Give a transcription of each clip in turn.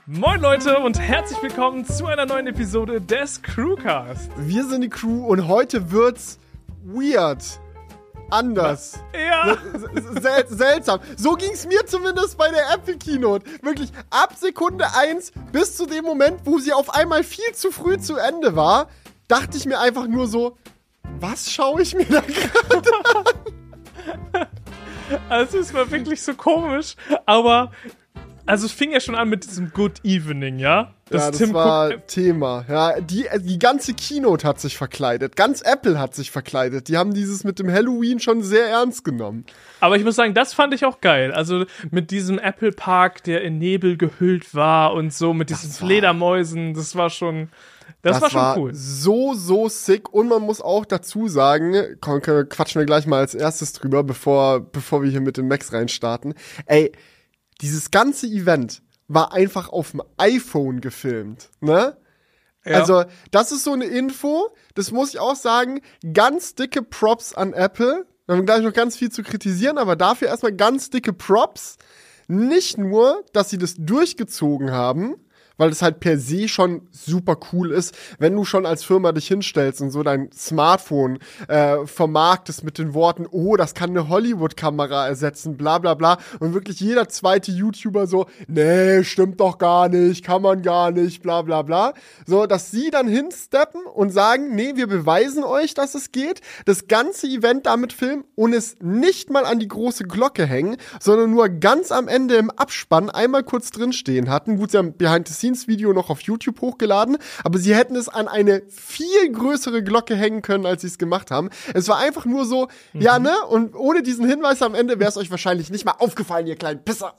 Moin Leute und herzlich willkommen zu einer neuen Episode des Crewcast. Wir sind die Crew und heute wird's weird. Anders. Ja. Seltsam. So ging's mir zumindest bei der Apple Keynote. Wirklich ab Sekunde 1 bis zu dem Moment, wo sie auf einmal viel zu früh zu Ende war, dachte ich mir einfach nur so, was schaue ich mir da gerade an? Also es war wirklich so komisch, aber also es fing ja schon an mit diesem Good Evening, ja? Das war Thema. Ja, die ganze Keynote hat sich verkleidet. Ganz Apple hat sich verkleidet. Die haben dieses mit dem Halloween schon sehr ernst genommen. Aber ich muss sagen, das fand ich auch geil. Also mit diesem Apple Park, der in Nebel gehüllt war und so mit diesen Fledermäusen, das war schon cool. So sick. Und man muss auch dazu sagen, quatschen wir gleich mal als erstes drüber, bevor wir hier mit den Macs reinstarten. Ey, dieses ganze Event war einfach auf dem iPhone gefilmt, ne? Ja. Also, das ist so eine Info, das muss ich auch sagen, ganz dicke Props an Apple. Wir haben gleich noch ganz viel zu kritisieren, aber dafür erstmal ganz dicke Props. Nicht nur, dass sie das durchgezogen haben, weil es halt per se schon super cool ist, wenn du schon als Firma dich hinstellst und so dein Smartphone vermarktest mit den Worten, oh, das kann eine Hollywood-Kamera ersetzen, bla bla bla. Und wirklich jeder zweite YouTuber so, nee, stimmt doch gar nicht, kann man gar nicht, bla bla bla. So, dass sie dann hinsteppen und sagen, nee, wir beweisen euch, dass es geht, das ganze Event damit filmen und es nicht mal an die große Glocke hängen, sondern nur ganz am Ende im Abspann einmal kurz drinstehen hatten. Gut, sie haben Behind-the-Scenes-Video noch auf YouTube hochgeladen, aber sie hätten es an eine viel größere Glocke hängen können, als sie es gemacht haben. Es war einfach nur so, ja, ne? Und ohne diesen Hinweis am Ende wäre es euch wahrscheinlich nicht mal aufgefallen, ihr kleinen Pisser.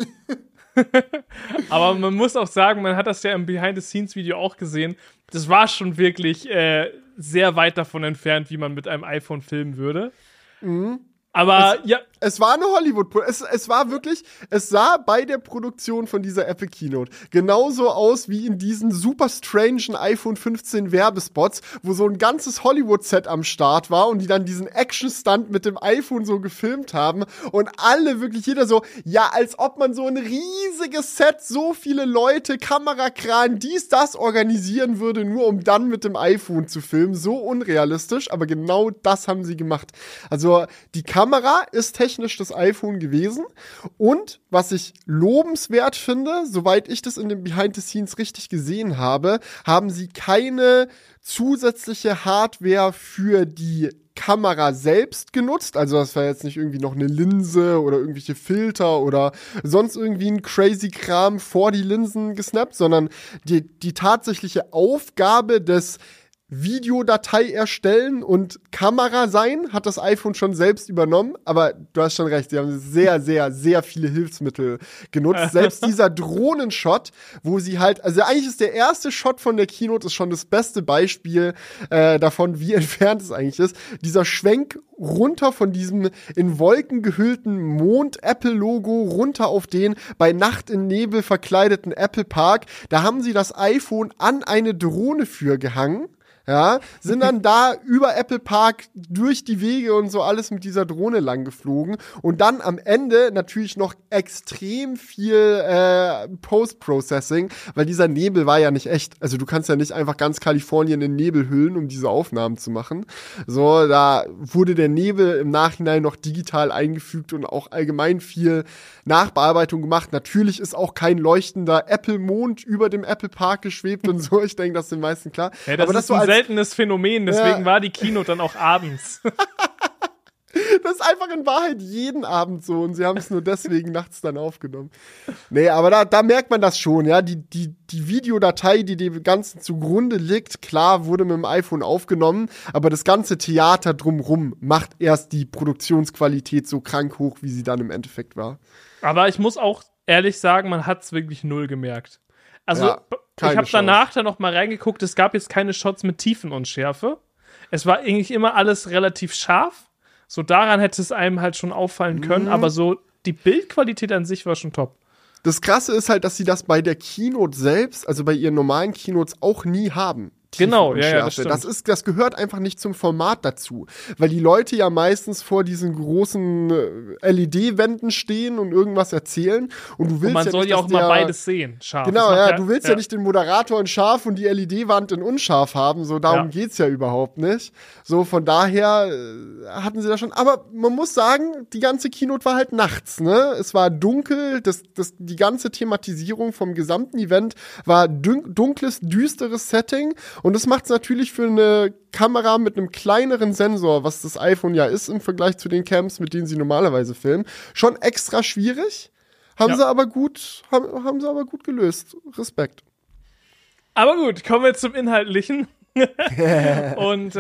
Aber man muss auch sagen, man hat das ja im Behind-the-Scenes-Video auch gesehen, das war schon wirklich sehr weit davon entfernt, wie man mit einem iPhone filmen würde. Mhm. Aber es war eine Hollywood, es war wirklich, es sah bei der Produktion von dieser Apple Keynote genauso aus wie in diesen super strangen iPhone 15 Werbespots, wo so ein ganzes Hollywood-Set am Start war und die dann diesen Action-Stunt mit dem iPhone so gefilmt haben und alle, wirklich jeder so, ja, als ob man so ein riesiges Set, so viele Leute, Kamerakran, das organisieren würde, nur um dann mit dem iPhone zu filmen. So unrealistisch, aber genau das haben sie gemacht. Also, die Kamera ist technisch das iPhone gewesen und was ich lobenswert finde, soweit ich das in den Behind the Scenes richtig gesehen habe, haben sie keine zusätzliche Hardware für die Kamera selbst genutzt, also das war jetzt nicht irgendwie noch eine Linse oder irgendwelche Filter oder sonst irgendwie ein crazy Kram vor die Linsen gesnappt, sondern die tatsächliche Aufgabe des Videodatei erstellen und Kamera sein, hat das iPhone schon selbst übernommen, aber du hast schon recht, sie haben sehr, sehr, sehr viele Hilfsmittel genutzt. Selbst dieser Drohnenshot, wo sie halt, also eigentlich ist der erste Shot von der Keynote ist schon das beste Beispiel davon, wie entfernt es eigentlich ist. Dieser Schwenk runter von diesem in Wolken gehüllten Mond-Apple-Logo runter auf den bei Nacht in Nebel verkleideten Apple Park, da haben sie das iPhone an eine Drohne für gehangen. Ja, sind dann da über Apple Park durch die Wege und so alles mit dieser Drohne lang geflogen und dann am Ende natürlich noch extrem viel Post-Processing, weil dieser Nebel war ja nicht echt. Also du kannst ja nicht einfach ganz Kalifornien in Nebel hüllen, um diese Aufnahmen zu machen. So, da wurde der Nebel im Nachhinein noch digital eingefügt und auch allgemein viel Nachbearbeitung gemacht. Natürlich ist auch kein leuchtender Apple-Mond über dem Apple Park geschwebt und so. Ich denke, das ist den meisten klar. Ja, das ist so ein seltenes Phänomen, deswegen war die Keynote dann auch abends. Das ist einfach in Wahrheit jeden Abend so und sie haben es nur deswegen nachts dann aufgenommen. Nee, aber da merkt man das schon, ja, die Videodatei, die dem Ganzen zugrunde liegt, klar, wurde mit dem iPhone aufgenommen, aber das ganze Theater drumrum macht erst die Produktionsqualität so krank hoch, wie sie dann im Endeffekt war. Aber ich muss auch ehrlich sagen, man hat es wirklich null gemerkt. Also, ja, ich habe danach dann noch mal reingeguckt, es gab jetzt keine Shots mit Tiefenunschärfe. Es war eigentlich immer alles relativ scharf. So daran hätte es einem halt schon auffallen können, aber so die Bildqualität an sich war schon top. Das Krasse ist halt, dass sie das bei der Keynote selbst, also bei ihren normalen Keynotes auch nie haben. Genau, Tiefenunschärfe. Das gehört einfach nicht zum Format dazu. Weil die Leute ja meistens vor diesen großen LED-Wänden stehen und irgendwas erzählen. Und du willst man ja soll nicht, ja auch mal beides sehen, scharf. Genau, ja, du willst ja nicht den Moderator in scharf und die LED-Wand in unscharf haben. So, darum geht's ja überhaupt nicht. So, von daher hatten sie das schon. Aber man muss sagen, die ganze Keynote war halt nachts, ne? Es war dunkel, die ganze Thematisierung vom gesamten Event war dunkles, düsteres Setting. Und das macht es natürlich für eine Kamera mit einem kleineren Sensor, was das iPhone ja ist im Vergleich zu den Cams, mit denen sie normalerweise filmen, schon extra schwierig. Haben sie aber gut gelöst. Respekt. Aber gut, kommen wir zum Inhaltlichen. Und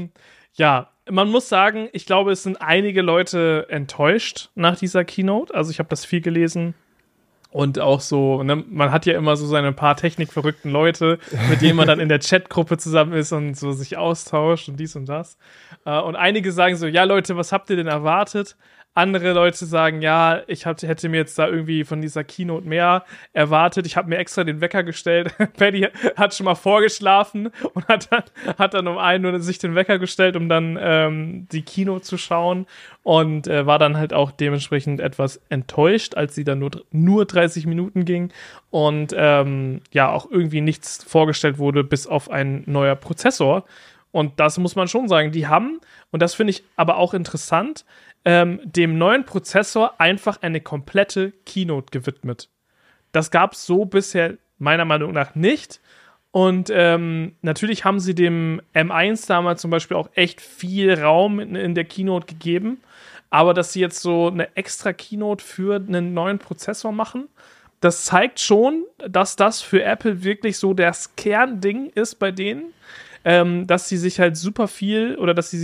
man muss sagen, ich glaube, es sind einige Leute enttäuscht nach dieser Keynote. Also ich habe das viel gelesen. Und auch so, ne, man hat ja immer so seine paar technikverrückten Leute, mit denen man dann in der Chatgruppe zusammen ist und so sich austauscht und dies und das. Und einige sagen so, ja Leute, was habt ihr denn erwartet? Andere Leute sagen, ja, hätte mir jetzt da irgendwie von dieser Keynote mehr erwartet. Ich habe mir extra den Wecker gestellt. Paddy hat schon mal vorgeschlafen und hat dann um 1 Uhr sich den Wecker gestellt, um dann die Keynote zu schauen. Und war dann halt auch dementsprechend etwas enttäuscht, als sie dann nur 30 Minuten ging. Und auch irgendwie nichts vorgestellt wurde, bis auf ein neuer Prozessor. Und das muss man schon sagen. Die haben, und das finde ich aber auch interessant, dem neuen Prozessor einfach eine komplette Keynote gewidmet. Das gab es so bisher meiner Meinung nach nicht. Und natürlich haben sie dem M1 damals zum Beispiel auch echt viel Raum in der Keynote gegeben. Aber dass sie jetzt so eine extra Keynote für einen neuen Prozessor machen, das zeigt schon, dass das für Apple wirklich so das Kernding ist bei denen. Dass sie sich halt super viel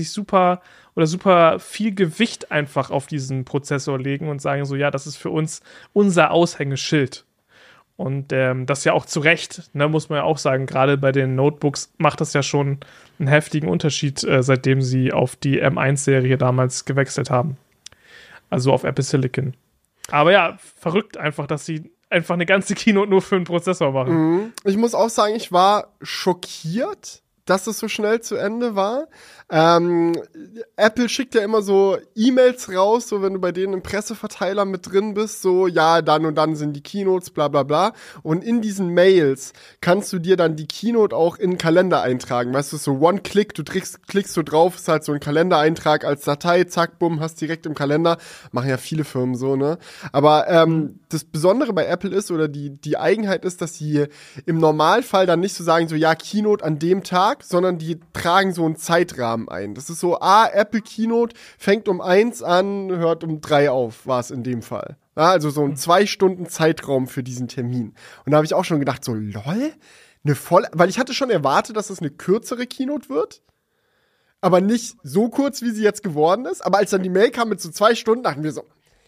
Gewicht einfach auf diesen Prozessor legen und sagen so, ja, das ist für uns unser Aushängeschild. Und das ja auch zu Recht, ne, muss man ja auch sagen, gerade bei den Notebooks macht das ja schon einen heftigen Unterschied, seitdem sie auf die M1-Serie damals gewechselt haben. Also auf Apple Silicon. Aber ja, verrückt einfach, dass sie einfach eine ganze Keynote nur für einen Prozessor machen. Ich muss auch sagen, ich war schockiert, dass es so schnell zu Ende war. Apple schickt ja immer so E-Mails raus, so wenn du bei denen im Presseverteiler mit drin bist, so, ja, dann und dann sind die Keynotes, bla bla bla. Und in diesen Mails kannst du dir dann die Keynote auch in den Kalender eintragen. Weißt du, so One-Click, du klickst so drauf, ist halt so ein Kalendereintrag als Datei, zack, bumm, hast direkt im Kalender. Machen ja viele Firmen so, ne? Aber das Besondere bei Apple ist, oder die Eigenheit ist, dass sie im Normalfall dann nicht so sagen, so, ja, Keynote an dem Tag, sondern die tragen so einen Zeitrahmen ein. Das ist so, Apple Keynote fängt um 1 an, hört um 3 auf, war es in dem Fall. Ja, also so ein 2 Stunden Zeitraum für diesen Termin. Und da habe ich auch schon gedacht, so, lol, weil ich hatte schon erwartet, dass es eine kürzere Keynote wird, aber nicht so kurz, wie sie jetzt geworden ist. Aber als dann die Mail kam mit so 2 Stunden, dachten wir so,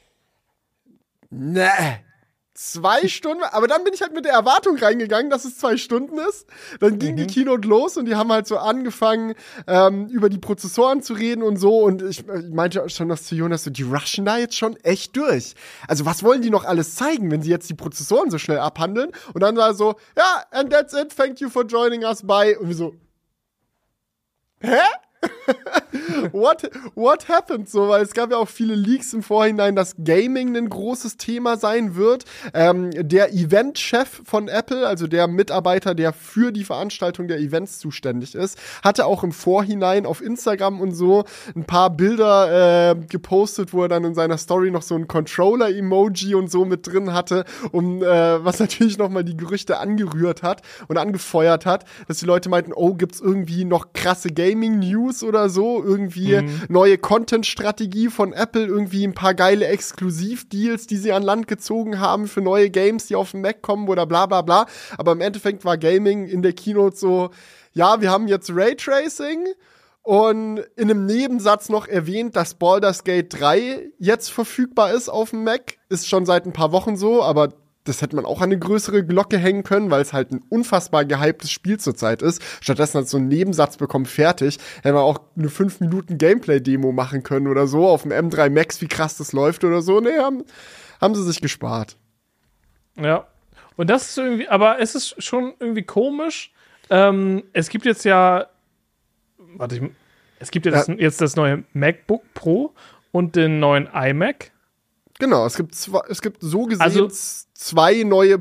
ne, 2 Stunden, aber dann bin ich halt mit der Erwartung reingegangen, dass es 2 Stunden ist. Dann ging die Keynote los und die haben halt so angefangen, über die Prozessoren zu reden und so. Und ich meinte schon noch zu Jonas, so, die rushen da jetzt schon echt durch. Also was wollen die noch alles zeigen, wenn sie jetzt die Prozessoren so schnell abhandeln? Und dann war so, ja, and that's it, thank you for joining us, bye. Und wir so, hä? What happened? So, weil es gab ja auch viele Leaks im Vorhinein, dass Gaming ein großes Thema sein wird. Der Event-Chef von Apple, also der Mitarbeiter, der für die Veranstaltung der Events zuständig ist, hatte auch im Vorhinein auf Instagram und so ein paar Bilder gepostet, wo er dann in seiner Story noch so ein Controller-Emoji und so mit drin hatte, was natürlich nochmal die Gerüchte angerührt hat und angefeuert hat, dass die Leute meinten, oh, gibt's irgendwie noch krasse Gaming-News oder so, irgendwie neue Content-Strategie von Apple, irgendwie ein paar geile Exklusivdeals, die sie an Land gezogen haben für neue Games, die auf den Mac kommen oder bla bla bla. Aber im Endeffekt war Gaming in der Keynote so, ja, wir haben jetzt Raytracing und in einem Nebensatz noch erwähnt, dass Baldur's Gate 3 jetzt verfügbar ist auf dem Mac. Ist schon seit ein paar Wochen so, aber das hätte man auch an eine größere Glocke hängen können, weil es halt ein unfassbar gehyptes Spiel zurzeit ist. Stattdessen hat es so einen Nebensatz bekommen, fertig. Hätte man auch eine 5 Minuten Gameplay-Demo machen können oder so, auf dem M3 Max, wie krass das läuft oder so. Nee, haben sie sich gespart. Ja. Und das ist irgendwie, aber es ist schon irgendwie komisch, Es gibt jetzt ja, es gibt jetzt das neue MacBook Pro und den neuen iMac. Genau, es gibt so gesehen zwei neue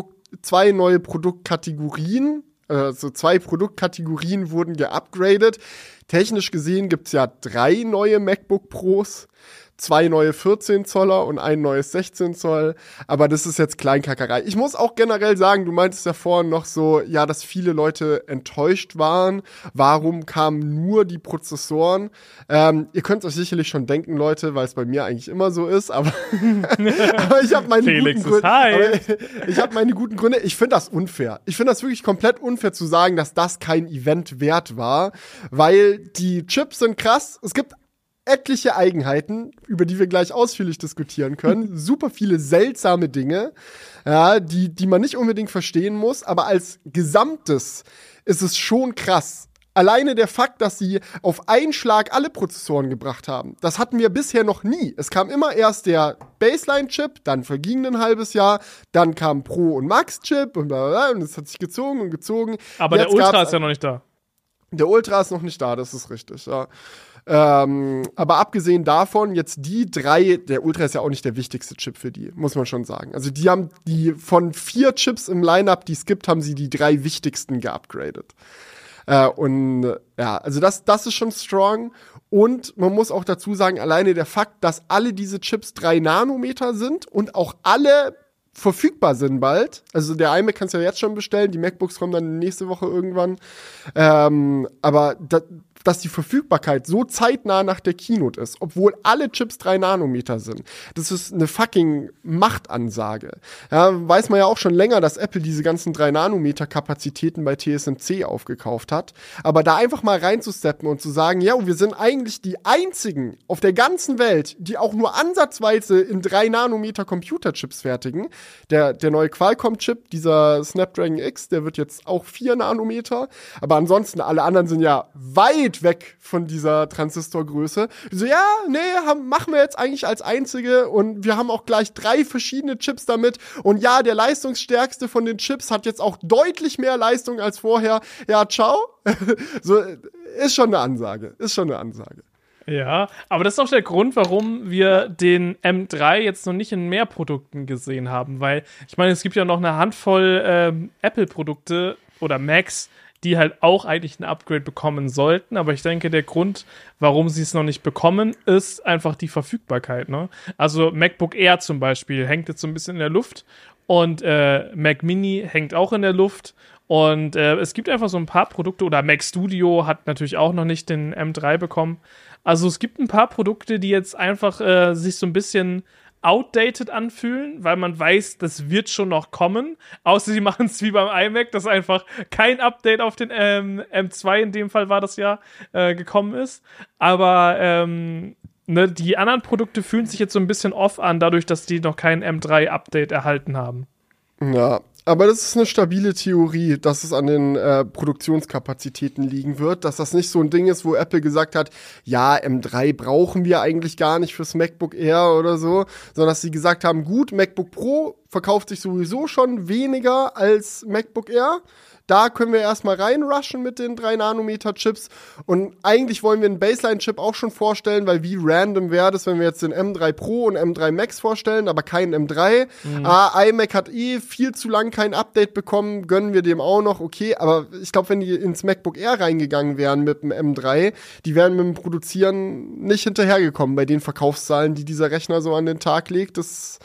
Produktkategorien. Also 2 Produktkategorien wurden geupgradet. Technisch gesehen gibt es ja 3 neue MacBook Pros, 2 neue 14 Zoller und ein neues 16 Zoll. Aber das ist jetzt Kleinkackerei. Ich muss auch generell sagen, du meintest ja vorhin noch so, ja, dass viele Leute enttäuscht waren. Warum kamen nur die Prozessoren? Ihr könnt euch sicherlich schon denken, Leute, weil es bei mir eigentlich immer so ist. Aber, aber ich habe meine guten Gründe. Ich habe meine guten Gründe. Ich finde das unfair. Ich finde das wirklich komplett unfair zu sagen, dass das kein Event wert war. Weil die Chips sind krass. Es gibt etliche Eigenheiten, über die wir gleich ausführlich diskutieren können. Super viele seltsame Dinge, ja, die man nicht unbedingt verstehen muss. Aber als Gesamtes ist es schon krass. Alleine der Fakt, dass sie auf einen Schlag alle Prozessoren gebracht haben, das hatten wir bisher noch nie. Es kam immer erst der Baseline-Chip, dann verging ein halbes Jahr, dann kam Pro- und Max-Chip und blablabla, und es hat sich gezogen und gezogen. Aber jetzt der Ultra ist ja noch nicht da. Der Ultra ist noch nicht da, das ist richtig, ja. Aber abgesehen davon, jetzt die 3, der Ultra ist ja auch nicht der wichtigste Chip für die, muss man schon sagen. Also die haben von 4 Chips im Lineup, die es gibt, haben sie die 3 wichtigsten geupgradet. Und ja, also das ist schon strong. Und man muss auch dazu sagen, alleine der Fakt, dass alle diese Chips 3 Nanometer sind und auch alle verfügbar sind bald. Also der iMac kannst du ja jetzt schon bestellen, die MacBooks kommen dann nächste Woche irgendwann. Aber dass die Verfügbarkeit so zeitnah nach der Keynote ist, obwohl alle Chips 3 Nanometer sind, das ist eine fucking Machtansage. Ja, weiß man ja auch schon länger, dass Apple diese ganzen 3 Nanometer Kapazitäten bei TSMC aufgekauft hat. Aber da einfach mal reinzusteppen und zu sagen, ja, wir sind eigentlich die einzigen auf der ganzen Welt, die auch nur ansatzweise in 3 Nanometer Computerchips fertigen. Der neue Qualcomm-Chip, dieser Snapdragon X, der wird jetzt auch 4 Nanometer. Aber ansonsten, alle anderen sind ja weit weg von dieser Transistorgröße. So, ja, nee, machen wir jetzt eigentlich als einzige und wir haben auch gleich 3 verschiedene Chips damit und ja, der leistungsstärkste von den Chips hat jetzt auch deutlich mehr Leistung als vorher. Ja, ciao. So, ist schon eine Ansage. Ja, aber das ist auch der Grund, warum wir den M3 jetzt noch nicht in mehr Produkten gesehen haben, weil ich meine, es gibt ja noch eine Handvoll Apple-Produkte oder Macs, die halt auch eigentlich ein Upgrade bekommen sollten. Aber ich denke, der Grund, warum sie es noch nicht bekommen, ist einfach die Verfügbarkeit. Ne? Also MacBook Air zum Beispiel hängt jetzt so ein bisschen in der Luft und Mac Mini hängt auch in der Luft. Und es gibt einfach so ein paar Produkte, oder Mac Studio hat natürlich auch noch nicht den M3 bekommen. Also es gibt ein paar Produkte, die jetzt einfach sich so ein bisschen outdated anfühlen, weil man weiß, das wird schon noch kommen. Außer sie machen es wie beim iMac, dass einfach kein Update auf den M2, in dem Fall war das ja, gekommen ist. Aber die anderen Produkte fühlen sich jetzt so ein bisschen off an, dadurch, dass die noch kein M3-Update erhalten haben. Ja, aber das ist eine stabile Theorie, dass es an den Produktionskapazitäten liegen wird, dass das nicht so ein Ding ist, wo Apple gesagt hat, ja, M3 brauchen wir eigentlich gar nicht fürs MacBook Air oder so, sondern dass sie gesagt haben, gut, MacBook Pro verkauft sich sowieso schon weniger als MacBook Air. Da können wir erstmal reinrushen mit den 3 Nanometer Chips. Und eigentlich wollen wir einen Baseline-Chip auch schon vorstellen, weil wie random wäre das, wenn wir jetzt den M3 Pro und M3 Max vorstellen, aber keinen M3. iMac hat viel zu lang kein Update bekommen, gönnen wir dem auch noch, okay. Aber ich glaube, wenn die ins MacBook Air reingegangen wären mit dem M3, die wären mit dem Produzieren nicht hinterhergekommen bei den Verkaufszahlen, die dieser Rechner so an den Tag legt. Das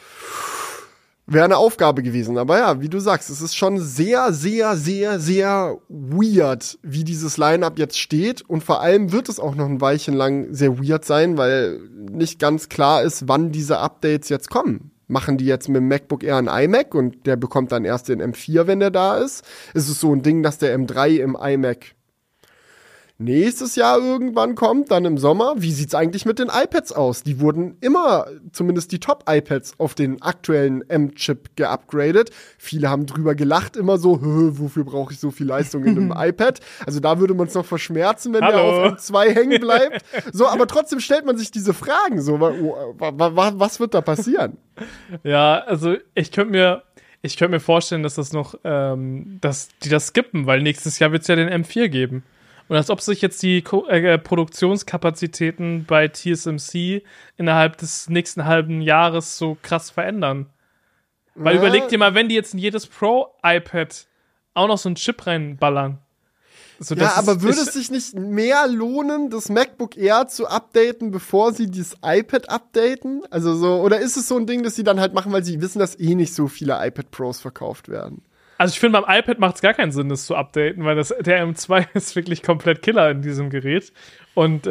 wäre eine Aufgabe gewesen. Aber ja, wie du sagst, es ist schon sehr, sehr, sehr, sehr weird, wie dieses Line-Up jetzt steht. Und vor allem wird es auch noch ein Weilchen lang sehr weird sein, weil nicht ganz klar ist, wann diese Updates jetzt kommen. Machen die jetzt mit dem MacBook Air einen iMac und der bekommt dann erst den M4, wenn der da ist? Ist es so ein Ding, dass der M3 im iMac nächstes Jahr irgendwann kommt, dann im Sommer? Wie sieht's eigentlich mit den iPads aus? Die wurden immer, zumindest die Top-iPads, auf den aktuellen M-Chip geupgradet. Viele haben drüber gelacht, immer so, wofür brauche ich so viel Leistung in einem iPad? Also da würde man es noch verschmerzen, wenn der auf M2 hängen bleibt. So, aber trotzdem stellt man sich diese Fragen so, was wird da passieren? Ja, also ich könnte Ich könnte mir vorstellen, dass dass die das skippen, weil nächstes Jahr wird es ja den M4 geben. Und als ob sich jetzt die Produktionskapazitäten bei TSMC innerhalb des nächsten halben Jahres so krass verändern. Weil überleg dir mal, wenn die jetzt in jedes Pro-iPad auch noch so einen Chip reinballern. So, ja, aber würde es sich nicht mehr lohnen, das MacBook Air zu updaten, bevor sie dieses iPad updaten? Also so, oder ist es so ein Ding, das sie dann halt machen, weil sie wissen, dass eh nicht so viele iPad Pros verkauft werden? Also ich finde, beim iPad macht es gar keinen Sinn, das zu updaten, weil der M2 ist wirklich komplett Killer in diesem Gerät. Und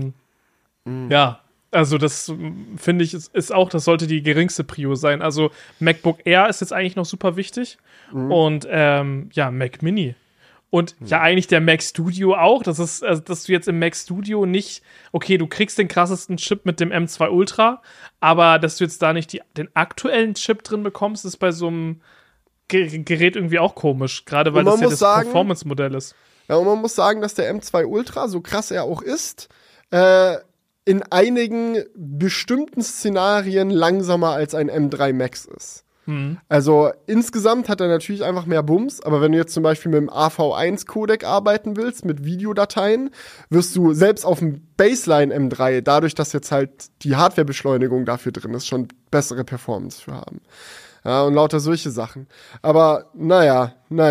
ja, also das finde ich, ist auch, das sollte die geringste Prio sein. Also MacBook Air ist jetzt eigentlich noch super wichtig. Und ja, Mac Mini. Und ja, eigentlich der Mac Studio auch. Das ist, also, dass du jetzt im Mac Studio nicht, okay, du kriegst den krassesten Chip mit dem M2 Ultra, aber dass du jetzt da nicht den aktuellen Chip drin bekommst, ist bei so einem Gerät irgendwie auch komisch. Gerade weil das ja das Performance-Modell ist. Ja, und man muss sagen, dass der M2 Ultra, so krass er auch ist, in einigen bestimmten Szenarien langsamer als ein M3 Max ist. Also insgesamt hat er natürlich einfach mehr Bums, aber wenn du jetzt zum Beispiel mit dem AV1-Codec arbeiten willst, mit Videodateien, wirst du selbst auf dem Baseline M3, dadurch, dass jetzt halt die Hardwarebeschleunigung dafür drin ist, schon bessere Performance für haben. Ja, und lauter solche Sachen. Aber naja.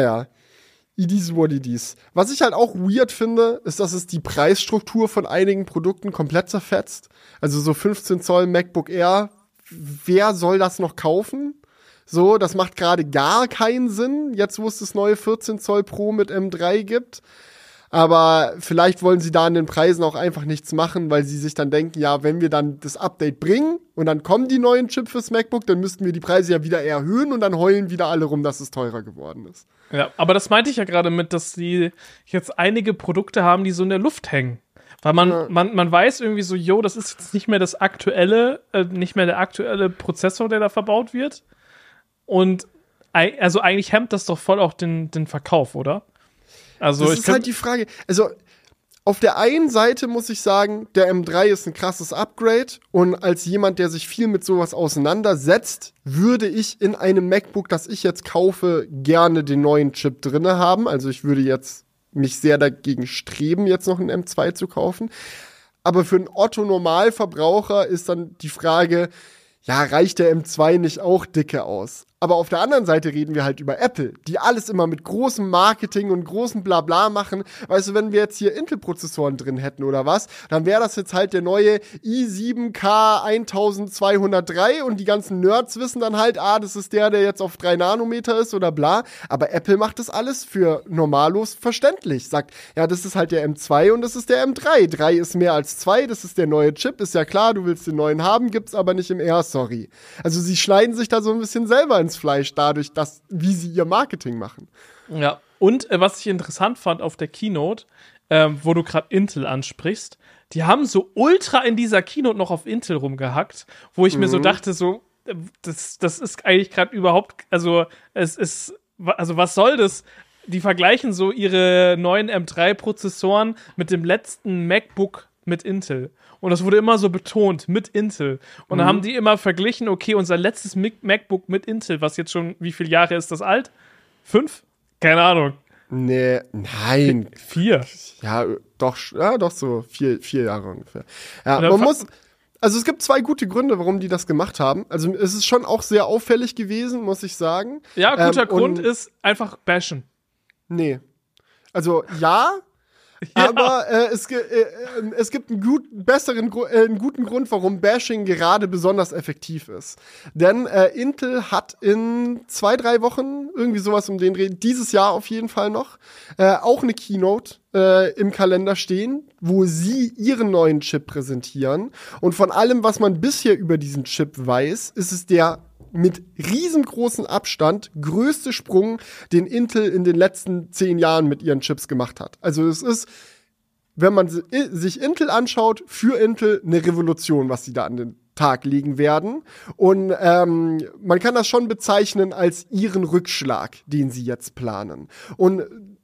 It is what it is. Was ich halt auch weird finde, ist, dass es die Preisstruktur von einigen Produkten komplett zerfetzt. Also so 15 Zoll MacBook Air, wer soll das noch kaufen? So, das macht gerade gar keinen Sinn, jetzt wo es das neue 14 Zoll Pro mit M3 gibt. Aber vielleicht wollen sie da an den Preisen auch einfach nichts machen, weil sie sich dann denken, ja, wenn wir dann das Update bringen und dann kommen die neuen Chips fürs MacBook, dann müssten wir die Preise ja wieder erhöhen und dann heulen wieder alle rum, dass es teurer geworden ist. Ja, aber das meinte ich ja gerade mit, dass sie jetzt einige Produkte haben, die so in der Luft hängen. Weil man weiß irgendwie so, jo, das ist jetzt nicht mehr der aktuelle Prozessor, der da verbaut wird. Und also eigentlich hemmt das doch voll auch den Verkauf, oder? Also das ist halt die Frage. Also auf der einen Seite muss ich sagen, der M3 ist ein krasses Upgrade und als jemand, der sich viel mit sowas auseinandersetzt, würde ich in einem MacBook, das ich jetzt kaufe, gerne den neuen Chip drinne haben. Also ich würde jetzt mich sehr dagegen streben, jetzt noch einen M2 zu kaufen. Aber für einen Otto-Normalverbraucher ist dann die Frage, ja, reicht der M2 nicht auch dicke aus? Aber auf der anderen Seite reden wir halt über Apple, die alles immer mit großem Marketing und großem Blabla machen. Weißt du, wenn wir jetzt hier Intel-Prozessoren drin hätten oder was, dann wäre das jetzt halt der neue i7K1203 und die ganzen Nerds wissen dann halt, das ist der jetzt auf 3 Nanometer ist oder bla. Aber Apple macht das alles für normalos verständlich. Sagt, ja, das ist halt der M2 und das ist der M3. 3 ist mehr als 2, das ist der neue Chip, ist ja klar, du willst den neuen haben, gibt's aber nicht im R, sorry. Also sie schneiden sich da so ein bisschen selber ins Fleisch dadurch, wie sie ihr Marketing machen. Ja, und was ich interessant fand auf der Keynote, wo du gerade Intel ansprichst, die haben so ultra in dieser Keynote noch auf Intel rumgehackt, wo ich mir so dachte, so, das ist eigentlich gerade überhaupt, also was soll das? Die vergleichen so ihre neuen M3-Prozessoren mit dem letzten MacBook mit Intel. Und das wurde immer so betont, mit Intel. Und dann haben die immer verglichen, okay, unser letztes MacBook mit Intel, was jetzt schon, wie viele Jahre ist das alt? 5? Keine Ahnung. Nee, nein. 4. Ja, doch so 4 Jahre ungefähr. Ja, man muss, also es gibt 2 gute Gründe, warum die das gemacht haben. Also es ist schon auch sehr auffällig gewesen, muss ich sagen. Ja, guter Grund ist einfach bashen. Nee. Also ja, aber es gibt einen guten Grund, warum Bashing gerade besonders effektiv ist. Denn Intel hat in 2-3 Wochen, irgendwie sowas um den Dreh, dieses Jahr auf jeden Fall noch, auch eine Keynote im Kalender stehen, wo sie ihren neuen Chip präsentieren. Und von allem, was man bisher über diesen Chip weiß, ist es der mit riesengroßem Abstand größte Sprung, den Intel in den letzten 10 Jahren mit ihren Chips gemacht hat. Also es ist, wenn man sich Intel anschaut, für Intel eine Revolution, was sie da an den Tag legen werden. Und man kann das schon bezeichnen als ihren Rückschlag, den sie jetzt planen. Und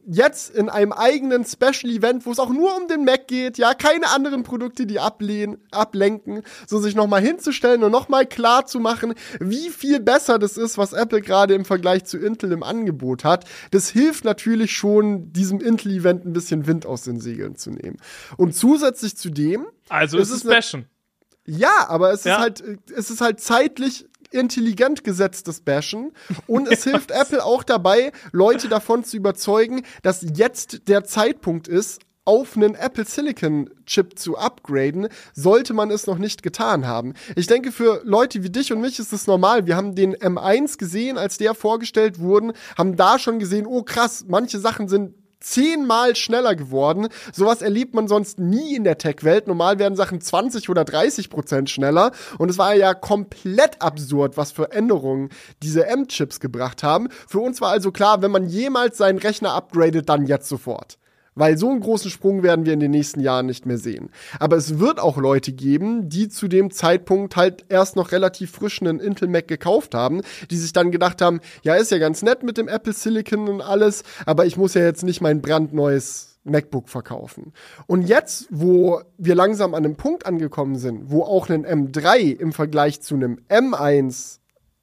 jetzt in einem eigenen Special-Event, wo es auch nur um den Mac geht, ja, keine anderen Produkte, die ablenken, so sich nochmal hinzustellen und nochmal klar zu machen, wie viel besser das ist, was Apple gerade im Vergleich zu Intel im Angebot hat. Das hilft natürlich schon, diesem Intel-Event ein bisschen Wind aus den Segeln zu nehmen. Und zusätzlich zu dem... Also ist es Bashen. Ja, aber es ist halt zeitlich intelligent gesetztes Bashen und es hilft Apple auch dabei, Leute davon zu überzeugen, dass jetzt der Zeitpunkt ist, auf einen Apple Silicon Chip zu upgraden, sollte man es noch nicht getan haben. Ich denke, für Leute wie dich und mich ist es normal. Wir haben den M1 gesehen, als der vorgestellt wurde, haben da schon gesehen, oh krass, manche Sachen sind 10-mal schneller geworden. Sowas erlebt man sonst nie in der Tech-Welt. Normal werden Sachen 20 oder 30% schneller. Und es war ja komplett absurd, was für Änderungen diese M-Chips gebracht haben. Für uns war also klar, wenn man jemals seinen Rechner upgradet, dann jetzt sofort. Weil so einen großen Sprung werden wir in den nächsten Jahren nicht mehr sehen. Aber es wird auch Leute geben, die zu dem Zeitpunkt halt erst noch relativ frisch einen Intel Mac gekauft haben, die sich dann gedacht haben, ja, ist ja ganz nett mit dem Apple Silicon und alles, aber ich muss ja jetzt nicht mein brandneues MacBook verkaufen. Und jetzt, wo wir langsam an einem Punkt angekommen sind, wo auch ein M3 im Vergleich zu einem M1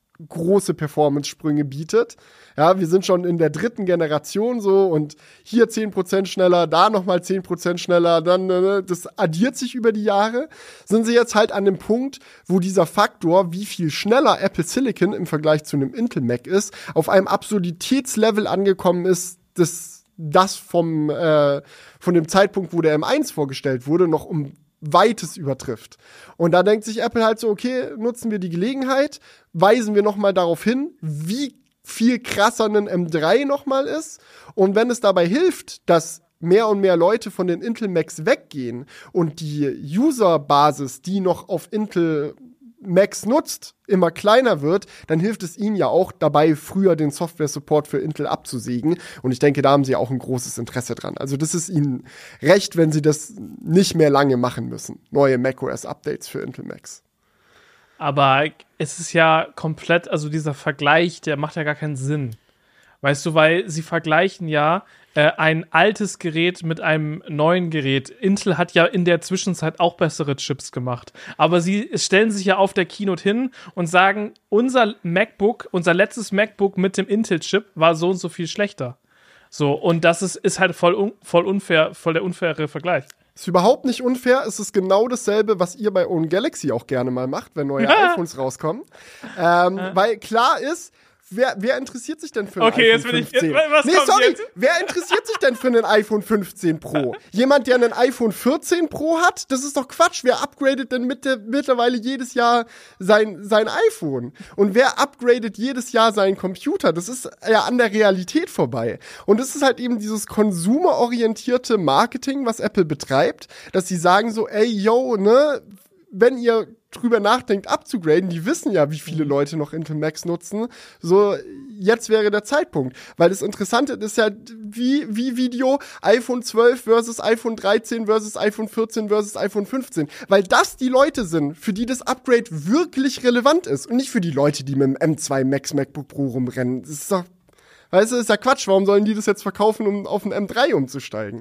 große Performance-Sprünge bietet. Ja, wir sind schon in der 3. Generation so und hier 10% schneller, da nochmal 10% schneller, dann, das addiert sich über die Jahre, sind sie jetzt halt an dem Punkt, wo dieser Faktor, wie viel schneller Apple Silicon im Vergleich zu einem Intel Mac ist, auf einem Absurditätslevel angekommen ist, das von dem Zeitpunkt, wo der M1 vorgestellt wurde, noch um Weites übertrifft. Und da denkt sich Apple halt so, okay, nutzen wir die Gelegenheit, weisen wir nochmal darauf hin, wie viel krasser ein M3 nochmal ist. Und wenn es dabei hilft, dass mehr und mehr Leute von den Intel Macs weggehen und die User-Basis, die noch auf Intel Macs nutzt, immer kleiner wird, dann hilft es ihnen ja auch dabei, früher den Software-Support für Intel abzusägen. Und ich denke, da haben sie auch ein großes Interesse dran. Also das ist ihnen recht, wenn sie das nicht mehr lange machen müssen. Neue macOS-Updates für Intel Macs. Aber es ist ja komplett, also dieser Vergleich, der macht ja gar keinen Sinn. Weißt du, weil sie vergleichen ja ein altes Gerät mit einem neuen Gerät. Intel hat ja in der Zwischenzeit auch bessere Chips gemacht. Aber sie stellen sich ja auf der Keynote hin und sagen, unser letztes MacBook mit dem Intel-Chip war so und so viel schlechter. So, und das ist halt voll unfair, voll der unfaire Vergleich. Ist überhaupt nicht unfair. Es ist genau dasselbe, was ihr bei Own Galaxy auch gerne mal macht, wenn neue iPhones rauskommen. Weil klar ist, wer interessiert sich denn für ein iPhone 15? Wer interessiert sich denn für ein iPhone 15 Pro? Jemand, der ein iPhone 14 Pro hat? Das ist doch Quatsch. Wer upgradet denn mittlerweile jedes Jahr sein iPhone? Und wer upgradet jedes Jahr seinen Computer? Das ist ja an der Realität vorbei. Und das ist halt eben dieses konsumerorientierte Marketing, was Apple betreibt, dass sie sagen so, ey, yo, ne, wenn ihr drüber nachdenkt, abzugraden, die wissen ja, wie viele Leute noch Intel Macs nutzen, so, jetzt wäre der Zeitpunkt. Weil das Interessante ist ja, wie Video, iPhone 12 versus iPhone 13 versus iPhone 14 versus iPhone 15. Weil das die Leute sind, für die das Upgrade wirklich relevant ist und nicht für die Leute, die mit dem M2 Max MacBook Pro rumrennen. Das ist doch, weißt du, das ist ja Quatsch. Warum sollen die das jetzt verkaufen, um auf ein M3 umzusteigen?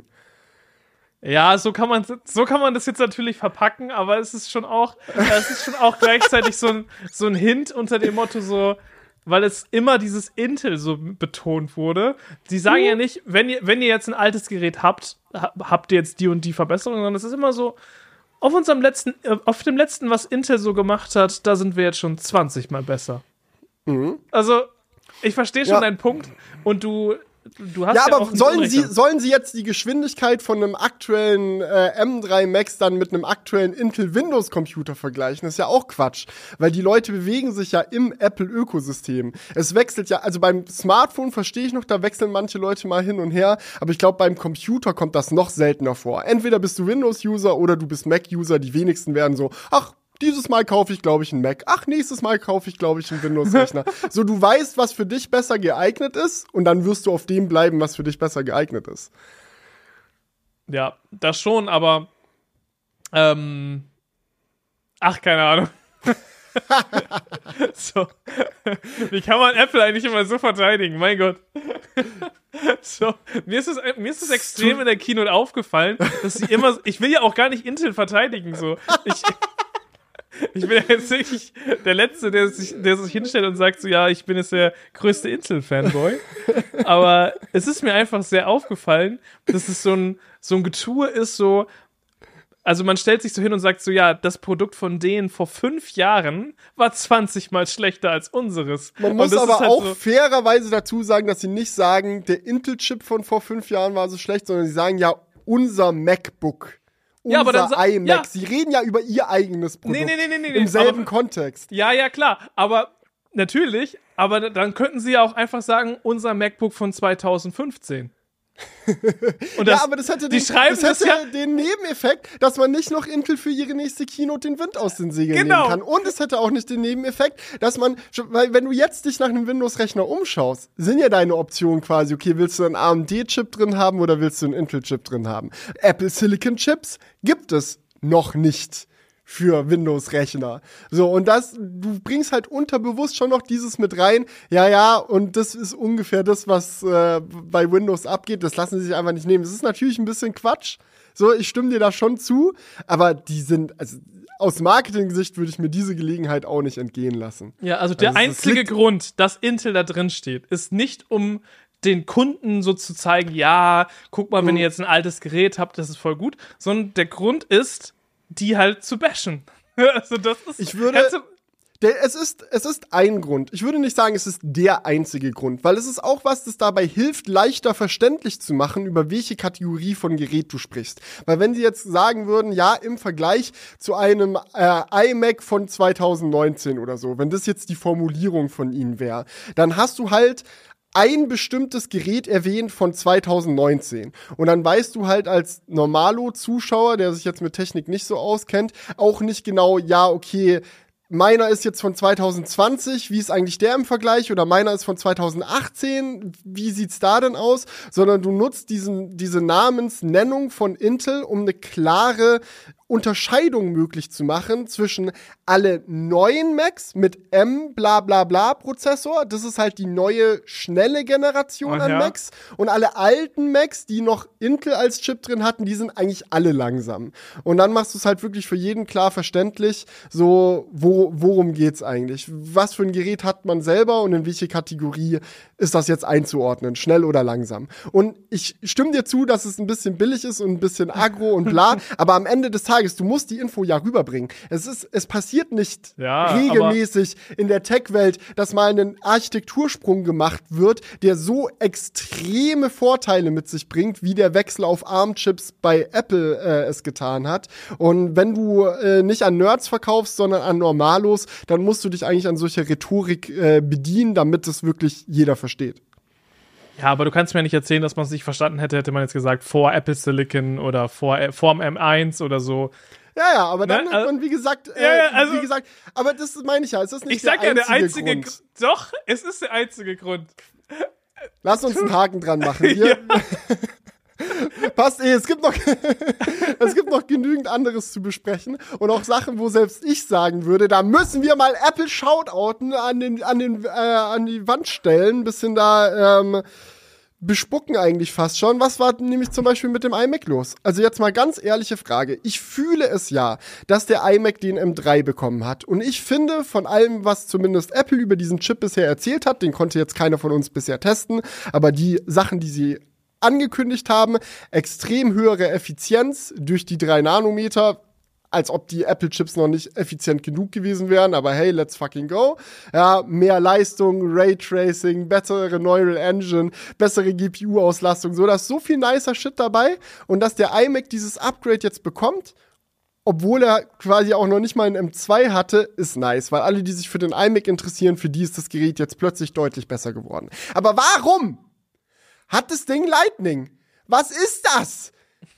Ja, so kann man das jetzt natürlich verpacken, aber es ist schon auch gleichzeitig so ein Hint unter dem Motto so, weil es immer dieses Intel so betont wurde. Sie sagen ja nicht, wenn ihr jetzt ein altes Gerät habt ihr jetzt die und die Verbesserung, sondern es ist immer so, auf dem letzten, was Intel so gemacht hat, da sind wir jetzt schon 20 Mal besser. Mhm. Also, ich verstehe schon deinen Punkt und du hast ja aber auch sollen sie jetzt die Geschwindigkeit von einem aktuellen M3 Max dann mit einem aktuellen Intel Windows Computer vergleichen? Das ist ja auch Quatsch, weil die Leute bewegen sich ja im Apple Ökosystem. Es wechselt ja, also beim Smartphone verstehe ich noch, da wechseln manche Leute mal hin und her, aber ich glaube beim Computer kommt das noch seltener vor. Entweder bist du Windows User oder du bist Mac User, die wenigsten werden so, ach, dieses Mal kaufe ich, glaube ich, einen Mac. Ach, nächstes Mal kaufe ich, glaube ich, einen Windows-Rechner. So, du weißt, was für dich besser geeignet ist und dann wirst du auf dem bleiben, was für dich besser geeignet ist. Ja, das schon, aber keine Ahnung. So. Wie kann man Apple eigentlich immer so verteidigen? Mein Gott. So, mir ist es extrem in der Keynote aufgefallen, dass sie immer, ich will ja auch gar nicht Intel verteidigen, so. Ich bin ja jetzt wirklich der Letzte, der sich hinstellt und sagt so, ja, ich bin jetzt der größte Intel-Fanboy. Aber es ist mir einfach sehr aufgefallen, dass es so ein Getue ist, so, also man stellt sich so hin und sagt so, ja, das Produkt von denen vor 5 Jahren war 20 Mal schlechter als unseres. Man muss aber halt auch so fairerweise dazu sagen, dass sie nicht sagen, der Intel-Chip von vor 5 Jahren war so schlecht, sondern sie sagen ja, unser MacBook. Ja, aber dann iMac. Ja. Sie reden ja über ihr eigenes Produkt. Nee. Im selben Kontext. Ja, klar. Aber natürlich, aber dann könnten sie ja auch einfach sagen, unser MacBook von 2015. Und ja, aber das hätte den Nebeneffekt, dass man nicht noch Intel für ihre nächste Keynote den Wind aus den Segeln nehmen kann. Und es hätte auch nicht den Nebeneffekt, dass man, weil wenn du jetzt dich nach einem Windows-Rechner umschaust, sind ja deine Optionen quasi, okay, willst du einen AMD-Chip drin haben oder willst du einen Intel-Chip drin haben? Apple Silicon Chips gibt es noch nicht für Windows-Rechner. So, und du bringst halt unterbewusst schon noch dieses mit rein. Ja, und das ist ungefähr das, was bei Windows abgeht. Das lassen sie sich einfach nicht nehmen. Das ist natürlich ein bisschen Quatsch. So, ich stimme dir da schon zu. Aber die sind, also aus Marketing-Sicht würde ich mir diese Gelegenheit auch nicht entgehen lassen. Ja, also der einzige Grund, dass Intel da drin steht, ist nicht, um den Kunden so zu zeigen, ja, guck mal, wenn ihr jetzt ein altes Gerät habt, das ist voll gut. Sondern der Grund ist, die halt zu bashen. Also das ist. Es ist ein Grund. Ich würde nicht sagen, es ist der einzige Grund, weil es ist auch was, das dabei hilft, leichter verständlich zu machen, über welche Kategorie von Gerät du sprichst. Weil wenn sie jetzt sagen würden, ja, im Vergleich zu einem iMac von 2019 oder so, wenn das jetzt die Formulierung von ihnen wäre, dann hast du halt ein bestimmtes Gerät erwähnt von 2019. Und dann weißt du halt als Normalo-Zuschauer, der sich jetzt mit Technik nicht so auskennt, auch nicht genau, ja, okay, meiner ist jetzt von 2020, wie ist eigentlich der im Vergleich? Oder meiner ist von 2018, wie sieht's da denn aus? Sondern du nutzt diese Namensnennung von Intel, um eine klare Unterscheidung möglich zu machen zwischen alle neuen Macs mit M-Bla-Bla-Bla-Prozessor, das ist halt die neue, schnelle Generation an Macs, und alle alten Macs, die noch Intel als Chip drin hatten, die sind eigentlich alle langsam. Und dann machst du es halt wirklich für jeden klar verständlich, so, worum geht's eigentlich? Was für ein Gerät hat man selber und in welche Kategorie ist das jetzt einzuordnen, schnell oder langsam? Und ich stimme dir zu, dass es ein bisschen billig ist und ein bisschen aggro und bla, aber am Ende des Tages, du musst die Info ja rüberbringen. Es passiert nicht regelmäßig in der Tech-Welt, dass mal ein Architektursprung gemacht wird, der so extreme Vorteile mit sich bringt, wie der Wechsel auf ARM-Chips bei Apple es getan hat. Und wenn du nicht an Nerds verkaufst, sondern an Normalos, dann musst du dich eigentlich an solcher Rhetorik bedienen, damit es wirklich jeder versteht. Ja, aber du kannst mir nicht erzählen, dass man es nicht verstanden hätte man jetzt gesagt, vor Apple Silicon oder vor dem M1 oder so. Ja, aber dann hat man, wie gesagt, aber das meine ich ja, es ist nicht der einzige Grund. Doch, es ist der einzige Grund. Lass uns einen Haken dran machen. Hier. Passt es gibt noch genügend anderes zu besprechen und auch Sachen, wo selbst ich sagen würde, da müssen wir mal Apple shoutouten, an die Wand stellen, bisschen da bespucken eigentlich fast schon. Was war nämlich zum Beispiel mit dem iMac los? Also jetzt mal ganz ehrliche Frage. Ich fühle es ja, dass der iMac den M3 bekommen hat. Und ich finde, von allem, was zumindest Apple über diesen Chip bisher erzählt hat, den konnte jetzt keiner von uns bisher testen, aber die Sachen, die sie angekündigt haben, extrem höhere Effizienz durch die 3 Nanometer, als ob die Apple-Chips noch nicht effizient genug gewesen wären, aber hey, let's fucking go. Ja, mehr Leistung, Raytracing, bessere Neural Engine, bessere GPU-Auslastung, so, da ist so viel nicer Shit dabei, und dass der iMac dieses Upgrade jetzt bekommt, obwohl er quasi auch noch nicht mal einen M2 hatte, ist nice, weil alle, die sich für den iMac interessieren, für die ist das Gerät jetzt plötzlich deutlich besser geworden. Aber warum hat das Ding Lightning? Was ist das?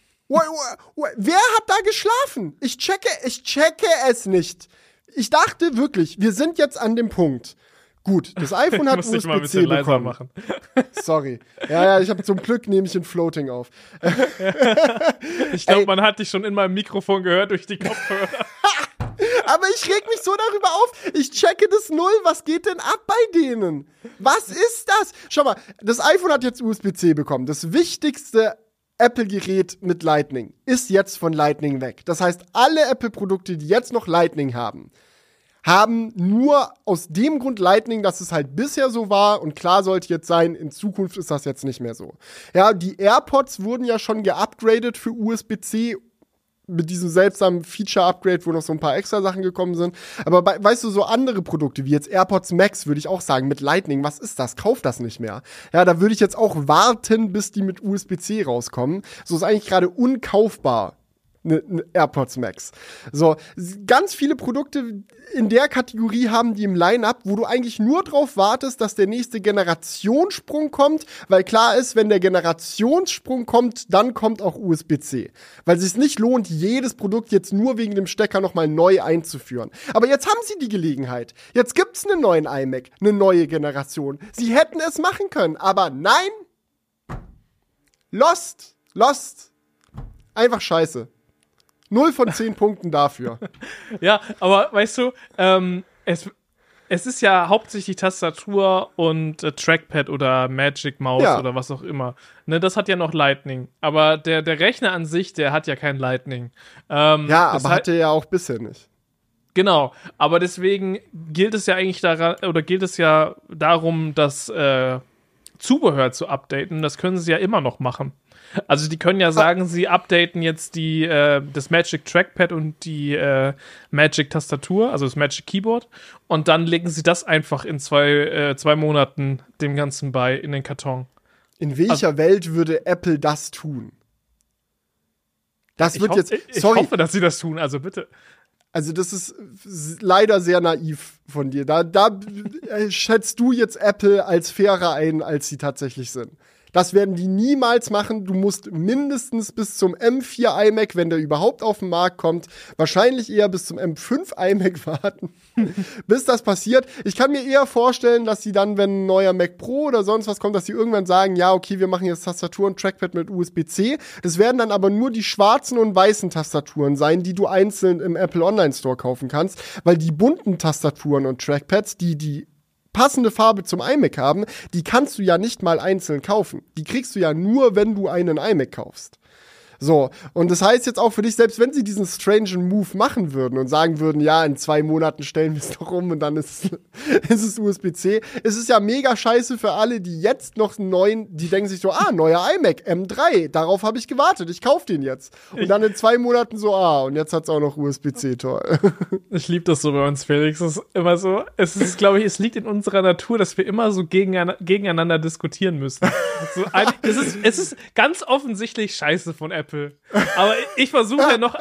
Wer hat da geschlafen? Ich checke es nicht. Ich dachte wirklich, wir sind jetzt an dem Punkt. Gut, das iPhone hat USB-C bekommen. Machen. Sorry. Ja, ich habe zum Glück nehme ich ein Floating auf. Ich glaube, man hat dich schon in meinem Mikrofon gehört durch die Kopfhörer. Aber ich reg mich so darüber auf. Ich checke das null. Was geht denn ab bei denen? Was ist das? Schau mal, das iPhone hat jetzt USB-C bekommen. Das wichtigste Apple-Gerät mit Lightning ist jetzt von Lightning weg. Das heißt, alle Apple-Produkte, die jetzt noch Lightning haben nur aus dem Grund Lightning, dass es halt bisher so war und klar sollte jetzt sein, in Zukunft ist das jetzt nicht mehr so. Ja, die AirPods wurden ja schon geupgradet für USB-C mit diesem seltsamen Feature-Upgrade, wo noch so ein paar extra Sachen gekommen sind. Aber weißt du, so andere Produkte wie jetzt AirPods Max, würde ich auch sagen, mit Lightning, was ist das? Kauf das nicht mehr. Ja, da würde ich jetzt auch warten, bis die mit USB-C rauskommen. So ist eigentlich gerade unkaufbar. Ne AirPods Max. So, ganz viele Produkte in der Kategorie haben die im Line-Up, wo du eigentlich nur drauf wartest, dass der nächste Generationssprung kommt, weil klar ist, wenn der Generationssprung kommt, dann kommt auch USB-C. Weil es sich nicht lohnt, jedes Produkt jetzt nur wegen dem Stecker nochmal neu einzuführen. Aber jetzt haben sie die Gelegenheit. Jetzt gibt's einen neuen iMac, eine neue Generation. Sie hätten es machen können, aber nein! Lost. Einfach scheiße. 0 von 10 Punkten dafür. Ja, aber weißt du, es ist ja hauptsächlich Tastatur und Trackpad oder Magic Mouse oder was auch immer. Ne, das hat ja noch Lightning. Aber der Rechner an sich, der hat ja kein Lightning. Aber hatte ja auch bisher nicht. Genau, aber deswegen gilt es ja eigentlich darum, das Zubehör zu updaten. Das können sie ja immer noch machen. Also die können ja sagen, sie updaten jetzt das Magic Trackpad und die Magic Tastatur, also das Magic Keyboard, und dann legen sie das einfach in zwei Monaten dem Ganzen bei in den Karton. In welcher Welt würde Apple das tun? Das wird ich hoffe, dass sie das tun, also bitte. Also das ist leider sehr naiv von dir. Da schätzt du jetzt Apple als fairer ein, als sie tatsächlich sind. Das werden die niemals machen. Du musst mindestens bis zum M4 iMac, wenn der überhaupt auf den Markt kommt, wahrscheinlich eher bis zum M5 iMac warten, bis das passiert. Ich kann mir eher vorstellen, dass sie dann, wenn ein neuer Mac Pro oder sonst was kommt, dass sie irgendwann sagen, ja, okay, wir machen jetzt Tastatur und Trackpad mit USB-C. Das werden dann aber nur die schwarzen und weißen Tastaturen sein, die du einzeln im Apple Online Store kaufen kannst, weil die bunten Tastaturen und Trackpads, die passende Farbe zum iMac haben, die kannst du ja nicht mal einzeln kaufen. Die kriegst du ja nur, wenn du einen iMac kaufst. So, und das heißt jetzt auch für dich, selbst wenn sie diesen strangen Move machen würden und sagen würden, ja, in 2 Monaten stellen wir es doch um und dann ist es USB-C, es ist ja mega scheiße für alle, die jetzt noch einen neuen, die denken sich so, neuer iMac, M3, darauf habe ich gewartet, ich kaufe den jetzt. Und dann in 2 Monaten so, und jetzt hat es auch noch USB-C, toll. Ich liebe das so bei uns, Felix. Es ist immer so, glaube ich, es liegt in unserer Natur, dass wir immer so gegeneinander diskutieren müssen. So, es ist ganz offensichtlich scheiße von Apple. Aber ich versuche ja noch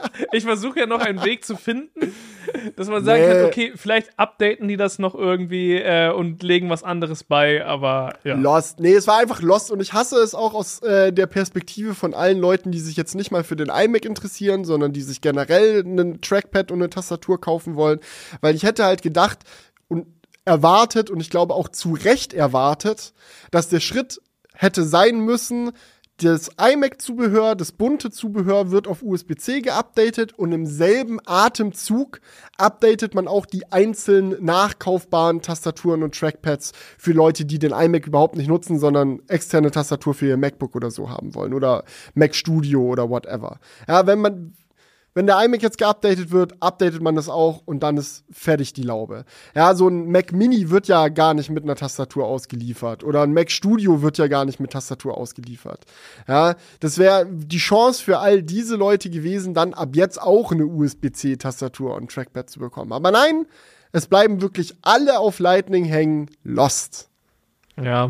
einen Weg zu finden, dass man sagen kann, okay, vielleicht updaten die das noch irgendwie und legen was anderes bei, aber ja. Lost. Nee, es war einfach Lost und ich hasse es auch aus der Perspektive von allen Leuten, die sich jetzt nicht mal für den iMac interessieren, sondern die sich generell einen Trackpad und eine Tastatur kaufen wollen, weil ich hätte halt gedacht und erwartet und ich glaube auch zu Recht erwartet, dass der Schritt hätte sein müssen, das iMac-Zubehör, das bunte Zubehör wird auf USB-C geupdatet und im selben Atemzug updatet man auch die einzeln nachkaufbaren Tastaturen und Trackpads für Leute, die den iMac überhaupt nicht nutzen, sondern externe Tastatur für ihr MacBook oder so haben wollen oder Mac Studio oder whatever. Ja, wenn der iMac jetzt geupdatet wird, updatet man das auch und dann ist fertig die Laube. Ja, so ein Mac Mini wird ja gar nicht mit einer Tastatur ausgeliefert oder ein Mac Studio wird ja gar nicht mit Tastatur ausgeliefert. Ja, das wäre die Chance für all diese Leute gewesen, dann ab jetzt auch eine USB-C-Tastatur und Trackpad zu bekommen. Aber nein, es bleiben wirklich alle auf Lightning hängen, lost. Ja,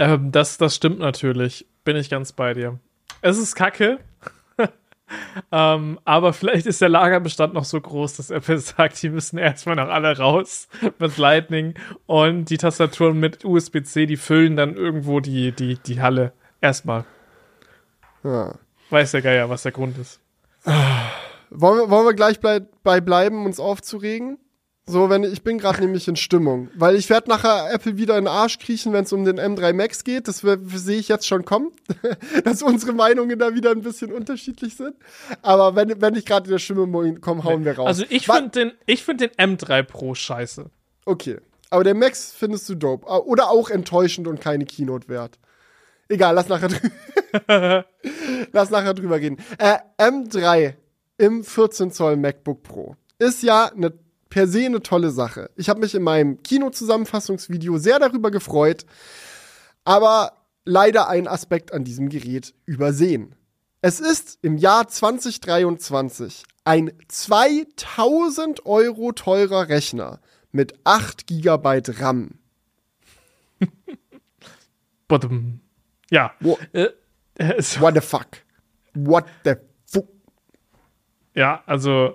das stimmt natürlich. Bin ich ganz bei dir. Es ist kacke. Aber vielleicht ist der Lagerbestand noch so groß, dass Apple sagt, die müssen erstmal noch alle raus mit Lightning und die Tastaturen mit USB-C, die füllen dann irgendwo die Halle. Erstmal. Ja. Weiß der Geier, was der Grund ist. Wollen wir gleich bei bleiben, uns aufzuregen? So, ich bin gerade nämlich in Stimmung. Weil ich werde nachher Apple wieder in den Arsch kriechen, wenn es um den M3 Max geht. Das sehe ich jetzt schon kommen. Dass unsere Meinungen da wieder ein bisschen unterschiedlich sind. Aber wenn ich gerade in der Stimmung komme, hauen wir raus. Also ich finde den M3 Pro scheiße. Okay. Aber der Max findest du dope. Oder auch enttäuschend und keine Keynote wert. Egal, lass nachher drüber reden. M3 im 14 Zoll MacBook Pro ist ja per se eine tolle Sache. Ich habe mich in meinem Kino-Zusammenfassungsvideo sehr darüber gefreut, aber leider einen Aspekt an diesem Gerät übersehen. Es ist im Jahr 2023 ein 2.000 € teurer Rechner mit 8 GB RAM. Ja. What the fuck? What the fuck? Ja, also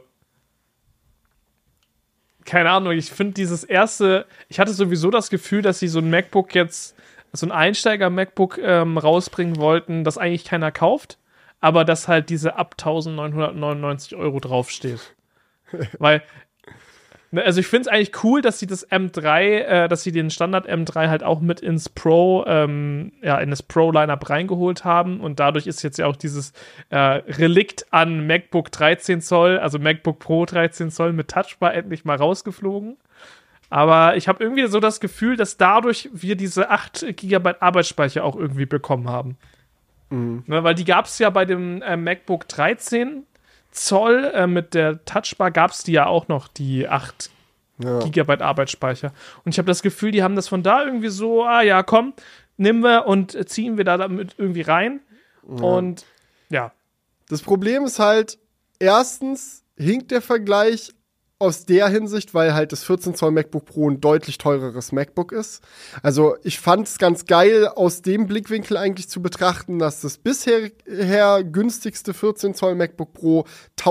keine Ahnung, ich finde ich hatte sowieso das Gefühl, dass sie so ein MacBook jetzt, so ein Einsteiger-MacBook rausbringen wollten, das eigentlich keiner kauft, aber dass halt diese ab 1.999 € draufsteht. Weil, also ich finde es eigentlich cool, dass sie das M3, dass sie den Standard M3 halt auch mit ins in das Pro-Lineup reingeholt haben und dadurch ist jetzt ja auch dieses Relikt an MacBook 13 Zoll, also MacBook Pro 13 Zoll mit Touchbar endlich mal rausgeflogen. Aber ich habe irgendwie so das Gefühl, dass dadurch wir diese 8 GB Arbeitsspeicher auch irgendwie bekommen haben. Mhm. Ne, weil die gab es ja bei dem MacBook 13 Zoll mit der Touchbar gab es die ja auch noch, die 8 GB Arbeitsspeicher. Und ich habe das Gefühl, die haben das von da irgendwie so, komm, nehmen wir und ziehen wir da damit irgendwie rein. Ja. Und ja. Das Problem ist halt, erstens hinkt der Vergleich aus der Hinsicht, weil halt das 14 Zoll MacBook Pro ein deutlich teureres MacBook ist. Also ich fand es ganz geil, aus dem Blickwinkel eigentlich zu betrachten, dass das bisher günstigste 14 Zoll MacBook Pro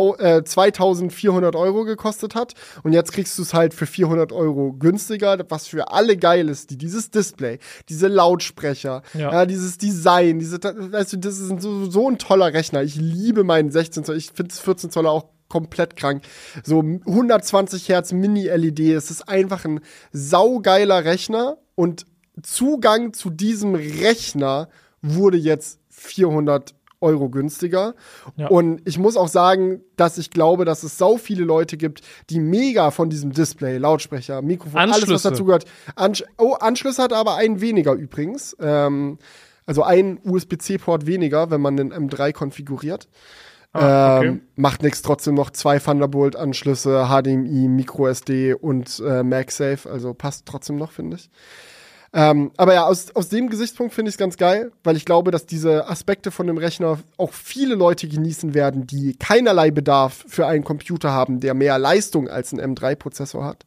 2.400 € gekostet hat. Und jetzt kriegst du es halt für 400 € günstiger, was für alle geil ist, dieses Display, diese Lautsprecher, dieses Design, weißt du, das ist so ein toller Rechner. Ich liebe meinen 16 Zoll. Ich finde das 14 Zoll auch komplett krank. So 120 Hertz Mini-LED. Es ist einfach ein saugeiler Rechner und Zugang zu diesem Rechner wurde jetzt 400 € günstiger. Ja. Und ich muss auch sagen, dass ich glaube, dass es sau viele Leute gibt, die mega von diesem Display, Lautsprecher, Mikrofon, alles, was dazu gehört. Anschlüsse hat aber einen weniger übrigens. Also ein USB-C-Port weniger, wenn man den M3 konfiguriert. Okay. Macht nichts, trotzdem noch 2 Thunderbolt-Anschlüsse, HDMI, MicroSD und MagSafe, also passt trotzdem noch, finde ich. Aber ja, aus dem Gesichtspunkt finde ich es ganz geil, weil ich glaube, dass diese Aspekte von dem Rechner auch viele Leute genießen werden, die keinerlei Bedarf für einen Computer haben, der mehr Leistung als ein M3-Prozessor hat.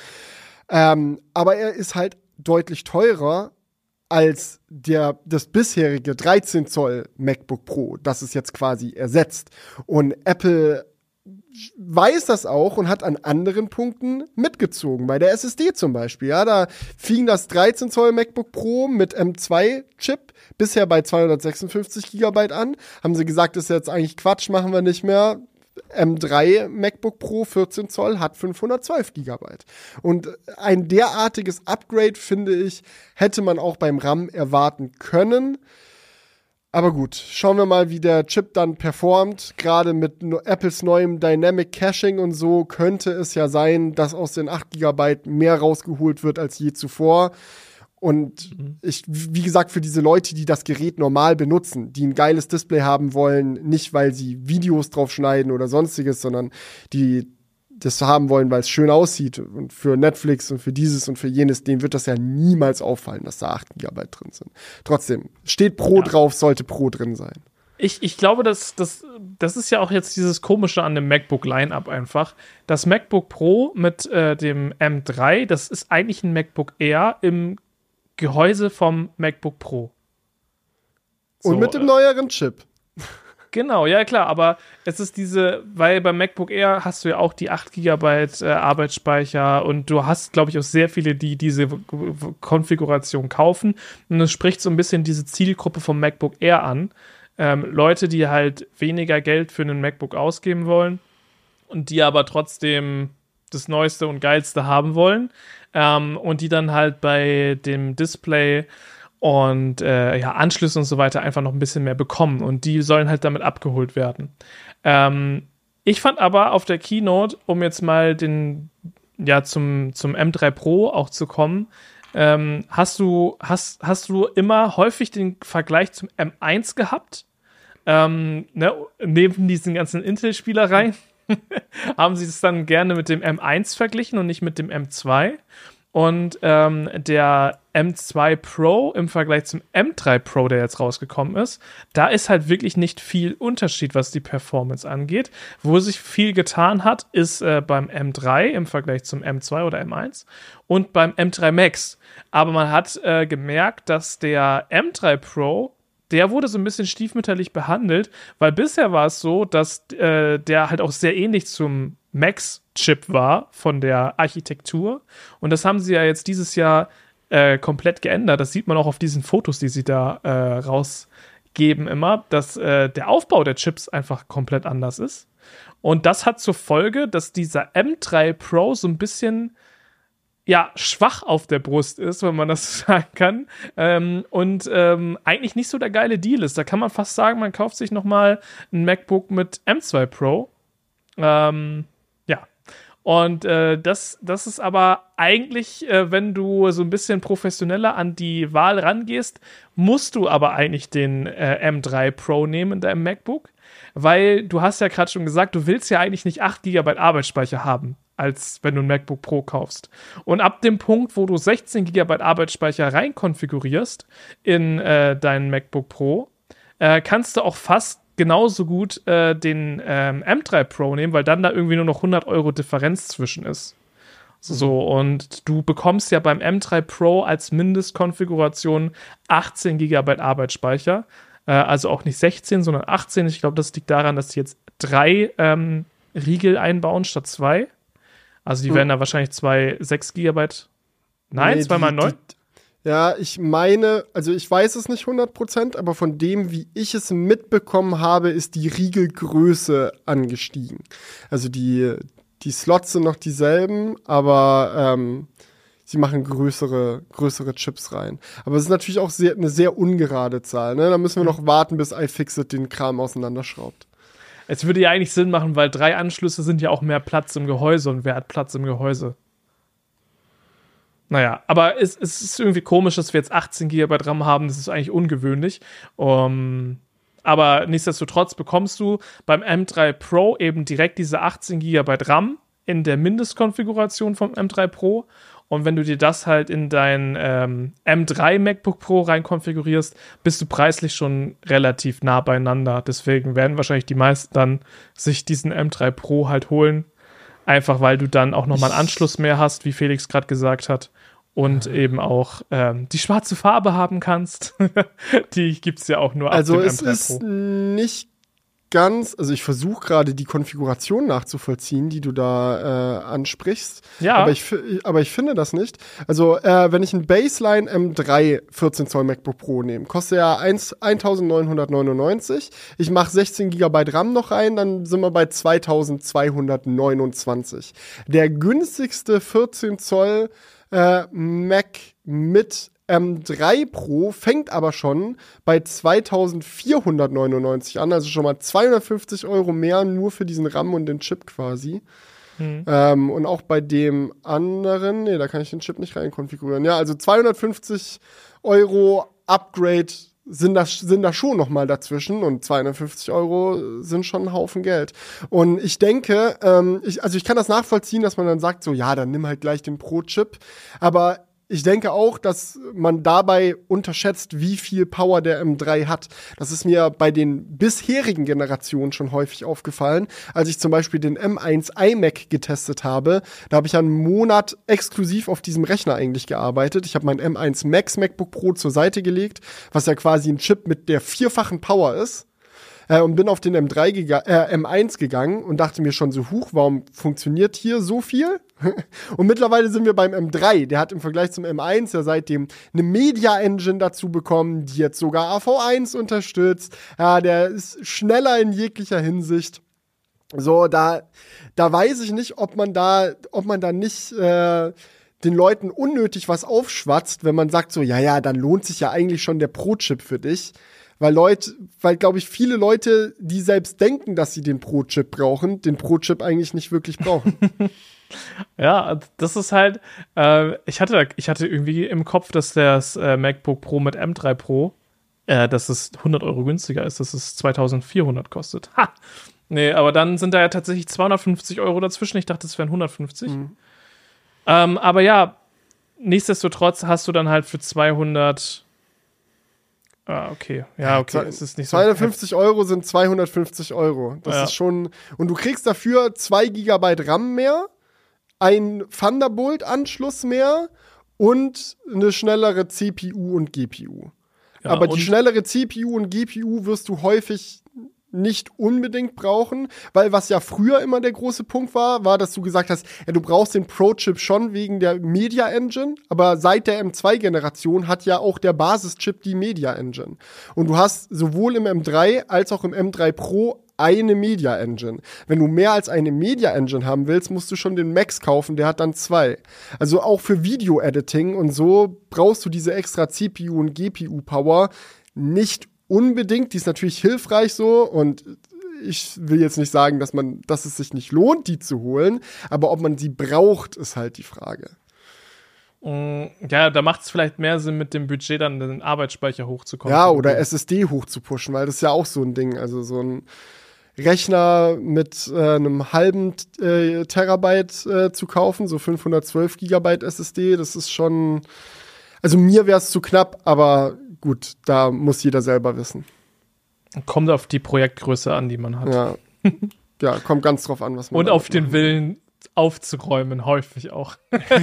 Aber er ist halt deutlich teurer als das bisherige 13 Zoll MacBook Pro, das es jetzt quasi ersetzt. Und Apple weiß das auch und hat an anderen Punkten mitgezogen. Bei der SSD zum Beispiel. Ja, da fing das 13 Zoll MacBook Pro mit M2-Chip bisher bei 256 GB an. Haben sie gesagt, das ist jetzt eigentlich Quatsch, machen wir nicht mehr. M3 MacBook Pro 14 Zoll hat 512 GB. Und ein derartiges Upgrade, finde ich, hätte man auch beim RAM erwarten können. Aber gut, schauen wir mal, wie der Chip dann performt. Gerade mit Apples neuem Dynamic Caching und so könnte es ja sein, dass aus den 8 GB mehr rausgeholt wird als je zuvor. Und wie gesagt, für diese Leute, die das Gerät normal benutzen, die ein geiles Display haben wollen, nicht weil sie Videos drauf schneiden oder sonstiges, sondern die das haben wollen, weil es schön aussieht und für Netflix und für dieses und für jenes, denen wird das ja niemals auffallen, dass da 8 GB drin sind. Trotzdem, steht Pro drauf, sollte Pro drin sein. Ich glaube, das ist ja auch jetzt dieses Komische an dem MacBook-Line-Up einfach. Das MacBook Pro mit dem M3, das ist eigentlich ein MacBook Air im Gehäuse vom MacBook Pro. Und mit dem neueren Chip. Genau, ja klar, aber es ist weil beim MacBook Air hast du ja auch die 8 GB Arbeitsspeicher und du hast, glaube ich, auch sehr viele, die diese Konfiguration kaufen und es spricht so ein bisschen diese Zielgruppe vom MacBook Air an. Leute, die halt weniger Geld für einen MacBook ausgeben wollen und die aber trotzdem das Neueste und Geilste haben wollen und die dann halt bei dem Display und Anschlüsse und so weiter einfach noch ein bisschen mehr bekommen und die sollen halt damit abgeholt werden. Ich fand aber auf der Keynote, um jetzt mal zum M3 Pro auch zu kommen, hast du immer häufig den Vergleich zum M1 gehabt? Neben diesen ganzen Intel-Spielereien haben sie es dann gerne mit dem M1 verglichen und nicht mit dem M2. Und der M2 Pro im Vergleich zum M3 Pro, der jetzt rausgekommen ist, da ist halt wirklich nicht viel Unterschied, was die Performance angeht. Wo sich viel getan hat, ist beim M3 im Vergleich zum M2 oder M1 und beim M3 Max. Aber man hat gemerkt, dass der M3 Pro, der wurde so ein bisschen stiefmütterlich behandelt, weil bisher war es so, dass der halt auch sehr ähnlich zum Max-Chip war von der Architektur. Und das haben sie ja jetzt dieses Jahr komplett geändert. Das sieht man auch auf diesen Fotos, die sie da rausgeben immer, dass der Aufbau der Chips einfach komplett anders ist. Und das hat zur Folge, dass dieser M3 Pro so ein bisschen schwach auf der Brust ist, wenn man das so sagen kann. Und eigentlich nicht so der geile Deal ist. Da kann man fast sagen, man kauft sich nochmal ein MacBook mit M2 Pro. Und das ist aber eigentlich, wenn du so ein bisschen professioneller an die Wahl rangehst, musst du aber eigentlich den M3 Pro nehmen in deinem MacBook, weil du hast ja gerade schon gesagt, du willst ja eigentlich nicht 8 GB Arbeitsspeicher haben, als wenn du ein MacBook Pro kaufst. Und ab dem Punkt, wo du 16 GB Arbeitsspeicher rein konfigurierst in deinen MacBook Pro, kannst du auch fast genauso gut den M3 Pro nehmen, weil dann da irgendwie nur noch 100 € Differenz zwischen ist. So, und du bekommst ja beim M3 Pro als Mindestkonfiguration 18 GB Arbeitsspeicher. Also auch nicht 16, sondern 18. Ich glaube, das liegt daran, dass die jetzt 3 Riegel einbauen statt 2. Also die werden da wahrscheinlich 2 6 GB. Nein, Nee, 2x9? Ja, ich meine, also ich weiß es nicht 100%, aber von dem, wie ich es mitbekommen habe, ist die Riegelgröße angestiegen. Also die Slots sind noch dieselben, aber sie machen größere Chips rein. Aber es ist natürlich auch eine sehr ungerade Zahl, ne? Da müssen wir noch warten, bis iFixit den Kram auseinanderschraubt. Es würde ja eigentlich Sinn machen, weil 3 Anschlüsse sind ja auch mehr Platz im Gehäuse und wer hat Platz im Gehäuse? Naja, aber es ist irgendwie komisch, dass wir jetzt 18 GB RAM haben. Das ist eigentlich ungewöhnlich. Aber nichtsdestotrotz bekommst du beim M3 Pro eben direkt diese 18 GB RAM in der Mindestkonfiguration vom M3 Pro. Und wenn du dir das halt in dein M3 MacBook Pro rein konfigurierst, bist du preislich schon relativ nah beieinander. Deswegen werden wahrscheinlich die meisten dann sich diesen M3 Pro halt holen. Einfach weil du dann auch nochmal einen Anschluss mehr hast, wie Felix gerade gesagt hat. Und eben auch die schwarze Farbe haben kannst. Die gibt es ja auch nur ab dem M3 Pro. Also es ist nicht ganz, also ich versuche gerade die Konfiguration nachzuvollziehen, die du da ansprichst. Ja. Aber ich finde das nicht. Also wenn ich ein Baseline M3 14 Zoll MacBook Pro nehme, kostet ja 1.999. Ich mache 16 GB RAM noch rein, dann sind wir bei 2.229. Der günstigste 14 Zoll Mac mit M3 Pro fängt aber schon bei 2.499 an, also schon mal 250 € mehr nur für diesen RAM und den Chip quasi. Und auch bei dem anderen, da kann ich den Chip nicht rein konfigurieren. Ja, also 250 € Upgrade sind da schon noch mal dazwischen und 250 € sind schon ein Haufen Geld. Und ich denke, ich kann das nachvollziehen, dass man dann sagt, so, ja, dann nimm halt gleich den Pro-Chip. Aber ich denke auch, dass man dabei unterschätzt, wie viel Power der M3 hat. Das ist mir bei den bisherigen Generationen schon häufig aufgefallen. Als ich zum Beispiel den M1 iMac getestet habe, da habe ich einen Monat exklusiv auf diesem Rechner eigentlich gearbeitet. Ich habe mein M1 Max MacBook Pro zur Seite gelegt, was ja quasi ein Chip mit der 4-fachen Power ist. Und bin auf den M1 gegangen und dachte mir schon so, warum funktioniert hier so viel? Und mittlerweile sind wir beim M3. Der hat im Vergleich zum M1 ja seitdem eine Media Engine dazu bekommen, die jetzt sogar AV1 unterstützt. Ja, der ist schneller in jeglicher Hinsicht. So, da weiß ich nicht, ob man da nicht den Leuten unnötig was aufschwatzt, wenn man sagt so, ja, dann lohnt sich ja eigentlich schon der Pro-Chip für dich. Weil, glaube ich, viele Leute, die selbst denken, dass sie den Pro-Chip brauchen, den Pro-Chip eigentlich nicht wirklich brauchen. Ja, das ist halt, ich hatte irgendwie im Kopf, dass das MacBook Pro mit M3 Pro, dass es 100 Euro günstiger ist, dass es 2.400 kostet. Ha! Nee, aber dann sind da ja tatsächlich 250 Euro dazwischen. Ich dachte, es wären 150. Aber ja, nichtsdestotrotz hast du dann halt für 200. Okay. Ja, okay. Es ist nicht so 250 Euro sind 250 Euro. Das ist schon. Und du kriegst dafür 2 GB RAM mehr, ein Thunderbolt-Anschluss mehr und eine schnellere CPU und GPU. Ja, aber die schnellere CPU und GPU wirst du häufig nicht unbedingt brauchen, weil was ja früher immer der große Punkt war, dass du gesagt hast, ja, du brauchst den Pro-Chip schon wegen der Media Engine, aber seit der M2-Generation hat ja auch der Basischip die Media Engine. Und du hast sowohl im M3 als auch im M3 Pro eine Media Engine. Wenn du mehr als eine Media Engine haben willst, musst du schon den Max kaufen, der hat dann 2. Also auch für Video-Editing und so brauchst du diese extra CPU und GPU-Power nicht unbedingt. Die ist natürlich hilfreich so und ich will jetzt nicht sagen, dass es sich nicht lohnt, die zu holen, aber ob man sie braucht, ist halt die Frage. Ja, da macht es vielleicht mehr Sinn, mit dem Budget dann den Arbeitsspeicher hochzukommen. Ja, oder SSD hochzupushen, weil das ist ja auch so ein Ding. Also so ein Rechner mit einem halben Terabyte zu kaufen, so 512 Gigabyte SSD, das ist schon, also mir wäre es zu knapp, aber gut, da muss jeder selber wissen. Kommt auf die Projektgröße an, die man hat. Ja, ja, kommt ganz drauf an, was man und auf den Willen aufzuräumen, häufig auch.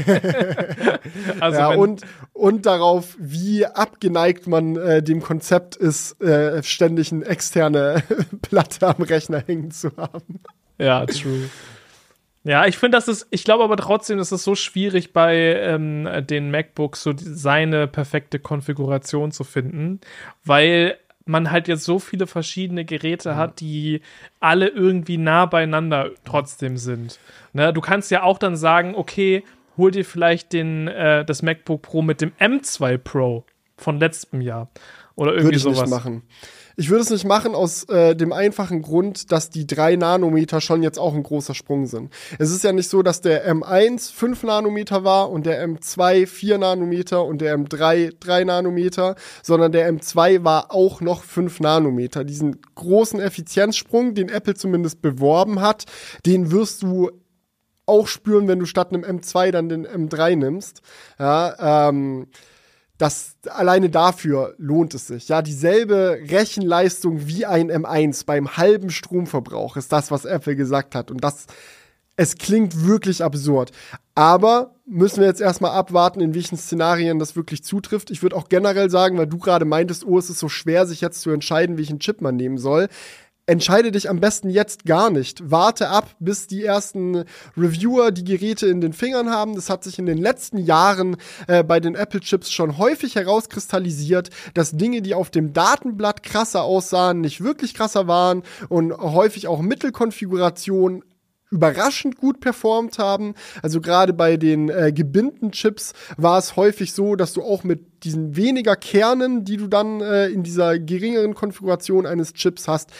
Also ja, und darauf, wie abgeneigt man dem Konzept ist, ständig eine externe Platte am Rechner hängen zu haben. Ja, true. Ja, ich glaube aber trotzdem, ist es so schwierig bei den MacBooks so seine perfekte Konfiguration zu finden, weil man halt jetzt so viele verschiedene Geräte hat, die alle irgendwie nah beieinander trotzdem sind. Ne? Du kannst ja auch dann sagen, okay, hol dir vielleicht das MacBook Pro mit dem M2 Pro von letztem Jahr oder irgendwie sowas. Würde ich nicht machen. Ich würde es nicht machen aus dem einfachen Grund, dass die 3 Nanometer schon jetzt auch ein großer Sprung sind. Es ist ja nicht so, dass der M1 5 Nanometer war und der M2 4 Nanometer und der M3 3 Nanometer, sondern der M2 war auch noch 5 Nanometer. Diesen großen Effizienzsprung, den Apple zumindest beworben hat, den wirst du auch spüren, wenn du statt einem M2 dann den M3 nimmst. Ja, das alleine dafür lohnt es sich. Ja, dieselbe Rechenleistung wie ein M1 beim halben Stromverbrauch ist das, was Apple gesagt hat. Und es klingt wirklich absurd. Aber müssen wir jetzt erstmal abwarten, in welchen Szenarien das wirklich zutrifft. Ich würde auch generell sagen, weil du gerade meintest, es ist so schwer, sich jetzt zu entscheiden, welchen Chip man nehmen soll. Entscheide dich am besten jetzt gar nicht. Warte ab, bis die ersten Reviewer die Geräte in den Fingern haben. Das hat sich in den letzten Jahren bei den Apple-Chips schon häufig herauskristallisiert, dass Dinge, die auf dem Datenblatt krasser aussahen, nicht wirklich krasser waren und häufig auch Mittelkonfigurationen überraschend gut performt haben. Also gerade bei den gebindten Chips war es häufig so, dass du auch mit diesen weniger Kernen, die du dann in dieser geringeren Konfiguration eines Chips hast,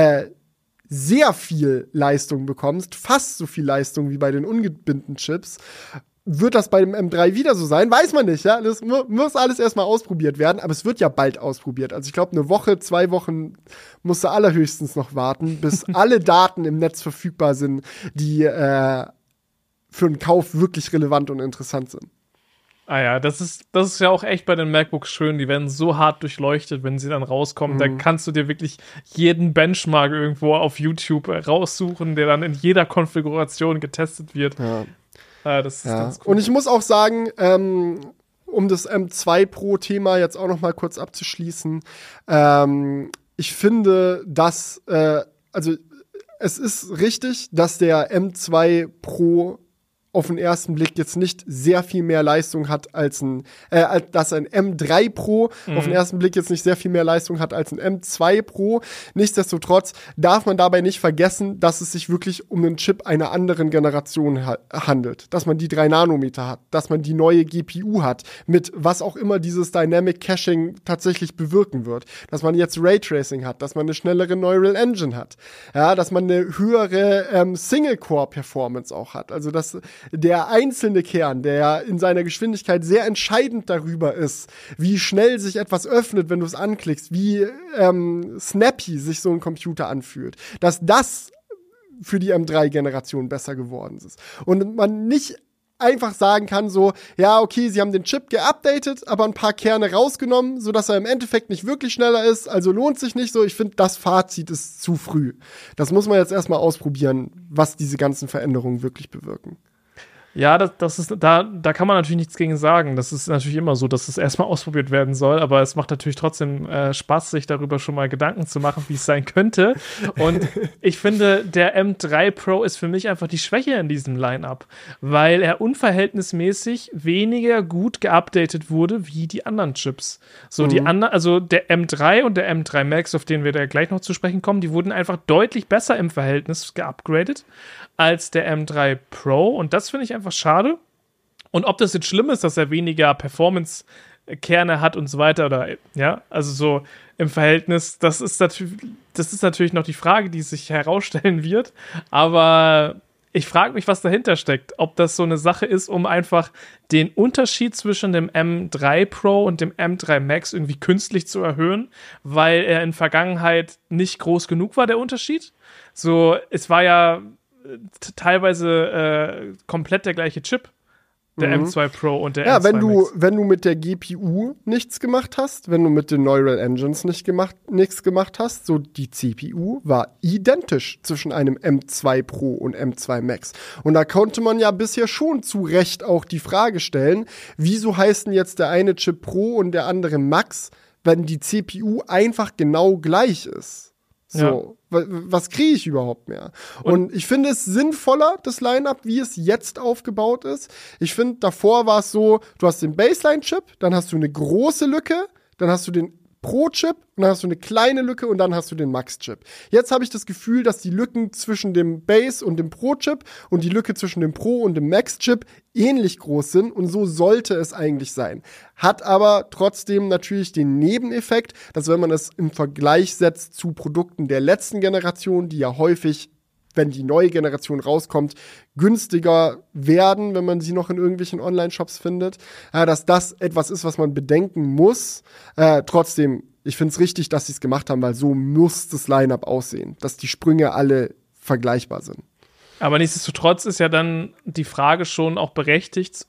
sehr viel Leistung bekommst, fast so viel Leistung wie bei den ungebindeten Chips. Wird das bei dem M3 wieder so sein? Weiß man nicht, ja. Das muss alles erstmal ausprobiert werden, aber es wird ja bald ausprobiert. Also ich glaube, 1 Woche, 2 Wochen musst du allerhöchstens noch warten, bis alle Daten im Netz verfügbar sind, die für einen Kauf wirklich relevant und interessant sind. Ah ja, das ist ja auch echt bei den MacBooks schön. Die werden so hart durchleuchtet, wenn sie dann rauskommen. Da kannst du dir wirklich jeden Benchmark irgendwo auf YouTube raussuchen, der dann in jeder Konfiguration getestet wird. Ja. Das ist ganz cool. Und ich muss auch sagen, um das M2 Pro-Thema jetzt auch noch mal kurz abzuschließen, ich finde, dass also es ist richtig, dass der M2 Pro auf den ersten Blick jetzt nicht sehr viel mehr Leistung hat als dass ein M3 Pro auf den ersten Blick jetzt nicht sehr viel mehr Leistung hat als ein M2 Pro. Nichtsdestotrotz darf man dabei nicht vergessen, dass es sich wirklich um einen Chip einer anderen Generation handelt. Dass man die 3 Nanometer hat, dass man die neue GPU hat, mit was auch immer dieses Dynamic Caching tatsächlich bewirken wird. Dass man jetzt Raytracing hat, dass man eine schnellere Neural Engine hat. Ja, dass man eine höhere Single-Core-Performance auch hat. Also, dass der einzelne Kern, der in seiner Geschwindigkeit sehr entscheidend darüber ist, wie schnell sich etwas öffnet, wenn du es anklickst, wie snappy sich so ein Computer anfühlt, dass das für die M3-Generation besser geworden ist. Und man nicht einfach sagen kann so, ja, okay, sie haben den Chip geupdatet, aber ein paar Kerne rausgenommen, sodass er im Endeffekt nicht wirklich schneller ist, also lohnt sich nicht so. Ich finde, das Fazit ist zu früh. Das muss man jetzt erstmal ausprobieren, was diese ganzen Veränderungen wirklich bewirken. Ja, das ist, da kann man natürlich nichts gegen sagen. Das ist natürlich immer so, dass es erstmal ausprobiert werden soll, aber es macht natürlich trotzdem Spaß, sich darüber schon mal Gedanken zu machen, wie es sein könnte. Und ich finde, der M3 Pro ist für mich einfach die Schwäche in diesem Line-Up, weil er unverhältnismäßig weniger gut geupdatet wurde wie die anderen Chips. So, die anderen, also der M3 und der M3 Max, auf den wir da gleich noch zu sprechen kommen, die wurden einfach deutlich besser im Verhältnis geupgradet als der M3 Pro, und das finde ich einfach schade. Und ob das jetzt schlimm ist, dass er weniger Performance-Kerne hat und so weiter, oder ja, also so im Verhältnis, das ist natürlich noch die Frage, die sich herausstellen wird, aber ich frage mich, was dahinter steckt. Ob das so eine Sache ist, um einfach den Unterschied zwischen dem M3 Pro und dem M3 Max irgendwie künstlich zu erhöhen, weil er in Vergangenheit nicht groß genug war, der Unterschied. So, es war ja teilweise komplett der gleiche Chip, der M2 Pro und der M2 Max. Wenn du mit der GPU nichts gemacht hast, wenn du mit den Neural Engines nichts gemacht hast, so die CPU war identisch zwischen einem M2 Pro und M2 Max. Und da konnte man ja bisher schon zu Recht auch die Frage stellen, wieso heißt denn jetzt der eine Chip Pro und der andere Max, wenn die CPU einfach genau gleich ist? So, was kriege ich überhaupt mehr? Und ich finde es sinnvoller, das Line-Up, wie es jetzt aufgebaut ist. Ich finde, davor war es so, du hast den Baseline-Chip, dann hast du eine große Lücke, dann hast du den Pro-Chip und dann hast du eine kleine Lücke und dann hast du den Max-Chip. Jetzt habe ich das Gefühl, dass die Lücken zwischen dem Base und dem Pro-Chip und die Lücke zwischen dem Pro und dem Max-Chip ähnlich groß sind, und so sollte es eigentlich sein. Hat aber trotzdem natürlich den Nebeneffekt, dass wenn man es im Vergleich setzt zu Produkten der letzten Generation, die ja häufig, wenn die neue Generation rauskommt, günstiger werden, wenn man sie noch in irgendwelchen Online-Shops findet, dass das etwas ist, was man bedenken muss. Trotzdem, ich finde es richtig, dass sie es gemacht haben, weil so muss das Line-Up aussehen, dass die Sprünge alle vergleichbar sind. Aber nichtsdestotrotz ist ja dann die Frage schon auch berechtigt,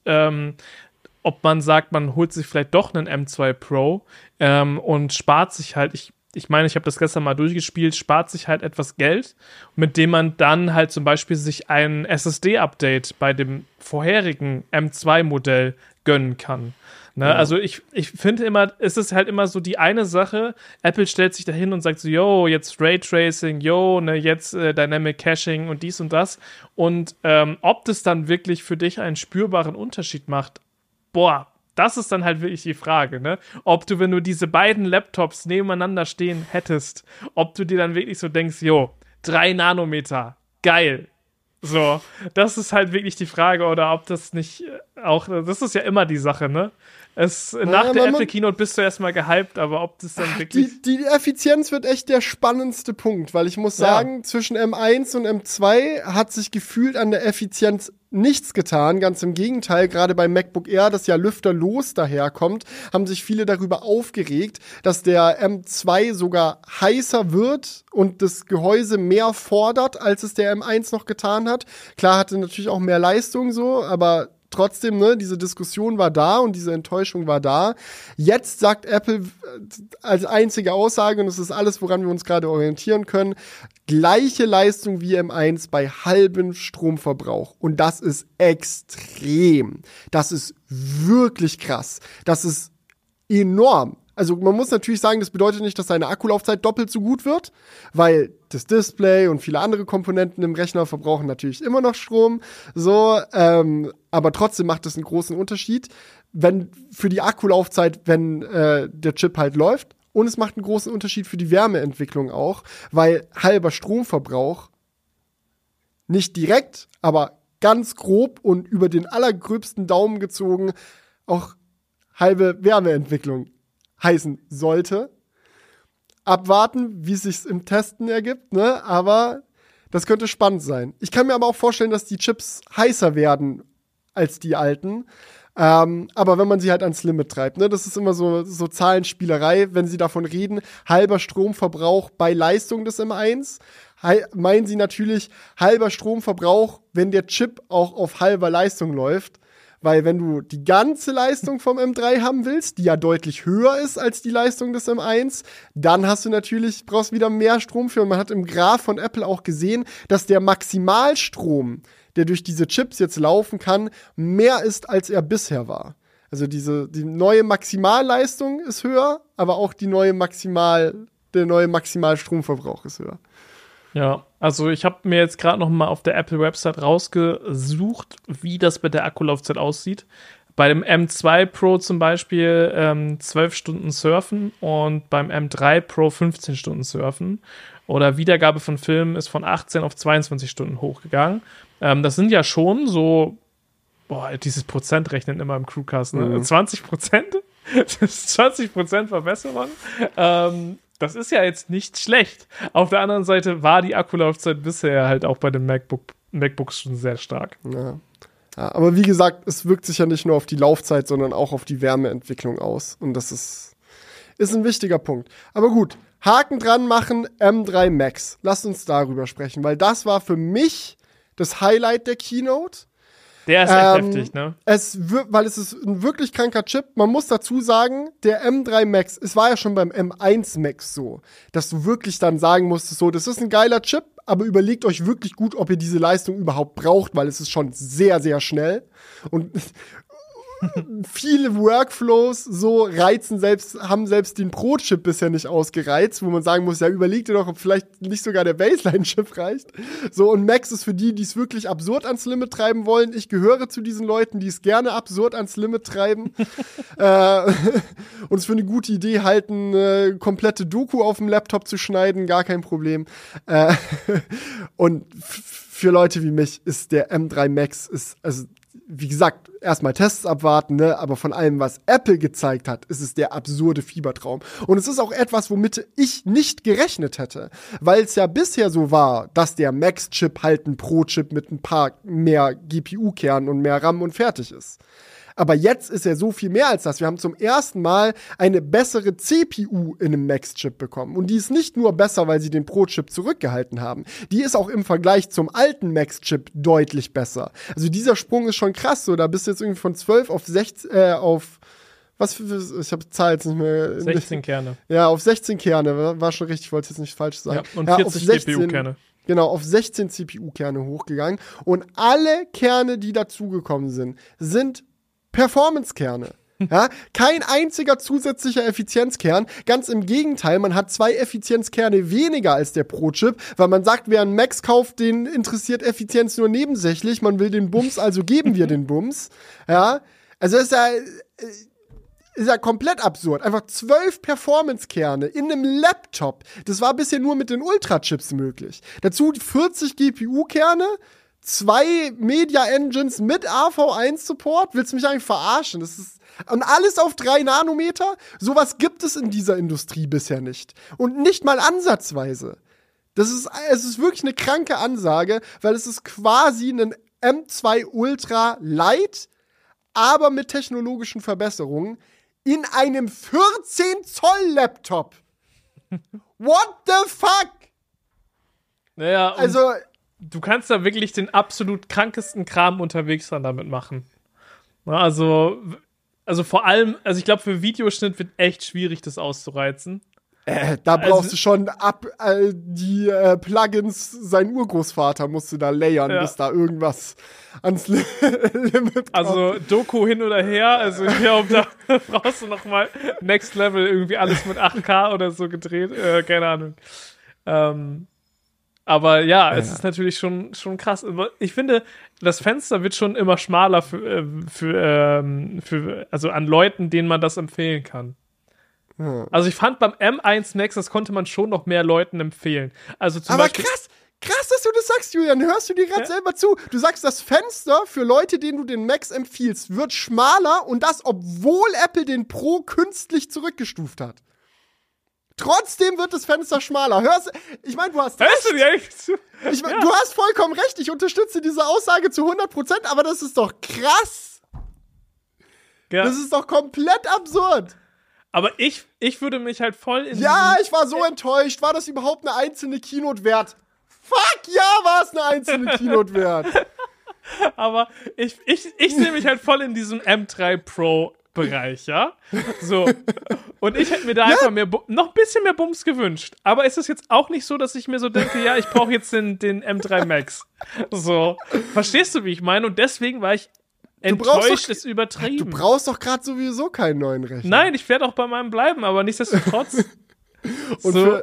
ob man sagt, man holt sich vielleicht doch einen M2 Pro und spart sich halt, ich meine, ich habe das gestern mal durchgespielt, spart sich halt etwas Geld, mit dem man dann halt zum Beispiel sich ein SSD-Update bei dem vorherigen M2-Modell gönnen kann. Ne? Ja. Also ich finde immer, es ist halt immer so die eine Sache, Apple stellt sich dahin und sagt so, yo, jetzt Raytracing, yo, ne, jetzt Dynamic Caching und dies und das. Und ob das dann wirklich für dich einen spürbaren Unterschied macht, boah, das ist dann halt wirklich die Frage, ne? Ob du, wenn du diese beiden Laptops nebeneinander stehen hättest, ob du dir dann wirklich so denkst, jo, 3 Nanometer, geil. So, das ist halt wirklich die Frage, oder ob das nicht auch, das ist ja immer die Sache, ne? Nach der Apple Keynote bist du erstmal gehypt, aber ob das dann wirklich... Die Effizienz wird echt der spannendste Punkt, weil ich muss sagen, zwischen M1 und M2 hat sich gefühlt an der Effizienz nichts getan, ganz im Gegenteil. Gerade beim MacBook Air, das ja lüfterlos daherkommt, haben sich viele darüber aufgeregt, dass der M2 sogar heißer wird und das Gehäuse mehr fordert, als es der M1 noch getan hat. Klar, hatte natürlich auch mehr Leistung so, aber trotzdem, ne, diese Diskussion war da und diese Enttäuschung war da. Jetzt sagt Apple als einzige Aussage, und das ist alles, woran wir uns gerade orientieren können, gleiche Leistung wie M1 bei halbem Stromverbrauch. Und das ist extrem. Das ist wirklich krass. Das ist enorm. Also man muss natürlich sagen, das bedeutet nicht, dass seine Akkulaufzeit doppelt so gut wird, weil das Display und viele andere Komponenten im Rechner verbrauchen natürlich immer noch Strom. So, aber trotzdem macht es einen großen Unterschied, für die Akkulaufzeit, wenn der Chip halt läuft. Und es macht einen großen Unterschied für die Wärmeentwicklung auch, weil halber Stromverbrauch nicht direkt, aber ganz grob und über den allergröbsten Daumen gezogen auch halbe Wärmeentwicklung heißen sollte. Abwarten, wie es sich im Testen ergibt, ne? Aber das könnte spannend sein. Ich kann mir aber auch vorstellen, dass die Chips heißer werden als die alten. Aber wenn man sie halt ans Limit treibt, ne? Das ist immer so Zahlenspielerei, wenn sie davon reden, halber Stromverbrauch bei Leistung des M1, meinen sie natürlich halber Stromverbrauch, wenn der Chip auch auf halber Leistung läuft. Weil wenn du die ganze Leistung vom M3 haben willst, die ja deutlich höher ist als die Leistung des M1, dann brauchst du wieder mehr Strom für. Und man hat im Graph von Apple auch gesehen, dass der Maximalstrom, der durch diese Chips jetzt laufen kann, mehr ist, als er bisher war. Also die neue Maximalleistung ist höher, aber auch der neue Maximalstromverbrauch ist höher. Ja, also ich habe mir jetzt gerade noch mal auf der Apple-Website rausgesucht, wie das mit der Akkulaufzeit aussieht. Bei dem M2 Pro zum Beispiel 12 Stunden surfen und beim M3 Pro 15 Stunden surfen. Oder Wiedergabe von Filmen ist von 18 auf 22 Stunden hochgegangen. Das sind ja schon so, dieses Prozent rechnen immer im Crewcast, ne? 20%? Das ist 20% Verbesserung. Das ist ja jetzt nicht schlecht. Auf der anderen Seite war die Akkulaufzeit bisher halt auch bei den MacBooks schon sehr stark. Ja. Ja, aber wie gesagt, es wirkt sich ja nicht nur auf die Laufzeit, sondern auch auf die Wärmeentwicklung aus. Und das ist ein wichtiger Punkt. Aber gut, Haken dran machen, M3 Max. Lasst uns darüber sprechen, weil das war für mich das Highlight der Keynote. Der ist echt heftig, ne? Weil es ist ein wirklich kranker Chip. Man muss dazu sagen, der M3 Max, es war ja schon beim M1 Max so, dass du wirklich dann sagen musstest, so, das ist ein geiler Chip, aber überlegt euch wirklich gut, ob ihr diese Leistung überhaupt braucht, weil es ist schon sehr, sehr schnell. Und viele Workflows haben selbst den Pro-Chip bisher nicht ausgereizt, wo man sagen muss, ja, überleg dir doch, ob vielleicht nicht sogar der Baseline-Chip reicht. So, und Max ist für die es wirklich absurd ans Limit treiben wollen. Ich gehöre zu diesen Leuten, die es gerne absurd ans Limit treiben. Und es für eine gute Idee halten, eine komplette Doku auf dem Laptop zu schneiden, gar kein Problem. Und für Leute wie mich ist der M3 Max, also wie gesagt, erstmal Tests abwarten, ne? Aber von allem, was Apple gezeigt hat, ist es der absurde Fiebertraum. Und es ist auch etwas, womit ich nicht gerechnet hätte. Weil es ja bisher so war, dass der Max-Chip halt ein Pro-Chip mit ein paar mehr GPU-Kernen und mehr RAM und fertig ist. Aber jetzt ist er so viel mehr als das. Wir haben zum ersten Mal eine bessere CPU in einem Max-Chip bekommen. Und die ist nicht nur besser, weil sie den Pro-Chip zurückgehalten haben. Die ist auch im Vergleich zum alten Max-Chip deutlich besser. Also dieser Sprung ist schon krass. So, da bist du jetzt irgendwie von 12 auf 16, ich habe die Zahl jetzt nicht mehr. 16 Kerne. Ja, auf 16 Kerne. War schon richtig, ich wollte jetzt nicht falsch sagen. Ja, und 40 GPU-Kerne. Genau, auf 16 CPU-Kerne hochgegangen. Und alle Kerne, die dazugekommen sind Performance-Kerne. Ja, kein einziger zusätzlicher Effizienzkern. Ganz im Gegenteil, man hat 2 Effizienzkerne weniger als der Pro-Chip, weil man sagt, wer einen Max kauft, den interessiert Effizienz nur nebensächlich. Man will den Bums, also geben wir den Bums. Ja, also ist ja komplett absurd. Einfach 12 Performance-Kerne in einem Laptop. Das war bisher nur mit den Ultra-Chips möglich. Dazu 40 GPU-Kerne, 2 Media-Engines mit AV1-Support. Willst du mich eigentlich verarschen? Und alles auf 3 Nanometer? Sowas gibt es in dieser Industrie bisher nicht. Und nicht mal ansatzweise. Es ist wirklich eine kranke Ansage, weil es ist quasi ein M2 Ultra Lite, aber mit technologischen Verbesserungen in einem 14-Zoll-Laptop. What the fuck? Naja, also du kannst da wirklich den absolut krankesten Kram unterwegs dann damit machen. Also vor allem, also ich glaube, für Videoschnitt wird echt schwierig, das auszureizen. Da brauchst du schon die Plugins, sein Urgroßvater musst du da layern, bis da irgendwas ans Limit kommt. Also Doku hin oder her, also ich glaube, da brauchst du nochmal Next Level, irgendwie alles mit 8K oder so gedreht, keine Ahnung. Aber ja, es ist natürlich schon krass. Ich finde, das Fenster wird schon immer schmaler also an Leuten, denen man das empfehlen kann. Also ich fand beim M1 Max, das konnte man schon noch mehr Leuten empfehlen. Also zum Beispiel, krass, dass du das sagst, Julian. Hörst du dir gerade selber zu? Du sagst, das Fenster für Leute, denen du den Max empfiehlst, wird schmaler und das, obwohl Apple den Pro künstlich zurückgestuft hat. Trotzdem wird das Fenster schmaler. Ich meine, du hast recht. Hörst du dir eigentlich zu? Du hast vollkommen recht. Ich unterstütze diese Aussage zu 100%, aber das ist doch krass. Ja. Das ist doch komplett absurd. Aber ich würde mich halt voll in Ja, ich war so enttäuscht. War das überhaupt eine einzelne Keynote wert? Fuck, ja, war es eine einzelne Keynote wert. Aber ich sehe mich halt voll in diesem M3 Pro Bereich, ja? So. Und ich hätte mir da einfach noch ein bisschen mehr Bums gewünscht. Aber ist es jetzt auch nicht so, dass ich mir so denke, ja, ich brauche jetzt den M3 Max. So. Verstehst du, wie ich meine? Und deswegen war ich enttäuscht, ist übertrieben. Du brauchst doch gerade sowieso keinen neuen Rechner. Nein, ich werde auch bei meinem bleiben, aber nichtsdestotrotz. Und so.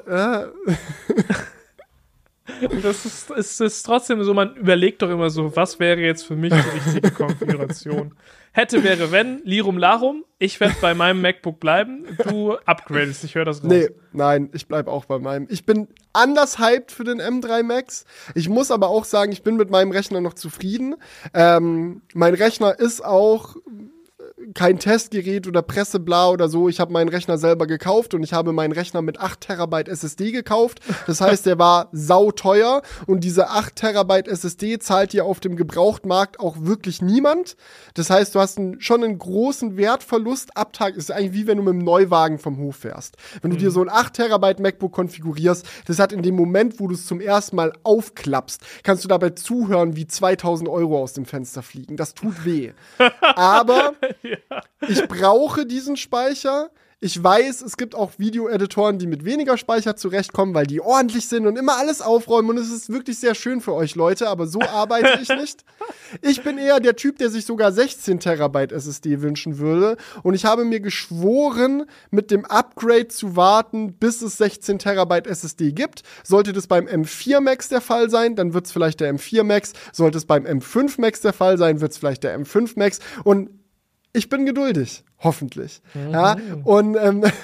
Es ist trotzdem so, man überlegt doch immer so, was wäre jetzt für mich die richtige Konfiguration. Hätte, wäre, wenn, Lirum Larum, ich werde bei meinem MacBook bleiben, du upgradest, ich höre das raus. Nein, ich bleib auch bei meinem. Ich bin anders hyped für den M3 Max. Ich muss aber auch sagen, ich bin mit meinem Rechner noch zufrieden. Mein Rechner ist auch kein Testgerät oder Pressebla oder so. Ich habe meinen Rechner selber gekauft und ich habe meinen Rechner mit 8 Terabyte SSD gekauft. Das heißt, der war sauteuer und diese 8 Terabyte SSD zahlt dir auf dem Gebrauchtmarkt auch wirklich niemand. Das heißt, du hast schon einen großen Wertverlust ab Tag. Ist eigentlich wie wenn du mit einem Neuwagen vom Hof fährst. Wenn du dir so ein 8 Terabyte MacBook konfigurierst, das hat in dem Moment, wo du es zum ersten Mal aufklappst, kannst du dabei zuhören, wie 2000 Euro aus dem Fenster fliegen. Das tut weh. Aber ich brauche diesen Speicher. Ich weiß, es gibt auch Video-Editoren, die mit weniger Speicher zurechtkommen, weil die ordentlich sind und immer alles aufräumen. Und es ist wirklich sehr schön für euch Leute, aber so arbeite ich nicht. Ich bin eher der Typ, der sich sogar 16 Terabyte SSD wünschen würde. Und ich habe mir geschworen, mit dem Upgrade zu warten, bis es 16 Terabyte SSD gibt. Sollte das beim M4 Max der Fall sein, dann wird es vielleicht der M4 Max. Sollte es beim M5 Max der Fall sein, wird es vielleicht der M5 Max. Und ich bin geduldig, hoffentlich. Ja, und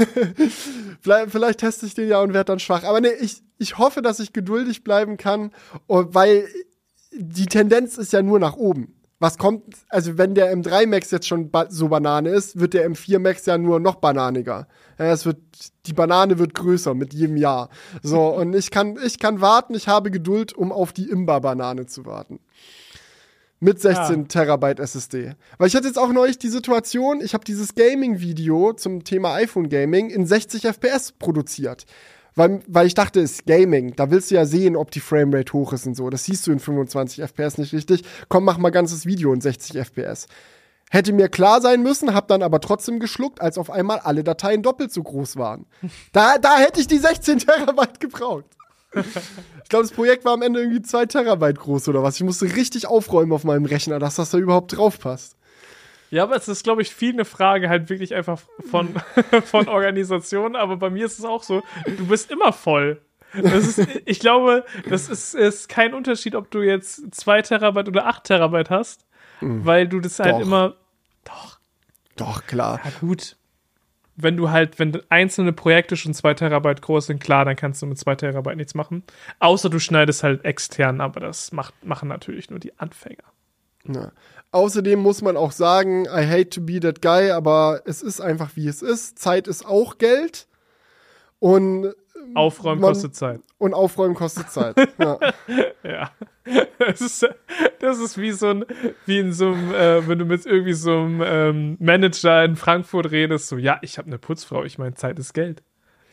vielleicht teste ich den ja und werde dann schwach. Aber nee, ich hoffe, dass ich geduldig bleiben kann, weil die Tendenz ist ja nur nach oben. Was kommt, also wenn der M3 Max jetzt schon so Banane ist, wird der M4 Max ja nur noch bananiger. Ja, die Banane wird größer mit jedem Jahr. So, und ich kann warten, ich habe Geduld, um auf die Imba-Banane zu warten. Mit 16 Terabyte SSD. Weil ich hatte jetzt auch neulich die Situation, ich habe dieses Gaming-Video zum Thema iPhone-Gaming in 60 FPS produziert. Weil ich dachte, es ist Gaming. Da willst du ja sehen, ob die Framerate hoch ist und so. Das siehst du in 25 FPS nicht richtig. Komm, mach mal ganzes Video in 60 FPS. Hätte mir klar sein müssen, hab dann aber trotzdem geschluckt, als auf einmal alle Dateien doppelt so groß waren. Da hätte ich die 16 Terabyte gebraucht. Ich glaube, das Projekt war am Ende irgendwie 2 Terabyte groß oder was. Ich musste richtig aufräumen auf meinem Rechner, dass das da überhaupt drauf passt. Ja, aber es ist, glaube ich, viel eine Frage halt wirklich einfach von Organisation. Aber bei mir ist es auch so, du bist immer voll. Ich glaube, das ist kein Unterschied, ob du jetzt 2 Terabyte oder 8 Terabyte hast, weil du das halt immer. Doch, klar. Ja, gut. Wenn einzelne Projekte schon 2 Terabyte groß sind, klar, dann kannst du mit 2 Terabyte nichts machen. Außer du schneidest halt extern, aber das machen natürlich nur die Anfänger. Ja. Außerdem muss man auch sagen, I hate to be that guy, aber es ist einfach, wie es ist. Zeit ist auch Geld. Und Aufräumen kostet Zeit. Und Aufräumen kostet Zeit. Ja. Ja. Das ist wie in so einem, wenn du mit irgendwie so einem Manager in Frankfurt redest, so, ja, ich habe eine Putzfrau, ich meine, Zeit ist Geld.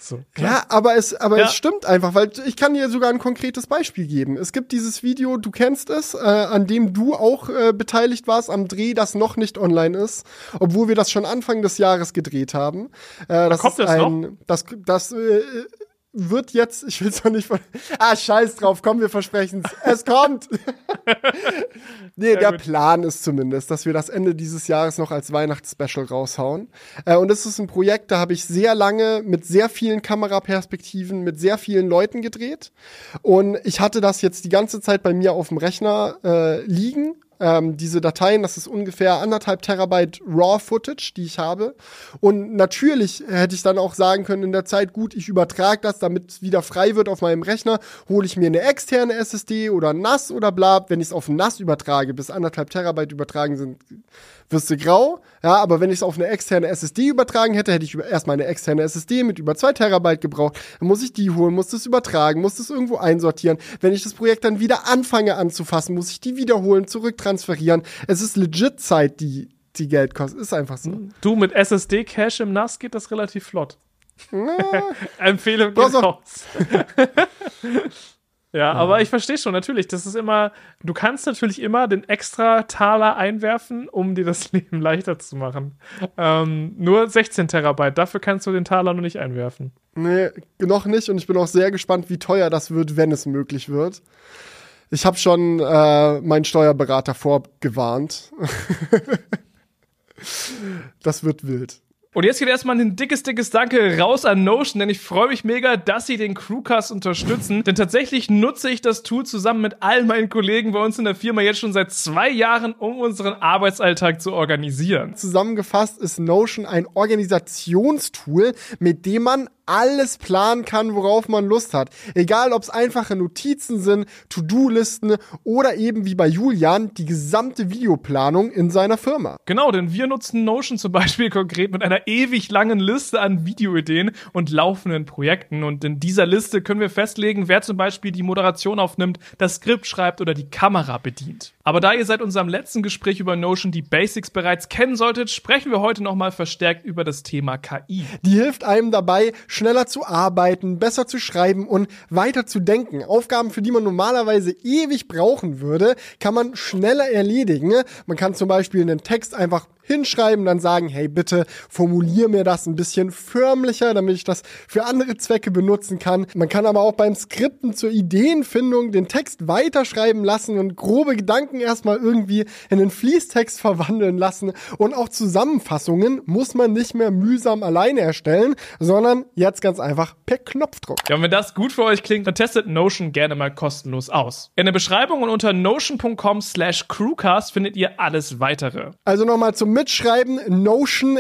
So, ja, aber es stimmt einfach, weil ich kann dir sogar ein konkretes Beispiel geben. Es gibt dieses Video, du kennst es, an dem du auch beteiligt warst am Dreh, das noch nicht online ist, obwohl wir das schon Anfang des Jahres gedreht haben. Das kommt ist das noch? Das wird jetzt, ich will es noch nicht scheiß drauf, komm, wir versprechen es kommt. Nee, Ja, der gut. Plan ist zumindest, dass wir das Ende dieses Jahres noch als Weihnachtsspecial raushauen. Und das ist ein Projekt, da habe ich sehr lange mit sehr vielen Kameraperspektiven, mit sehr vielen Leuten gedreht. Und ich hatte das jetzt die ganze Zeit bei mir auf dem Rechner liegen. Diese Dateien, das ist ungefähr 1,5 Terabyte Raw-Footage, die ich habe. Und natürlich hätte ich dann auch sagen können in der Zeit, gut, ich übertrage das, damit es wieder frei wird auf meinem Rechner, hole ich mir eine externe SSD oder NAS oder bla. Wenn ich es auf NAS übertrage, bis 1,5 Terabyte übertragen sind, wirst du grau. Ja, aber wenn ich es auf eine externe SSD übertragen hätte, hätte ich erstmal eine externe SSD mit über 2 Terabyte gebraucht. Dann muss ich die holen, muss das übertragen, muss das irgendwo einsortieren. Wenn ich das Projekt dann wieder anfange anzufassen, muss ich die wiederholen, zurücktransferieren. Es ist legit Zeit, die Geld kostet. Ist einfach so. Du, mit SSD-Cache im NAS geht das relativ flott. Empfehlung geht Brauchst auch- raus. Ja, aber ich verstehe schon, natürlich, das ist immer, du kannst natürlich immer den extra Taler einwerfen, um dir das Leben leichter zu machen. Nur 16 Terabyte, dafür kannst du den Taler noch nicht einwerfen. Nee, noch nicht. Und ich bin auch sehr gespannt, wie teuer das wird, wenn es möglich wird. Ich habe schon meinen Steuerberater vorgewarnt. Das wird wild. Und jetzt geht erstmal ein dickes Danke raus an Notion, denn ich freue mich mega, dass sie den Crewcast unterstützen. Denn tatsächlich nutze ich das Tool zusammen mit all meinen Kollegen bei uns in der Firma jetzt schon seit 2 Jahren, um unseren Arbeitsalltag zu organisieren. Zusammengefasst ist Notion ein Organisationstool, mit dem man alles planen kann, worauf man Lust hat. Egal, ob es einfache Notizen sind, To-Do-Listen oder eben wie bei Julian die gesamte Videoplanung in seiner Firma. Genau, denn wir nutzen Notion zum Beispiel konkret mit einer ewig langen Liste an Videoideen und laufenden Projekten. Und in dieser Liste können wir festlegen, wer zum Beispiel die Moderation aufnimmt, das Skript schreibt oder die Kamera bedient. Aber da ihr seit unserem letzten Gespräch über Notion die Basics bereits kennen solltet, sprechen wir heute nochmal verstärkt über das Thema KI. Die hilft einem dabei, schneller zu arbeiten, besser zu schreiben und weiter zu denken. Aufgaben, für die man normalerweise ewig brauchen würde, kann man schneller erledigen. Man kann zum Beispiel einen Text einfach hinschreiben, dann sagen, hey, bitte formulier mir das ein bisschen förmlicher, damit ich das für andere Zwecke benutzen kann. Man kann aber auch beim Skripten zur Ideenfindung den Text weiterschreiben lassen und grobe Gedanken erstmal irgendwie in einen Fließtext verwandeln lassen. Und auch Zusammenfassungen muss man nicht mehr mühsam alleine erstellen, sondern jetzt ganz einfach per Knopfdruck. Ja, und wenn das gut für euch klingt, dann testet Notion gerne mal kostenlos aus. In der Beschreibung und unter notion.com/crewcast findet ihr alles weitere. Also nochmal zum Mitschreiben, Notion,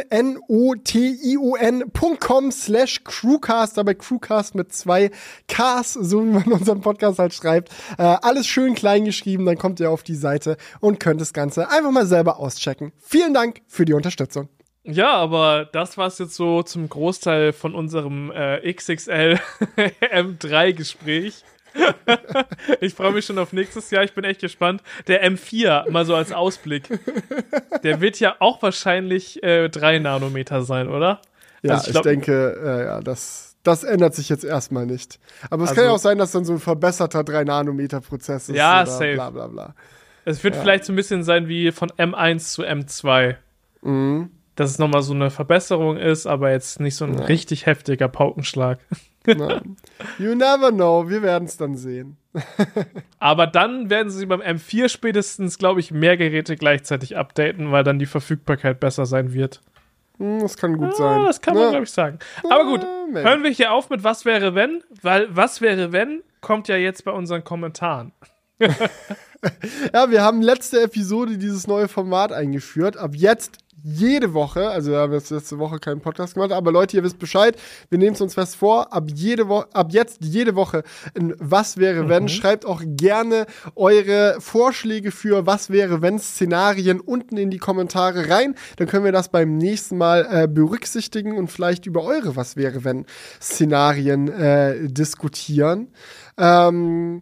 notion.com/Crewcast, dabei Crewcast mit 2 Ks, so wie man unseren Podcast halt schreibt. Alles schön klein geschrieben, dann kommt ihr auf die Seite und könnt das Ganze einfach mal selber auschecken. Vielen Dank für die Unterstützung. Ja, aber das war's jetzt so zum Großteil von unserem XXL M3-Gespräch. Ich freue mich schon auf nächstes Jahr, ich bin echt gespannt. Der M4, mal so als Ausblick, der wird ja auch wahrscheinlich 3 Nanometer sein, oder? Ja, Also ich denke, das ändert sich jetzt erstmal nicht. Aber es kann ja auch sein, dass dann so ein verbesserter 3-Nanometer-Prozess ist. Ja, oder safe. Bla, bla, bla. Es wird vielleicht so ein bisschen sein wie von M1 zu M2. Mhm. Dass es nochmal so eine Verbesserung ist, aber jetzt nicht so ein richtig heftiger Paukenschlag. Na, you never know, wir werden es dann sehen. Aber dann werden sie beim M4 spätestens, glaube ich, mehr Geräte gleichzeitig updaten, weil dann die Verfügbarkeit besser sein wird. Das kann gut sein. Das kann man, glaube ich, sagen. Aber gut, maybe. hören wir hier auf mit Was wäre wenn? Weil Was wäre wenn kommt ja jetzt bei unseren Kommentaren. Ja, wir haben letzte Episode dieses neue Format eingeführt. Ab jetzt jede Woche, also wir haben jetzt letzte Woche keinen Podcast gemacht, aber Leute, ihr wisst Bescheid, wir nehmen es uns fest vor, ab jetzt jede Woche in Was wäre wenn, schreibt auch gerne eure Vorschläge für Was wäre wenn Szenarien unten in die Kommentare rein, dann können wir das beim nächsten Mal berücksichtigen und vielleicht über eure Was wäre wenn Szenarien diskutieren.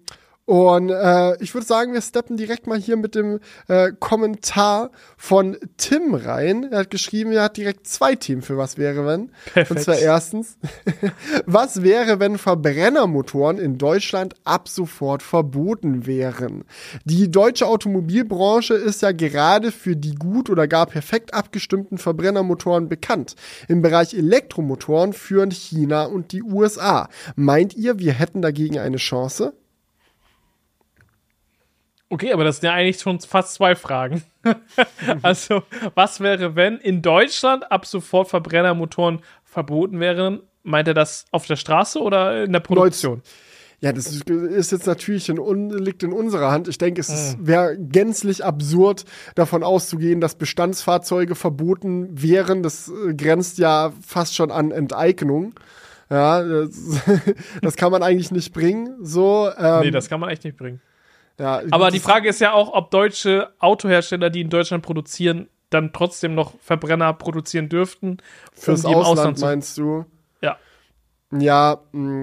Und ich würde sagen, wir steppen direkt mal hier mit dem Kommentar von Tim rein. Er hat geschrieben, er hat direkt 2 Themen für Was wäre wenn. Perfekt. Und zwar erstens, was wäre, wenn Verbrennermotoren in Deutschland ab sofort verboten wären? Die deutsche Automobilbranche ist ja gerade für die gut oder gar perfekt abgestimmten Verbrennermotoren bekannt. Im Bereich Elektromotoren führen China und die USA. Meint ihr, wir hätten dagegen eine Chance? Okay, aber das sind ja eigentlich schon fast 2 Fragen. Also, was wäre, wenn in Deutschland ab sofort Verbrennermotoren verboten wären? Meint er das auf der Straße oder in der Produktion? Ja, das ist jetzt natürlich liegt in unserer Hand. Ich denke, es wäre gänzlich absurd, davon auszugehen, dass Bestandsfahrzeuge verboten wären. Das grenzt ja fast schon an Enteignung. Ja, das kann man eigentlich nicht bringen. So, nee, das kann man echt nicht bringen. Ja, aber die Frage ist ja auch, ob deutsche Autohersteller, die in Deutschland produzieren, dann trotzdem noch Verbrenner produzieren dürften. Fürs Ausland meinst du? Ja. Ja,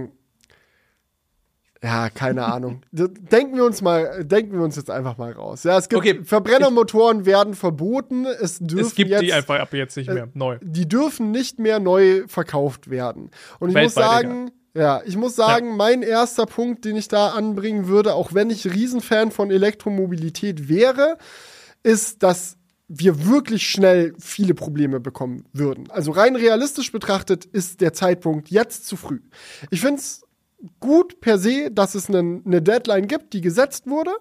ja, keine Ahnung. Denken wir uns jetzt einfach mal raus. Ja, es gibt Verbrennermotoren werden verboten. Es gibt jetzt, die einfach ab jetzt nicht mehr neu. Die dürfen nicht mehr neu verkauft werden. Und ich muss sagen, mein erster Punkt, den ich da anbringen würde, auch wenn ich Riesenfan von Elektromobilität wäre, ist, dass wir wirklich schnell viele Probleme bekommen würden. Also rein realistisch betrachtet ist der Zeitpunkt jetzt zu früh. Ich finde es gut per se, dass es eine Deadline gibt, die gesetzt wurde.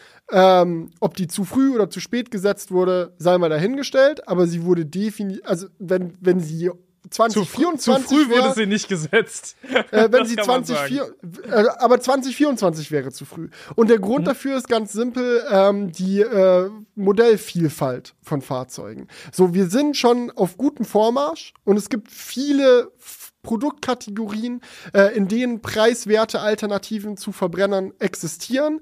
Ob die zu früh oder zu spät gesetzt wurde, sei mal dahingestellt. Aber sie wurde definitiv, also wenn sie 2024 zu früh wurde sie nicht gesetzt. Wenn sie aber 2024 wäre zu früh. Und der Grund dafür ist ganz simpel, die Modellvielfalt von Fahrzeugen. So, wir sind schon auf gutem Vormarsch und es gibt viele Produktkategorien, in denen preiswerte Alternativen zu Verbrennern existieren.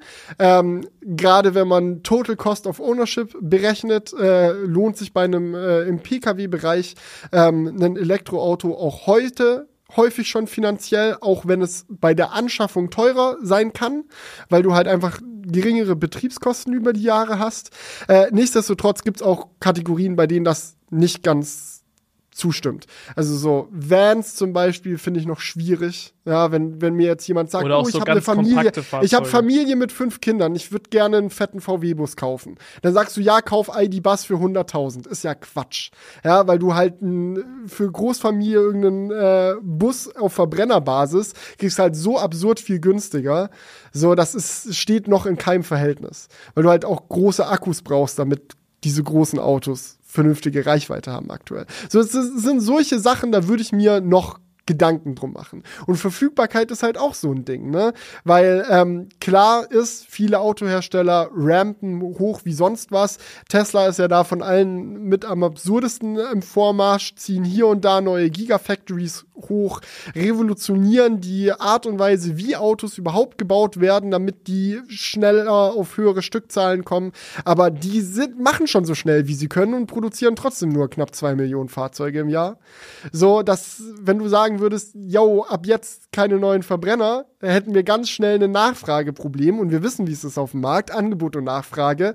Gerade wenn man Total Cost of Ownership berechnet, lohnt sich bei einem im Pkw-Bereich ein Elektroauto auch heute häufig schon finanziell, auch wenn es bei der Anschaffung teurer sein kann, weil du halt einfach geringere Betriebskosten über die Jahre hast. Nichtsdestotrotz gibt es auch Kategorien, bei denen das nicht ganz zustimmt. Also so Vans zum Beispiel finde ich noch schwierig. Ja, wenn mir jetzt jemand sagt, ich habe eine Familie, ich habe Familie mit 5 Kindern, ich würde gerne einen fetten VW-Bus kaufen. Dann sagst du, ja, kauf ID.Buzz für 100.000. Ist ja Quatsch. Ja, weil du halt für Großfamilie irgendeinen Bus auf Verbrennerbasis kriegst halt so absurd viel günstiger. So, steht noch in keinem Verhältnis. Weil du halt auch große Akkus brauchst, damit diese großen Autos vernünftige Reichweite haben aktuell. So, es sind solche Sachen, da würde ich mir noch Gedanken drum machen. Und Verfügbarkeit ist halt auch so ein Ding, ne? Weil klar ist, viele Autohersteller rampen hoch wie sonst was. Tesla ist ja da von allen mit am absurdesten im Vormarsch, ziehen hier und da neue Gigafactories hoch, revolutionieren die Art und Weise, wie Autos überhaupt gebaut werden, damit die schneller auf höhere Stückzahlen kommen. Aber die machen schon so schnell, wie sie können und produzieren trotzdem nur knapp 2 Millionen Fahrzeuge im Jahr. So, dass, wenn du sagen würdest, yo, ab jetzt keine neuen Verbrenner, hätten wir ganz schnell ein Nachfrageproblem und wir wissen, wie es ist auf dem Markt, Angebot und Nachfrage,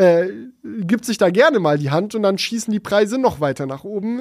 gibt sich da gerne mal die Hand und dann schießen die Preise noch weiter nach oben.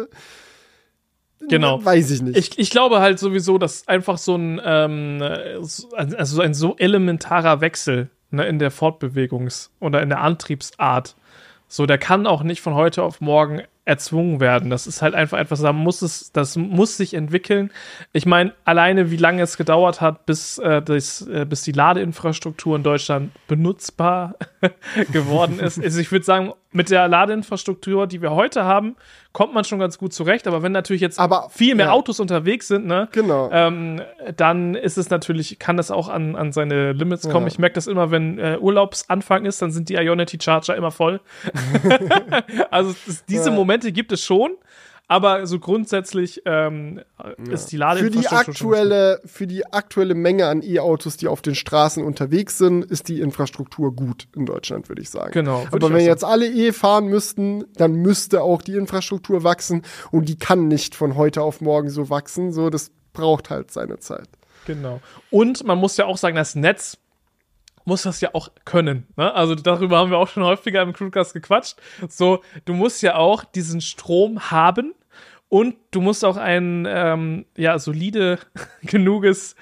Genau. Weiß ich nicht. Ich glaube halt sowieso, dass einfach so ein so elementarer Wechsel, ne, in der Fortbewegungs- oder in der Antriebsart, so, der kann auch nicht von heute auf morgen erzwungen werden. Das ist halt einfach etwas, das muss sich entwickeln. Ich meine, alleine wie lange es gedauert hat, bis die Ladeinfrastruktur in Deutschland benutzbar geworden ist. Also ich würde sagen, mit der Ladeinfrastruktur, die wir heute haben, kommt man schon ganz gut zurecht. Aber wenn natürlich jetzt viel mehr Autos unterwegs sind, ne, genau. Dann ist es natürlich, kann das auch an seine Limits kommen. Ich merke das immer, wenn Urlaubsanfang ist, dann sind die Ionity Charger immer voll. Also diese Momente gibt es schon, aber so grundsätzlich ist die Ladeinfrastruktur für die aktuelle Menge an E-Autos, die auf den Straßen unterwegs sind, ist die Infrastruktur gut in Deutschland, würde ich sagen. Genau. Aber wenn jetzt alle fahren müssten, dann müsste auch die Infrastruktur wachsen und die kann nicht von heute auf morgen so wachsen. So, das braucht halt seine Zeit. Genau. Und man muss ja auch sagen, das Netz muss das ja auch können. Ne? Also darüber haben wir auch schon häufiger im Crewcast gequatscht. So, du musst ja auch diesen Strom haben und du musst auch ein solide genuges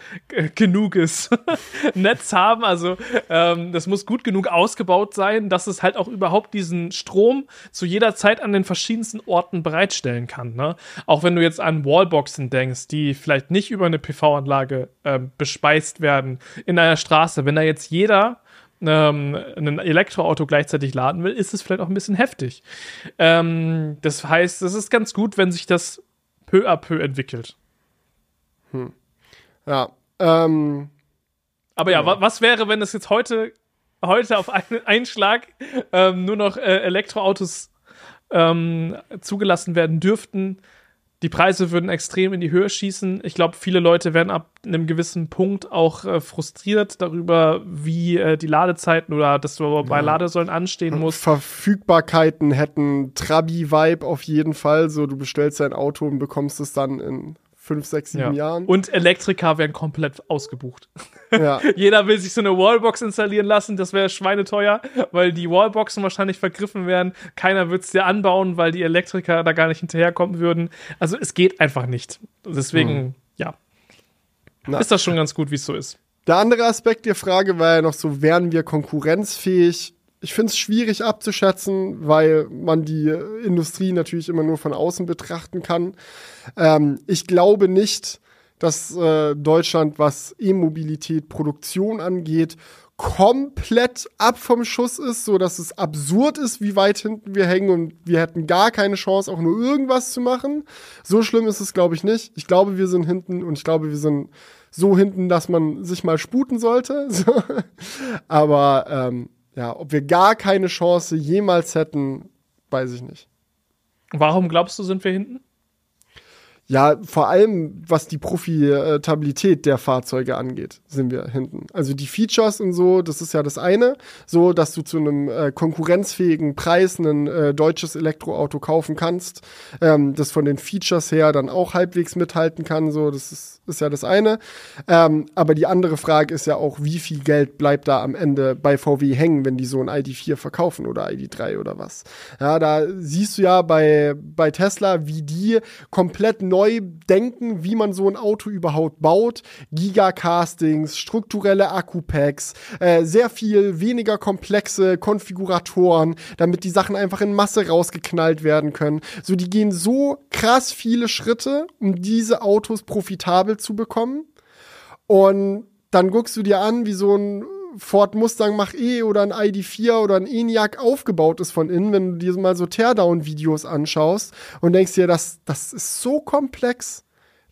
Netz haben. Also das muss gut genug ausgebaut sein, dass es halt auch überhaupt diesen Strom zu jeder Zeit an den verschiedensten Orten bereitstellen kann. Ne? Auch wenn du jetzt an Wallboxen denkst, die vielleicht nicht über eine PV-Anlage bespeist werden in einer Straße. Wenn da jetzt jeder ein Elektroauto gleichzeitig laden will, ist es vielleicht auch ein bisschen heftig. Das heißt, es ist ganz gut, wenn sich das peu à peu entwickelt. Ja. Aber ja, was wäre, wenn es jetzt heute auf einen Schlag nur noch Elektroautos zugelassen werden dürften? Die Preise würden extrem in die Höhe schießen. Ich glaube, viele Leute werden ab einem gewissen Punkt auch frustriert darüber, wie die Ladezeiten oder dass du bei Ladesäulen anstehen musst. Verfügbarkeiten hätten Trabi-Vibe auf jeden Fall. So, du bestellst dein Auto und bekommst es dann in 5, 6, 7 Jahren. Und Elektriker werden komplett ausgebucht. Ja. Jeder will sich so eine Wallbox installieren lassen, das wäre schweineteuer, weil die Wallboxen wahrscheinlich vergriffen werden. Keiner wird es dir anbauen, weil die Elektriker da gar nicht hinterherkommen würden. Also es geht einfach nicht. Deswegen, ist das schon ganz gut, wie es so ist. Der andere Aspekt der Frage war ja noch so, wären wir konkurrenzfähig? Ich finde es schwierig abzuschätzen, weil man die Industrie natürlich immer nur von außen betrachten kann. Ich glaube nicht, dass Deutschland, was E-Mobilität, Produktion angeht, komplett ab vom Schuss ist, so dass es absurd ist, wie weit hinten wir hängen und wir hätten gar keine Chance, auch nur irgendwas zu machen. So schlimm ist es, glaube ich, nicht. Ich glaube, wir sind hinten und ich glaube, wir sind so hinten, dass man sich mal sputen sollte. So. Aber ob wir gar keine Chance jemals hätten, weiß ich nicht. Warum glaubst du, sind wir hinten? Ja, vor allem, was die Profitabilität der Fahrzeuge angeht, sind wir hinten. Also die Features und so, das ist ja das eine. So, dass du zu einem konkurrenzfähigen Preis ein deutsches Elektroauto kaufen kannst, das von den Features her dann auch halbwegs mithalten kann. So, das ist ja das eine. Aber die andere Frage ist ja auch, wie viel Geld bleibt da am Ende bei VW hängen, wenn die so ein ID.4 verkaufen oder ID.3 oder was. Ja, da siehst du ja bei Tesla, wie die komplett neu denken, wie man so ein Auto überhaupt baut. Gigacastings, strukturelle Akkupacks, sehr viel weniger komplexe Konfiguratoren, damit die Sachen einfach in Masse rausgeknallt werden können. So, die gehen so krass viele Schritte, um diese Autos profitabel zu bekommen. Und dann guckst du dir an, wie so ein Ford Mustang Mach-E oder ein ID.4 oder ein ENIAC aufgebaut ist von innen, wenn du dir mal so Teardown-Videos anschaust und denkst dir, das ist so komplex.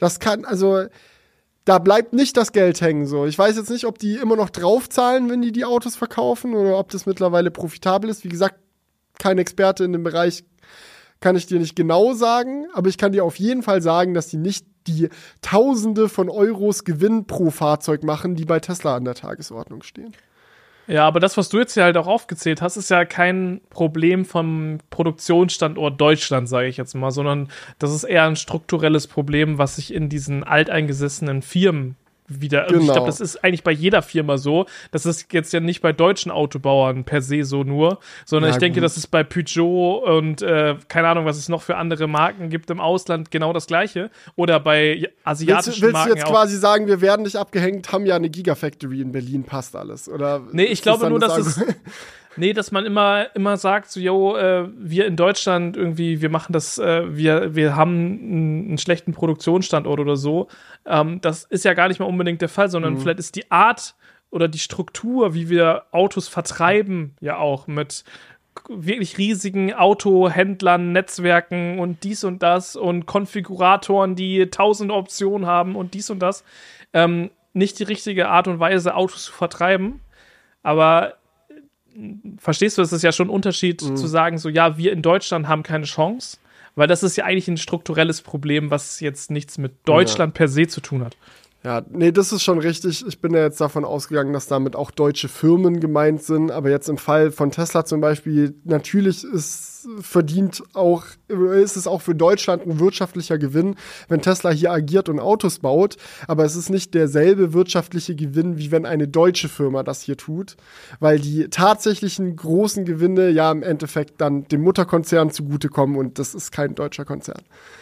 Da bleibt nicht das Geld hängen, so. Ich weiß jetzt nicht, ob die immer noch draufzahlen, wenn die Autos verkaufen oder ob das mittlerweile profitabel ist. Wie gesagt, kein Experte in dem Bereich, kann ich dir nicht genau sagen, aber ich kann dir auf jeden Fall sagen, dass die nicht die Tausende von Euros Gewinn pro Fahrzeug machen, die bei Tesla an der Tagesordnung stehen. Ja, aber das, was du jetzt hier halt auch aufgezählt hast, ist ja kein Problem vom Produktionsstandort Deutschland, sage ich jetzt mal, sondern das ist eher ein strukturelles Problem, was sich in diesen alteingesessenen Firmen wieder. Genau. Ich glaube, das ist eigentlich bei jeder Firma so. Das ist jetzt ja nicht bei deutschen Autobauern per se so nur, sondern ich denke, das ist bei Peugeot und keine Ahnung, was es noch für andere Marken gibt im Ausland genau das Gleiche. Oder bei asiatischen Marken. Willst du jetzt quasi sagen, wir werden nicht abgehängt, haben ja eine Gigafactory in Berlin, passt alles? Oder nee, ich glaube nur, dass es. Nee, dass man immer sagt, so, wir in Deutschland irgendwie, wir machen das, wir haben einen schlechten Produktionsstandort oder so. Das ist ja gar nicht mal unbedingt der Fall, sondern vielleicht ist die Art oder die Struktur, wie wir Autos vertreiben, ja auch mit wirklich riesigen Autohändlern, Netzwerken und dies und das und Konfiguratoren, die 1000 Optionen haben und dies und das. Nicht die richtige Art und Weise, Autos zu vertreiben. Aber verstehst du, es ist ja schon ein Unterschied zu sagen, so, ja, wir in Deutschland haben keine Chance, weil das ist ja eigentlich ein strukturelles Problem, was jetzt nichts mit Deutschland per se zu tun hat. Ja, nee, das ist schon richtig. Ich bin ja jetzt davon ausgegangen, dass damit auch deutsche Firmen gemeint sind, aber jetzt im Fall von Tesla zum Beispiel, natürlich ist ist es auch für Deutschland ein wirtschaftlicher Gewinn, wenn Tesla hier agiert und Autos baut. Aber es ist nicht derselbe wirtschaftliche Gewinn, wie wenn eine deutsche Firma das hier tut, weil die tatsächlichen großen Gewinne ja im Endeffekt dann dem Mutterkonzern zugutekommen und das ist kein deutscher Konzern.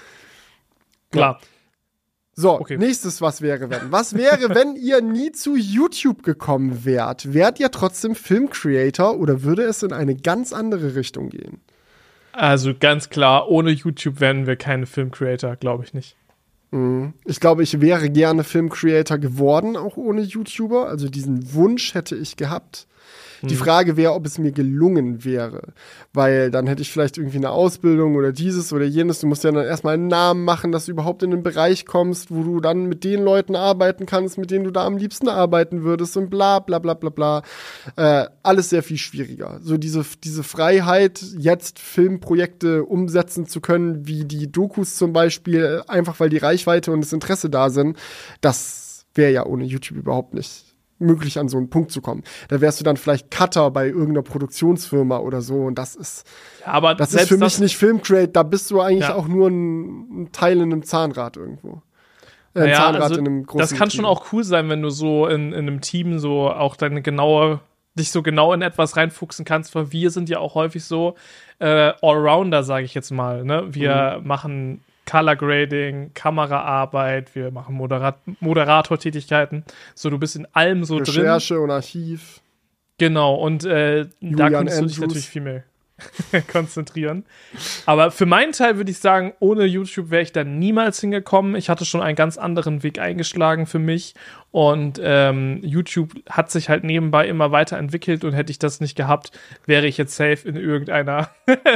Klar. Ja. So, Okay. Nächstes, was wäre, wenn? Was wäre, wenn ihr nie zu YouTube gekommen wärt? Wärt ihr trotzdem Film-Creator oder würde es in eine ganz andere Richtung gehen? Also ganz klar, ohne YouTube wären wir keine Film-Creator, glaube ich nicht. Ich glaube, ich wäre gerne Film-Creator geworden, auch ohne YouTuber. Also diesen Wunsch hätte ich gehabt. Die Frage wäre, ob es mir gelungen wäre. Weil dann hätte ich vielleicht irgendwie eine Ausbildung oder dieses oder jenes. Du musst ja dann erstmal einen Namen machen, dass du überhaupt in den Bereich kommst, wo du dann mit den Leuten arbeiten kannst, mit denen du da am liebsten arbeiten würdest und bla bla bla bla bla. Alles sehr viel schwieriger. So diese Freiheit, jetzt Filmprojekte umsetzen zu können, wie die Dokus zum Beispiel, einfach weil die Reichweite und das Interesse da sind, das wäre ja ohne YouTube überhaupt nicht möglich, an so einen Punkt zu kommen. Da wärst du dann vielleicht Cutter bei irgendeiner Produktionsfirma oder so und das ist für mich nicht Filmcreate, da bist du eigentlich auch nur ein Teil in einem Zahnrad irgendwo. Ein Zahnrad in einem großen Das kann Team. schon auch cool sein, wenn du so in einem Team so auch dich so genau in etwas reinfuchsen kannst, weil wir sind ja auch häufig so Allrounder, sage ich jetzt mal. Ne? Wir machen Color Grading, Kameraarbeit, wir machen Moderatortätigkeiten. So, du bist in allem so drin. Recherche und Archiv. Genau, und da könntest du dich natürlich viel mehr konzentrieren. Aber für meinen Teil würde ich sagen, ohne YouTube wäre ich da niemals hingekommen. Ich hatte schon einen ganz anderen Weg eingeschlagen für mich und YouTube hat sich halt nebenbei immer weiterentwickelt und hätte ich das nicht gehabt, wäre ich jetzt safe in irgendeiner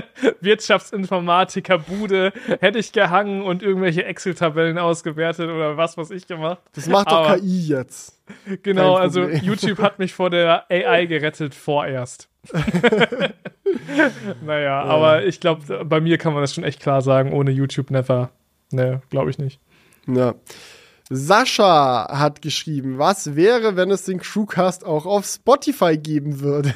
Wirtschaftsinformatiker-Bude, hätte ich gehangen und irgendwelche Excel-Tabellen ausgewertet oder was ich gemacht. Das macht doch KI jetzt. Genau, also YouTube hat mich vor der AI gerettet vorerst. Naja, aber ich glaube, bei mir kann man das schon echt klar sagen, ohne YouTube never. Ne, glaube ich nicht. Ja. Sascha hat geschrieben, was wäre, wenn es den Crewcast auch auf Spotify geben würde?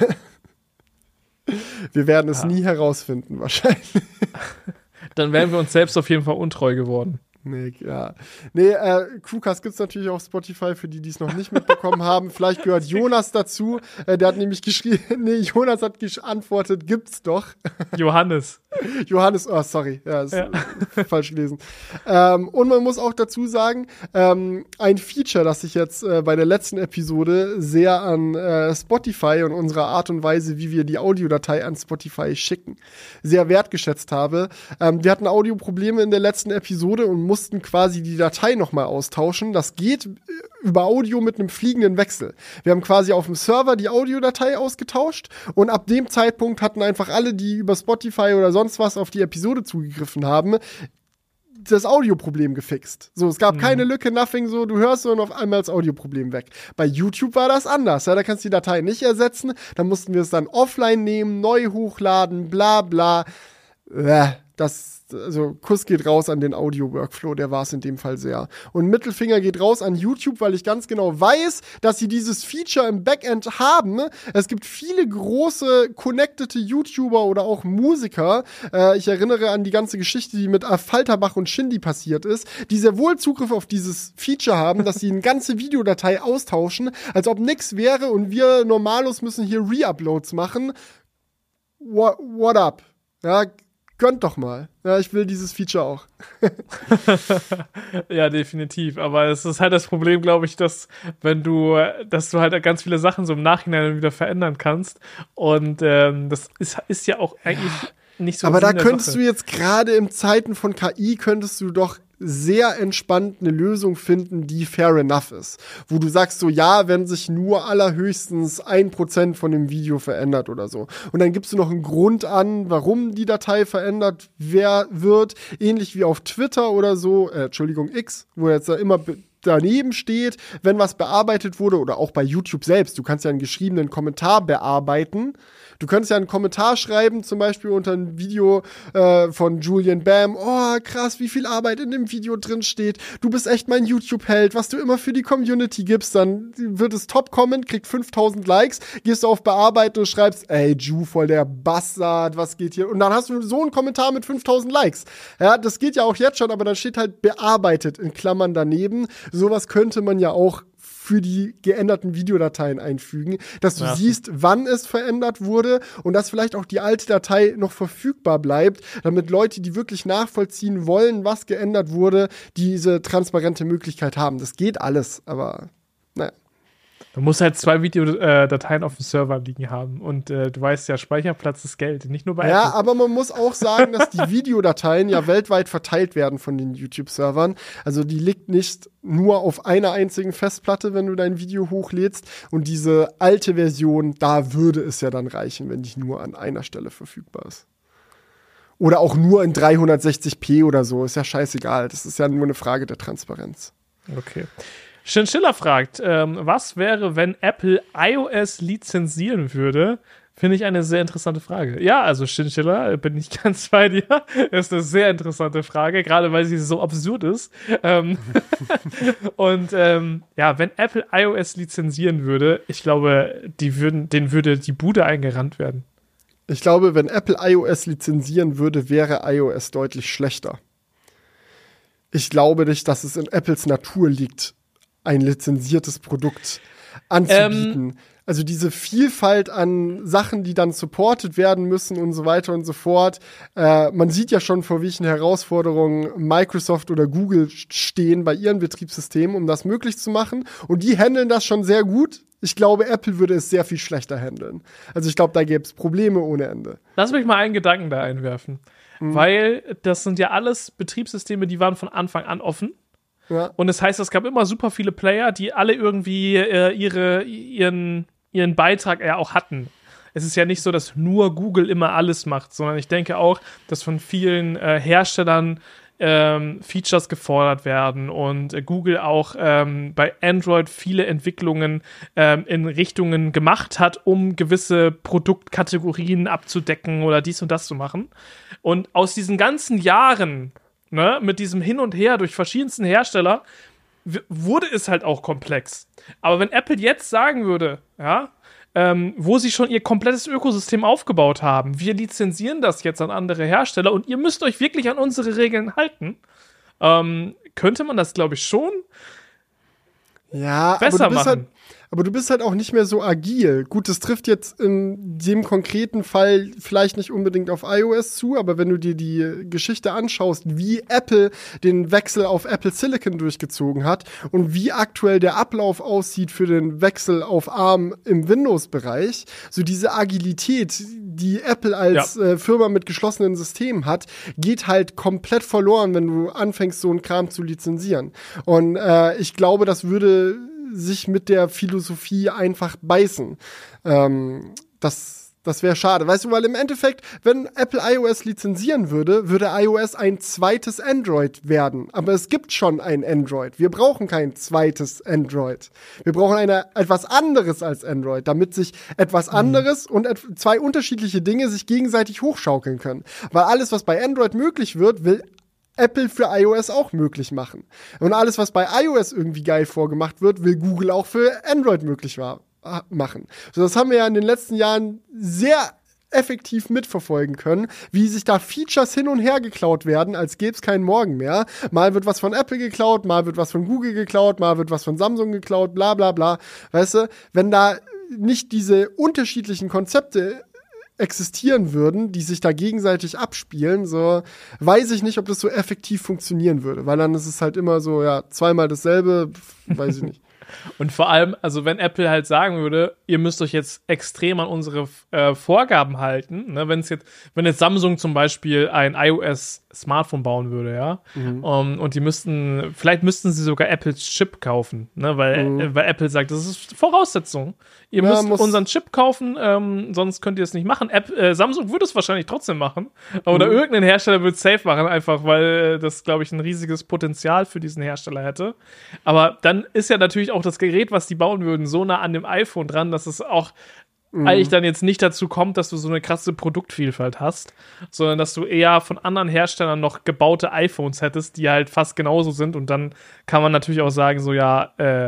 Wir werden es nie herausfinden, wahrscheinlich. Dann wären wir uns selbst auf jeden Fall untreu geworden. Crewcast gibt's natürlich auf Spotify, für die es noch nicht mitbekommen haben. Vielleicht gehört Jonas dazu. Der hat nämlich geschrieben, Jonas hat geantwortet, gibt's doch. Johannes, oh, sorry. Falsch gelesen. Und man muss auch dazu sagen, ein Feature, das ich jetzt bei der letzten Episode sehr an Spotify und unserer Art und Weise, wie wir die Audiodatei an Spotify schicken, sehr wertgeschätzt habe. Wir hatten Audioprobleme in der letzten Episode und mussten quasi die Datei nochmal austauschen. Das geht über Audio mit einem fliegenden Wechsel. Wir haben quasi auf dem Server die Audiodatei ausgetauscht und ab dem Zeitpunkt hatten einfach alle, die über Spotify oder sonst was auf die Episode zugegriffen haben, das Audioproblem gefixt. So, es gab keine Lücke, nothing, so, du hörst so und auf einmal das Audioproblem weg. Bei YouTube war das anders, ja, da kannst du die Datei nicht ersetzen, da mussten wir es dann offline nehmen, neu hochladen, bla bla. Also Kuss geht raus an den Audio-Workflow, der war es in dem Fall sehr. Und Mittelfinger geht raus an YouTube, weil ich ganz genau weiß, dass sie dieses Feature im Backend haben. Es gibt viele große connectete YouTuber oder auch Musiker. Ich erinnere an die ganze Geschichte, die mit Falterbach und Shindy passiert ist, die sehr wohl Zugriff auf dieses Feature haben, dass sie eine ganze Videodatei austauschen, als ob nichts wäre und wir Normalos müssen hier Re-Uploads machen. What up? Ja, gönnt doch mal. Ja, ich will dieses Feature auch. Ja, definitiv. Aber es ist halt das Problem, glaube ich, dass du halt ganz viele Sachen so im Nachhinein wieder verändern kannst. Und das ist ja auch eigentlich nicht so. Aber da könntest du jetzt gerade in Zeiten von KI könntest du doch sehr entspannt eine Lösung finden, die fair enough ist. Wo du sagst so, ja, wenn sich nur allerhöchstens 1% von dem Video verändert oder so. Und dann gibst du noch einen Grund an, warum die Datei verändert wird. Ähnlich wie auf Twitter oder so, X, wo jetzt da immer daneben steht, wenn was bearbeitet wurde, oder auch bei YouTube selbst. Du kannst ja einen geschriebenen Kommentar bearbeiten. Du könntest ja einen Kommentar schreiben, zum Beispiel unter ein Video von Julian Bam. Oh, krass, wie viel Arbeit in dem Video drin steht. Du bist echt mein YouTube-Held, was du immer für die Community gibst. Dann wird es Top-Comment, kriegt 5000 Likes, gehst du auf Bearbeiten und schreibst, ey, Ju, voll der Bastard, was geht hier? Und dann hast du so einen Kommentar mit 5000 Likes. Ja, das geht ja auch jetzt schon, aber dann steht halt bearbeitet in Klammern daneben. Sowas könnte man ja auch für die geänderten Videodateien einfügen, dass du siehst, wann es verändert wurde und dass vielleicht auch die alte Datei noch verfügbar bleibt, damit Leute, die wirklich nachvollziehen wollen, was geändert wurde, diese transparente Möglichkeit haben. Das geht alles, aber naja. Du musst halt 2 Videodateien auf dem Server liegen haben. Und du weißt ja, Speicherplatz ist Geld, nicht nur bei Ja, Apple. aber man muss auch sagen, dass die Videodateien ja weltweit verteilt werden von den YouTube-Servern. Also die liegt nicht nur auf einer einzigen Festplatte, wenn du dein Video hochlädst. Und diese alte Version, da würde es ja dann reichen, wenn die nur an einer Stelle verfügbar ist. Oder auch nur in 360p oder so, ist ja scheißegal. Das ist ja nur eine Frage der Transparenz. Okay. Chinchilla fragt, was wäre, wenn Apple iOS lizenzieren würde? Finde ich eine sehr interessante Frage. Ja, also Chinchilla, bin ich ganz bei dir. Ist eine sehr interessante Frage, gerade weil sie so absurd ist. Und ja, wenn Apple iOS lizenzieren würde, ich glaube, denen würde die Bude eingerannt werden. Ich glaube, wenn Apple iOS lizenzieren würde, wäre iOS deutlich schlechter. Ich glaube nicht, dass es in Apples Natur liegt, ein lizenziertes Produkt anzubieten. Also diese Vielfalt an Sachen, die dann supported werden müssen und so weiter und so fort. Man sieht ja schon, vor welchen Herausforderungen Microsoft oder Google stehen bei ihren Betriebssystemen, um das möglich zu machen. Und die handeln das schon sehr gut. Ich glaube, Apple würde es sehr viel schlechter handeln. Also ich glaube, da gäbe es Probleme ohne Ende. Lass mich mal einen Gedanken da einwerfen. Weil das sind ja alles Betriebssysteme, die waren von Anfang an offen. Ja. Und das heißt, es gab immer super viele Player, die alle irgendwie ihren Beitrag auch hatten. Es ist ja nicht so, dass nur Google immer alles macht, sondern ich denke auch, dass von vielen Herstellern Features gefordert werden und Google auch bei Android viele Entwicklungen in Richtungen gemacht hat, um gewisse Produktkategorien abzudecken oder dies und das zu machen. Und aus diesen ganzen Jahren, ne, mit diesem Hin und Her durch verschiedensten Hersteller, wurde es halt auch komplex. Aber wenn Apple jetzt sagen würde, ja, wo sie schon ihr komplettes Ökosystem aufgebaut haben, wir lizenzieren das jetzt an andere Hersteller und ihr müsst euch wirklich an unsere Regeln halten, könnte man das, glaube ich, schon besser machen. Aber du bist halt auch nicht mehr so agil. Gut, das trifft jetzt in dem konkreten Fall vielleicht nicht unbedingt auf iOS zu, aber wenn du dir die Geschichte anschaust, wie Apple den Wechsel auf Apple Silicon durchgezogen hat und wie aktuell der Ablauf aussieht für den Wechsel auf ARM im Windows-Bereich, so diese Agilität, die Apple als Firma mit geschlossenen Systemen hat, geht halt komplett verloren, wenn du anfängst, so einen Kram zu lizenzieren. Und ich glaube, das würde sich mit der Philosophie einfach beißen. Das wäre schade. Weißt du, weil im Endeffekt, wenn Apple iOS lizenzieren würde, würde iOS ein zweites Android werden. Aber es gibt schon ein Android. Wir brauchen kein zweites Android. Wir brauchen etwas anderes als Android, damit sich etwas anderes und zwei unterschiedliche Dinge sich gegenseitig hochschaukeln können. Weil alles, was bei Android möglich wird, will Apple für iOS auch möglich machen. Und alles, was bei iOS irgendwie geil vorgemacht wird, will Google auch für Android möglich machen. So, das haben wir ja in den letzten Jahren sehr effektiv mitverfolgen können, wie sich da Features hin und her geklaut werden, als gäbe es keinen Morgen mehr. Mal wird was von Apple geklaut, mal wird was von Google geklaut, mal wird was von Samsung geklaut, bla bla bla. Weißt du, wenn da nicht diese unterschiedlichen Konzepte existieren würden, die sich da gegenseitig abspielen, so weiß ich nicht, ob das so effektiv funktionieren würde, weil dann ist es halt immer so, ja, zweimal dasselbe, weiß ich nicht. Und vor allem, also wenn Apple halt sagen würde, ihr müsst euch jetzt extrem an unsere Vorgaben halten, ne, wenn jetzt Samsung zum Beispiel ein iOS-Smartphone bauen würde, ja, und vielleicht müssten sie sogar Apples Chip kaufen, ne, weil Apple sagt, das ist Voraussetzung. Ihr müsst unseren Chip kaufen, sonst könnt ihr es nicht machen. Samsung würde es wahrscheinlich trotzdem machen, oder irgendein Hersteller würde es safe machen, einfach weil das, glaube ich, ein riesiges Potenzial für diesen Hersteller hätte. Aber dann ist ja natürlich auch das Gerät, was die bauen würden, so nah an dem iPhone dran, dass es auch eigentlich dann jetzt nicht dazu kommt, dass du so eine krasse Produktvielfalt hast, sondern dass du eher von anderen Herstellern noch gebaute iPhones hättest, die halt fast genauso sind, und dann kann man natürlich auch sagen, so ja,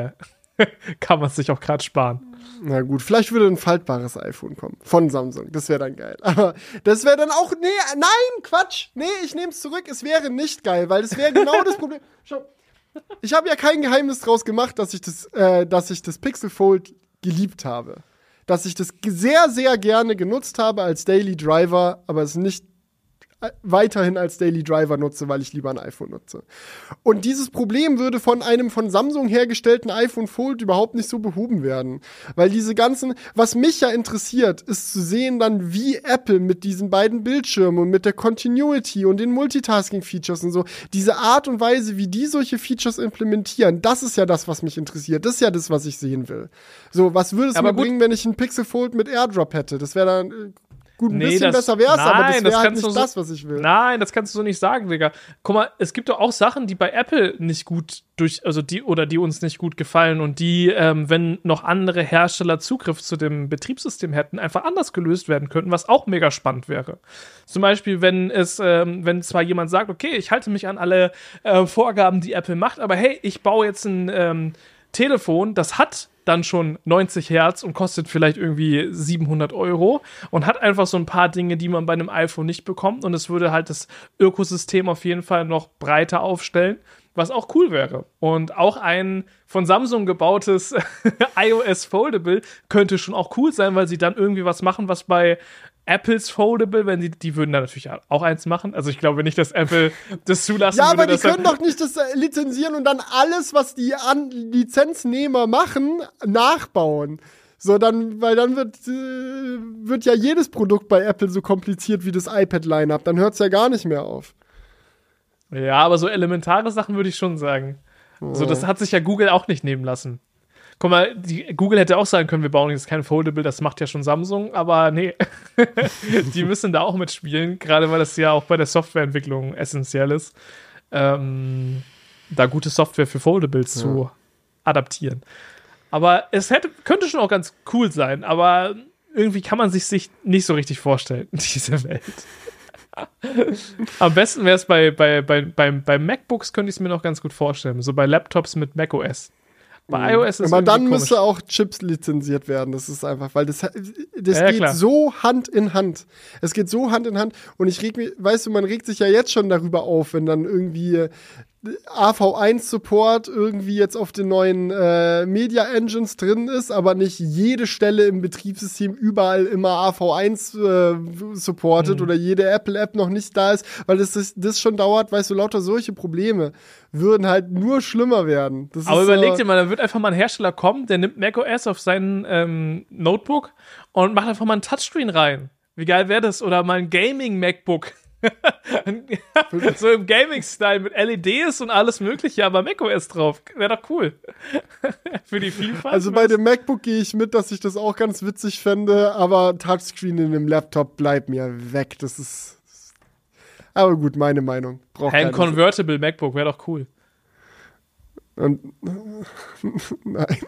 kann man sich auch gerade sparen. Na gut, vielleicht würde ein faltbares iPhone kommen von Samsung. Das wäre dann geil. Aber das wäre dann auch, nein, Quatsch. Nee, ich nehme es zurück. Es wäre nicht geil, weil das wäre genau das Problem. Schau, ich habe ja kein Geheimnis draus gemacht, dass ich das Pixel Fold geliebt habe. Dass ich das sehr, sehr gerne genutzt habe als Daily Driver, aber es nicht weiterhin als Daily Driver nutze, weil ich lieber ein iPhone nutze. Und dieses Problem würde von einem von Samsung hergestellten iPhone Fold überhaupt nicht so behoben werden. Weil was mich ja interessiert, ist zu sehen dann, wie Apple mit diesen beiden Bildschirmen und mit der Continuity und den Multitasking-Features und so, diese Art und Weise, wie die solche Features implementieren, das ist ja das, was mich interessiert. Das ist ja das, was ich sehen will. So, was würde es mir bringen, wenn ich einen Pixel Fold mit AirDrop hätte? Das wäre dann gut, ein bisschen besser wär's, aber das wäre halt nicht das, was ich will. Nein, das kannst du so nicht sagen, Digga. Guck mal, es gibt doch auch Sachen, die bei Apple nicht gut die uns nicht gut gefallen und die, wenn noch andere Hersteller Zugriff zu dem Betriebssystem hätten, einfach anders gelöst werden könnten, was auch mega spannend wäre. Zum Beispiel, wenn zwar jemand sagt, okay, ich halte mich an alle Vorgaben, die Apple macht, aber hey, ich baue jetzt ein Telefon, das hat dann schon 90 Hertz und kostet vielleicht irgendwie 700 € und hat einfach so ein paar Dinge, die man bei einem iPhone nicht bekommt, und es würde halt das Ökosystem auf jeden Fall noch breiter aufstellen, was auch cool wäre. Und auch ein von Samsung gebautes iOS Foldable könnte schon auch cool sein, weil sie dann irgendwie was machen, was bei Apples Foldable, wenn die würden da natürlich auch eins machen. Also ich glaube nicht, dass Apple das zulassen würde. Ja, aber die können doch nicht das lizenzieren und dann alles, was die Lizenznehmer machen, nachbauen. So, weil dann wird ja jedes Produkt bei Apple so kompliziert wie das iPad-Line-Up. Dann hört es ja gar nicht mehr auf. Ja, aber so elementare Sachen würde ich schon sagen. So, das hat sich ja Google auch nicht nehmen lassen. Guck mal, Google hätte auch sagen können, wir bauen jetzt kein Foldable, das macht ja schon Samsung, aber nee. Die müssen da auch mitspielen, gerade weil das ja auch bei der Softwareentwicklung essentiell ist, da gute Software für Foldables zu adaptieren. Aber es könnte schon auch ganz cool sein, aber irgendwie kann man sich nicht so richtig vorstellen, diese Welt. Am besten wäre es bei MacBooks, könnte ich es mir noch ganz gut vorstellen, so bei Laptops mit macOS. Bei iOS ist es aber dann komisch. müsste auch Chips lizenziert werden. Das ist einfach, weil das ja, geht klar. so Hand in Hand. Es geht so Hand in Hand. Und man regt sich ja jetzt schon darüber auf, wenn dann irgendwie AV1-Support irgendwie jetzt auf den neuen Media Engines drin ist, aber nicht jede Stelle im Betriebssystem überall immer AV1 supportet oder jede Apple-App noch nicht da ist, weil das schon dauert, weißt du, lauter solche Probleme würden halt nur schlimmer werden. Aber überleg dir mal, da wird einfach mal ein Hersteller kommen, der nimmt macOS auf seinen Notebook und macht einfach mal ein Touchscreen rein. Wie geil wäre das? Oder mal ein Gaming-MacBook. So im Gaming-Style mit LEDs und alles mögliche, aber macOS drauf. Wäre doch cool. Für die Vielfalt. Also bei dem MacBook gehe ich mit, dass ich das auch ganz witzig fände, aber Touchscreen in einem Laptop bleibt mir weg. Das ist. Aber gut, meine Meinung. Ein Convertible MacBook wäre doch cool. Und, nein.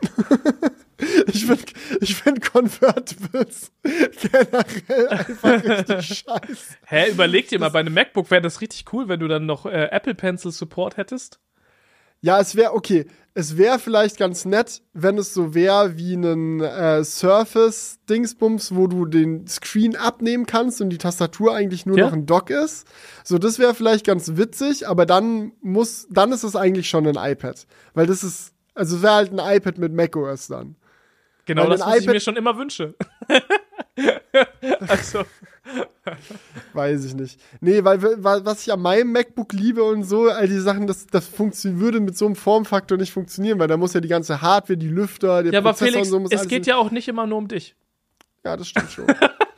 Ich find Convertibles generell einfach richtig scheiße. Hä, überleg dir mal, bei einem MacBook wäre das richtig cool, wenn du dann noch Apple Pencil Support hättest. Ja, es wäre okay. Es wäre vielleicht ganz nett, wenn es so wäre wie ein Surface-Dingsbums, wo du den Screen abnehmen kannst und die Tastatur eigentlich nur noch ein Dock ist. So, das wäre vielleicht ganz witzig, aber dann ist es eigentlich schon ein iPad. Weil das ist, also wäre halt ein iPad mit macOS dann. Genau, das, was ich mir schon immer wünsche. Also, Weiß ich nicht. Nee, weil was ich an meinem MacBook liebe und so, all die Sachen, das würde mit so einem Formfaktor nicht funktionieren, weil da muss ja die ganze Hardware, die Lüfter, der Ja, aber Prozessor Felix, und so muss es geht ja auch nicht immer nur um dich. Ja, das stimmt schon.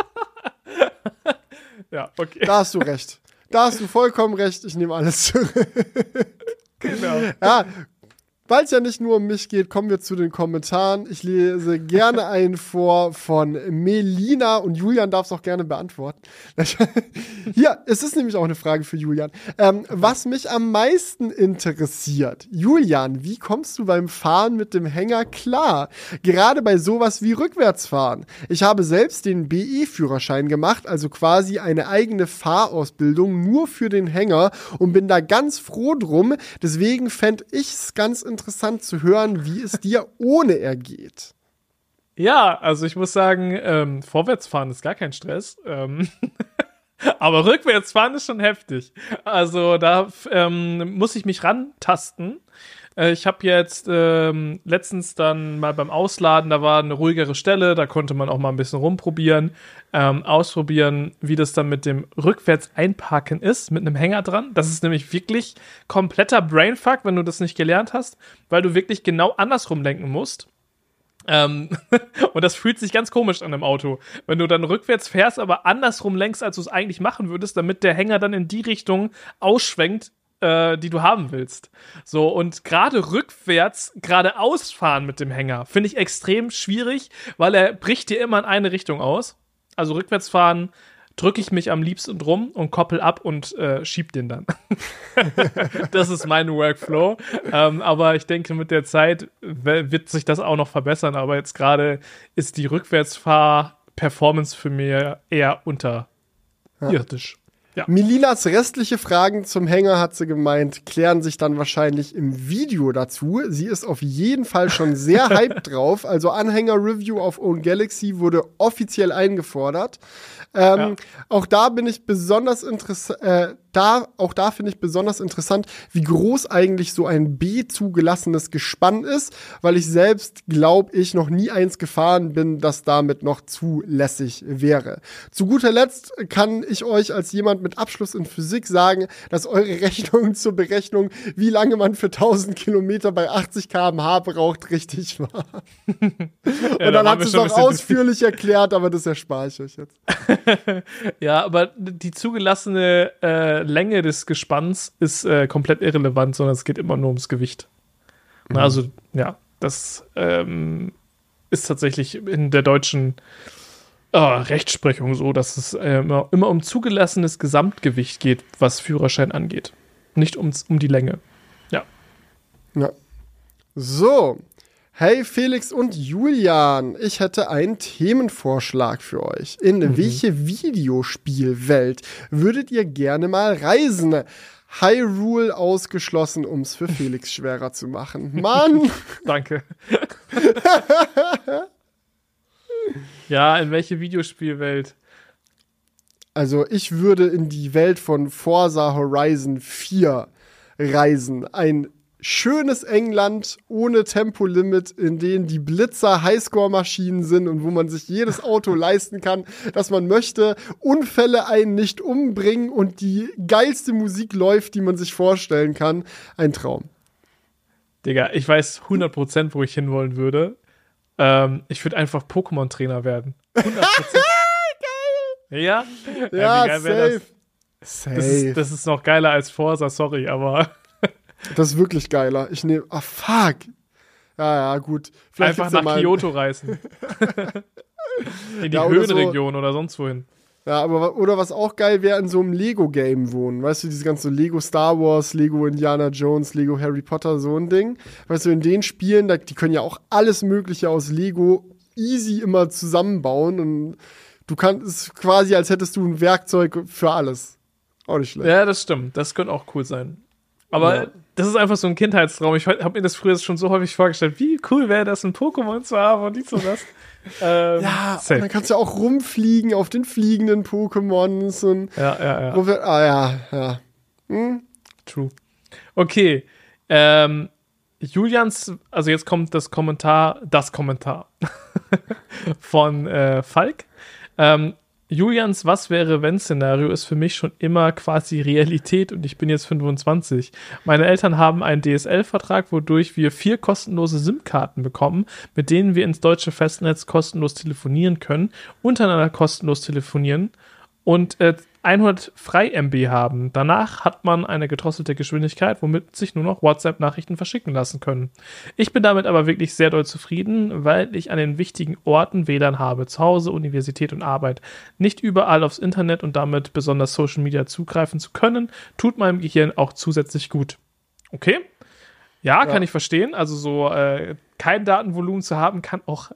Ja, okay. Da hast du recht. Da hast du vollkommen recht. Ich nehme alles zurück. Genau. Ja, weil es ja nicht nur um mich geht, kommen wir zu den Kommentaren. Ich lese gerne einen vor von Melina und Julian darf es auch gerne beantworten. Hier, es ist nämlich auch eine Frage für Julian. Was mich am meisten interessiert. Julian, wie kommst du beim Fahren mit dem Hänger klar? Gerade bei sowas wie Rückwärtsfahren. Ich habe selbst den BE-Führerschein gemacht, also quasi eine eigene Fahrausbildung nur für den Hänger und bin da ganz froh drum. Deswegen fände ich es ganz interessant zu hören, wie es dir ohne er geht. Ja, also ich muss sagen, Vorwärtsfahren ist gar kein Stress. Aber Rückwärtsfahren ist schon heftig. Also da muss ich mich rantasten. Ich habe jetzt letztens dann mal beim Ausladen, da war eine ruhigere Stelle, da konnte man auch mal ein bisschen rumprobieren, ausprobieren, wie das dann mit dem Rückwärts-Einparken ist, mit einem Hänger dran. Das ist nämlich wirklich kompletter Brainfuck, wenn du das nicht gelernt hast, weil du wirklich genau andersrum lenken musst. Und das fühlt sich ganz komisch an im Auto. Wenn du dann rückwärts fährst, aber andersrum lenkst, als du es eigentlich machen würdest, damit der Hänger dann in die Richtung ausschwenkt, die du haben willst. So, und gerade rückwärts, geradeaus fahren mit dem Hänger, finde ich extrem schwierig, weil er bricht dir immer in eine Richtung aus. Also rückwärts fahren drücke ich mich am liebsten drum und koppel ab und schieb den dann. Das ist mein Workflow. Aber ich denke, mit der Zeit wird sich das auch noch verbessern. Aber jetzt gerade ist die Rückwärtsfahr-Performance für mich eher unterirdisch. Ja. Melinas restliche Fragen zum Hänger, hat sie gemeint, klären sich dann wahrscheinlich im Video dazu. Sie ist auf jeden Fall schon sehr hyped drauf. Also Anhänger-Review auf Own Galaxy wurde offiziell eingefordert. Auch da bin ich besonders finde ich besonders interessant, wie groß eigentlich so ein B-zugelassenes Gespann ist, weil ich selbst, glaube ich, noch nie eins gefahren bin, das damit noch zulässig wäre. Zu guter Letzt kann ich euch als jemand mit Abschluss in Physik sagen, dass eure Rechnung zur Berechnung, wie lange man für 1000 Kilometer bei 80 km/h braucht, richtig war. Und dann hat sie es auch ausführlich erklärt, aber das erspare ich euch jetzt. Ja, aber die zugelassene Länge des Gespanns ist komplett irrelevant, sondern es geht immer nur ums Gewicht. Mhm. Also, ja, das ist tatsächlich in der deutschen Rechtsprechung so, dass es immer um zugelassenes Gesamtgewicht geht, was Führerschein angeht. Nicht um die Länge. Ja. Ja. So. Hey Felix und Julian, ich hätte einen Themenvorschlag für euch. In welche Videospielwelt würdet ihr gerne mal reisen? Hyrule ausgeschlossen, um es für Felix schwerer zu machen. Mann! Danke. Ja, in welche Videospielwelt? Also ich würde in die Welt von Forza Horizon 4 reisen. Ein schönes England ohne Tempolimit, in dem die Blitzer Highscore-Maschinen sind und wo man sich jedes Auto leisten kann, das man möchte, Unfälle einen nicht umbringen und die geilste Musik läuft, die man sich vorstellen kann. Ein Traum. Digga, ich weiß 100%, wo ich hinwollen würde. Ich würde einfach Pokémon-Trainer werden. 100%. Geil! Ja? Ja, wie geil wäre das? Safe. Das ist noch geiler als Forza, sorry, aber das ist wirklich geiler. Ich nehme. Ah, fuck. Ja, gut. Vielleicht einfach nach Kyoto reisen. In die Höhenregion oder sonst wohin. Ja, aber oder was auch geil wäre, in so einem Lego-Game wohnen. Weißt du, dieses ganze Lego Star Wars, Lego Indiana Jones, Lego Harry Potter, so ein Ding. Weißt du, in den Spielen, die können ja auch alles Mögliche aus Lego easy immer zusammenbauen. Und du kannst es quasi, als hättest du ein Werkzeug für alles. Auch nicht schlecht. Ja, das stimmt. Das könnte auch cool sein. Aber das ist einfach so ein Kindheitstraum. Ich habe mir das früher schon so häufig vorgestellt. Wie cool wäre das, ein Pokémon zu haben und dies und das. Ja, und dann kannst du auch rumfliegen auf den fliegenden Pokémons. Und ja. True. Okay. Julians, also jetzt kommt das Kommentar von Falk. Julians Was-wäre-wenn-Szenario ist für mich schon immer quasi Realität und ich bin jetzt 25. Meine Eltern haben einen DSL-Vertrag, wodurch wir 4 kostenlose SIM-Karten bekommen, mit denen wir ins deutsche Festnetz kostenlos telefonieren können, untereinander kostenlos telefonieren und 100 Frei-MB haben. Danach hat man eine gedrosselte Geschwindigkeit, womit sich nur noch WhatsApp-Nachrichten verschicken lassen können. Ich bin damit aber wirklich sehr doll zufrieden, weil ich an den wichtigen Orten WLAN habe. Zu Hause, Universität und Arbeit. Nicht überall aufs Internet und damit besonders Social Media zugreifen zu können, tut meinem Gehirn auch zusätzlich gut. Okay? Ja, kann ich verstehen. Also so kein Datenvolumen zu haben, kann auch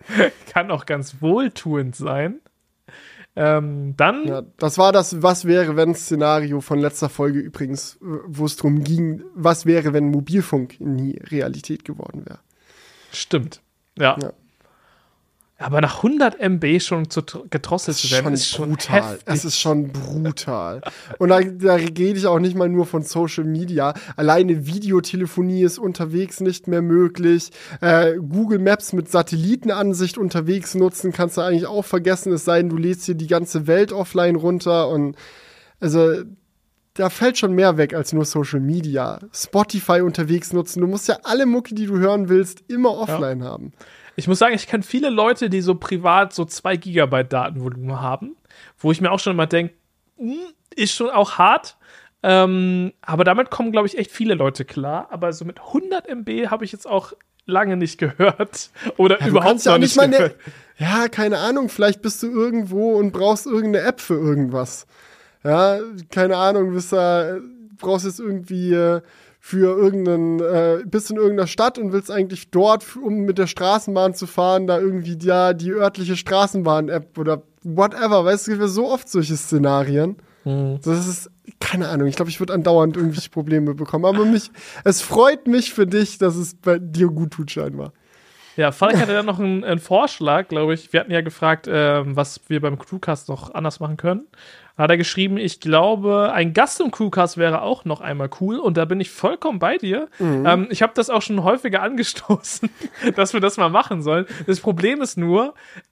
ganz wohltuend sein. Dann. Ja, das war das Was-wäre-wenn-Szenario von letzter Folge übrigens, wo es darum ging, was wäre, wenn Mobilfunk nie Realität geworden wäre. Stimmt. Ja. Aber nach 100 MB schon gedrosselt zu werden, ist schon brutal. heftig. Es ist schon brutal. Und da rede ich auch nicht mal nur von Social Media. Alleine Videotelefonie ist unterwegs nicht mehr möglich. Google Maps mit Satellitenansicht unterwegs nutzen kannst du eigentlich auch vergessen, es sei denn, du lädst hier die ganze Welt offline runter. Und also da fällt schon mehr weg als nur Social Media. Spotify unterwegs nutzen. Du musst ja alle Mucke, die du hören willst, immer offline haben. Ich muss sagen, ich kenne viele Leute, die so privat so 2 Gigabyte Datenvolumen haben, wo ich mir auch schon immer denke, ist schon auch hart. Aber damit kommen, glaube ich, echt viele Leute klar. Aber so mit 100 MB habe ich jetzt auch lange nicht gehört. Oder überhaupt noch nicht gehört. Ja, keine Ahnung, vielleicht bist du irgendwo und brauchst irgendeine App für irgendwas. Ja, keine Ahnung, brauchst jetzt irgendwie bist in irgendeiner Stadt und willst eigentlich dort, um mit der Straßenbahn zu fahren, da irgendwie die örtliche Straßenbahn-App oder whatever, weißt du, es gibt ja so oft solche Szenarien. Das ist, keine Ahnung, ich glaube, ich würde andauernd irgendwelche Probleme bekommen, aber es freut mich für dich, dass es bei dir gut tut, scheinbar. Ja, Falk hatte dann noch einen Vorschlag, glaube ich. Wir hatten ja gefragt, was wir beim Crewcast noch anders machen können. Da hat er geschrieben, ich glaube, ein Gast im Crewcast wäre auch noch einmal cool. Und da bin ich vollkommen bei dir. Ich habe das auch schon häufiger angestoßen, dass wir das mal machen sollen. Das Problem ist nur,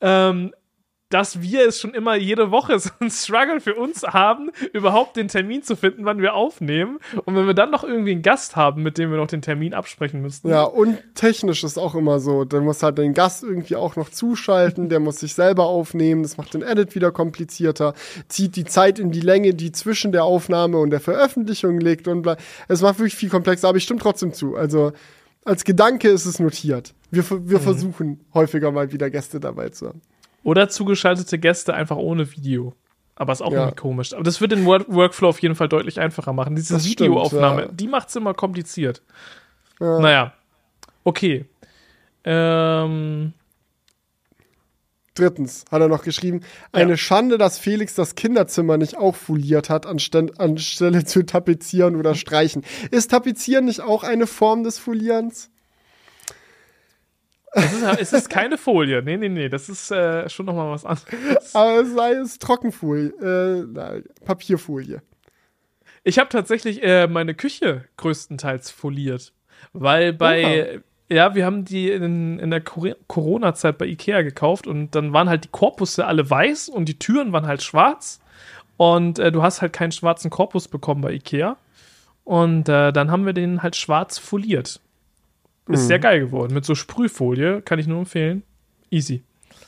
dass wir es schon immer jede Woche so ein Struggle für uns haben, überhaupt den Termin zu finden, wann wir aufnehmen. Und wenn wir dann noch irgendwie einen Gast haben, mit dem wir noch den Termin absprechen müssten. Ja, und technisch ist auch immer so. Der muss halt den Gast irgendwie auch noch zuschalten, der muss sich selber aufnehmen, das macht den Edit wieder komplizierter, zieht die Zeit in die Länge, die zwischen der Aufnahme und der Veröffentlichung liegt und es macht wirklich viel komplexer, aber ich stimme trotzdem zu. Also als Gedanke ist es notiert. Wir versuchen häufiger mal wieder Gäste dabei zu haben. Oder zugeschaltete Gäste einfach ohne Video. Aber ist auch irgendwie komisch. Aber das wird den Workflow auf jeden Fall deutlich einfacher machen. Diese Videoaufnahme, die macht es immer kompliziert. Ja. Naja. Okay. Drittens hat er noch geschrieben, eine Schande, dass Felix das Kinderzimmer nicht auch foliert hat, anstelle zu tapezieren oder streichen. Ist Tapezieren nicht auch eine Form des Folierens? Es ist keine Folie. Nee. Das ist schon nochmal was anderes. Aber es ist Trockenfolie. Papierfolie. Ich habe tatsächlich meine Küche größtenteils foliert. Weil wir haben die in der Corona-Zeit bei Ikea gekauft und dann waren halt die Korpusse alle weiß und die Türen waren halt schwarz. Und du hast halt keinen schwarzen Korpus bekommen bei Ikea. Und dann haben wir den halt schwarz foliert. Ist sehr geil geworden. Mit so Sprühfolie, kann ich nur empfehlen. Easy.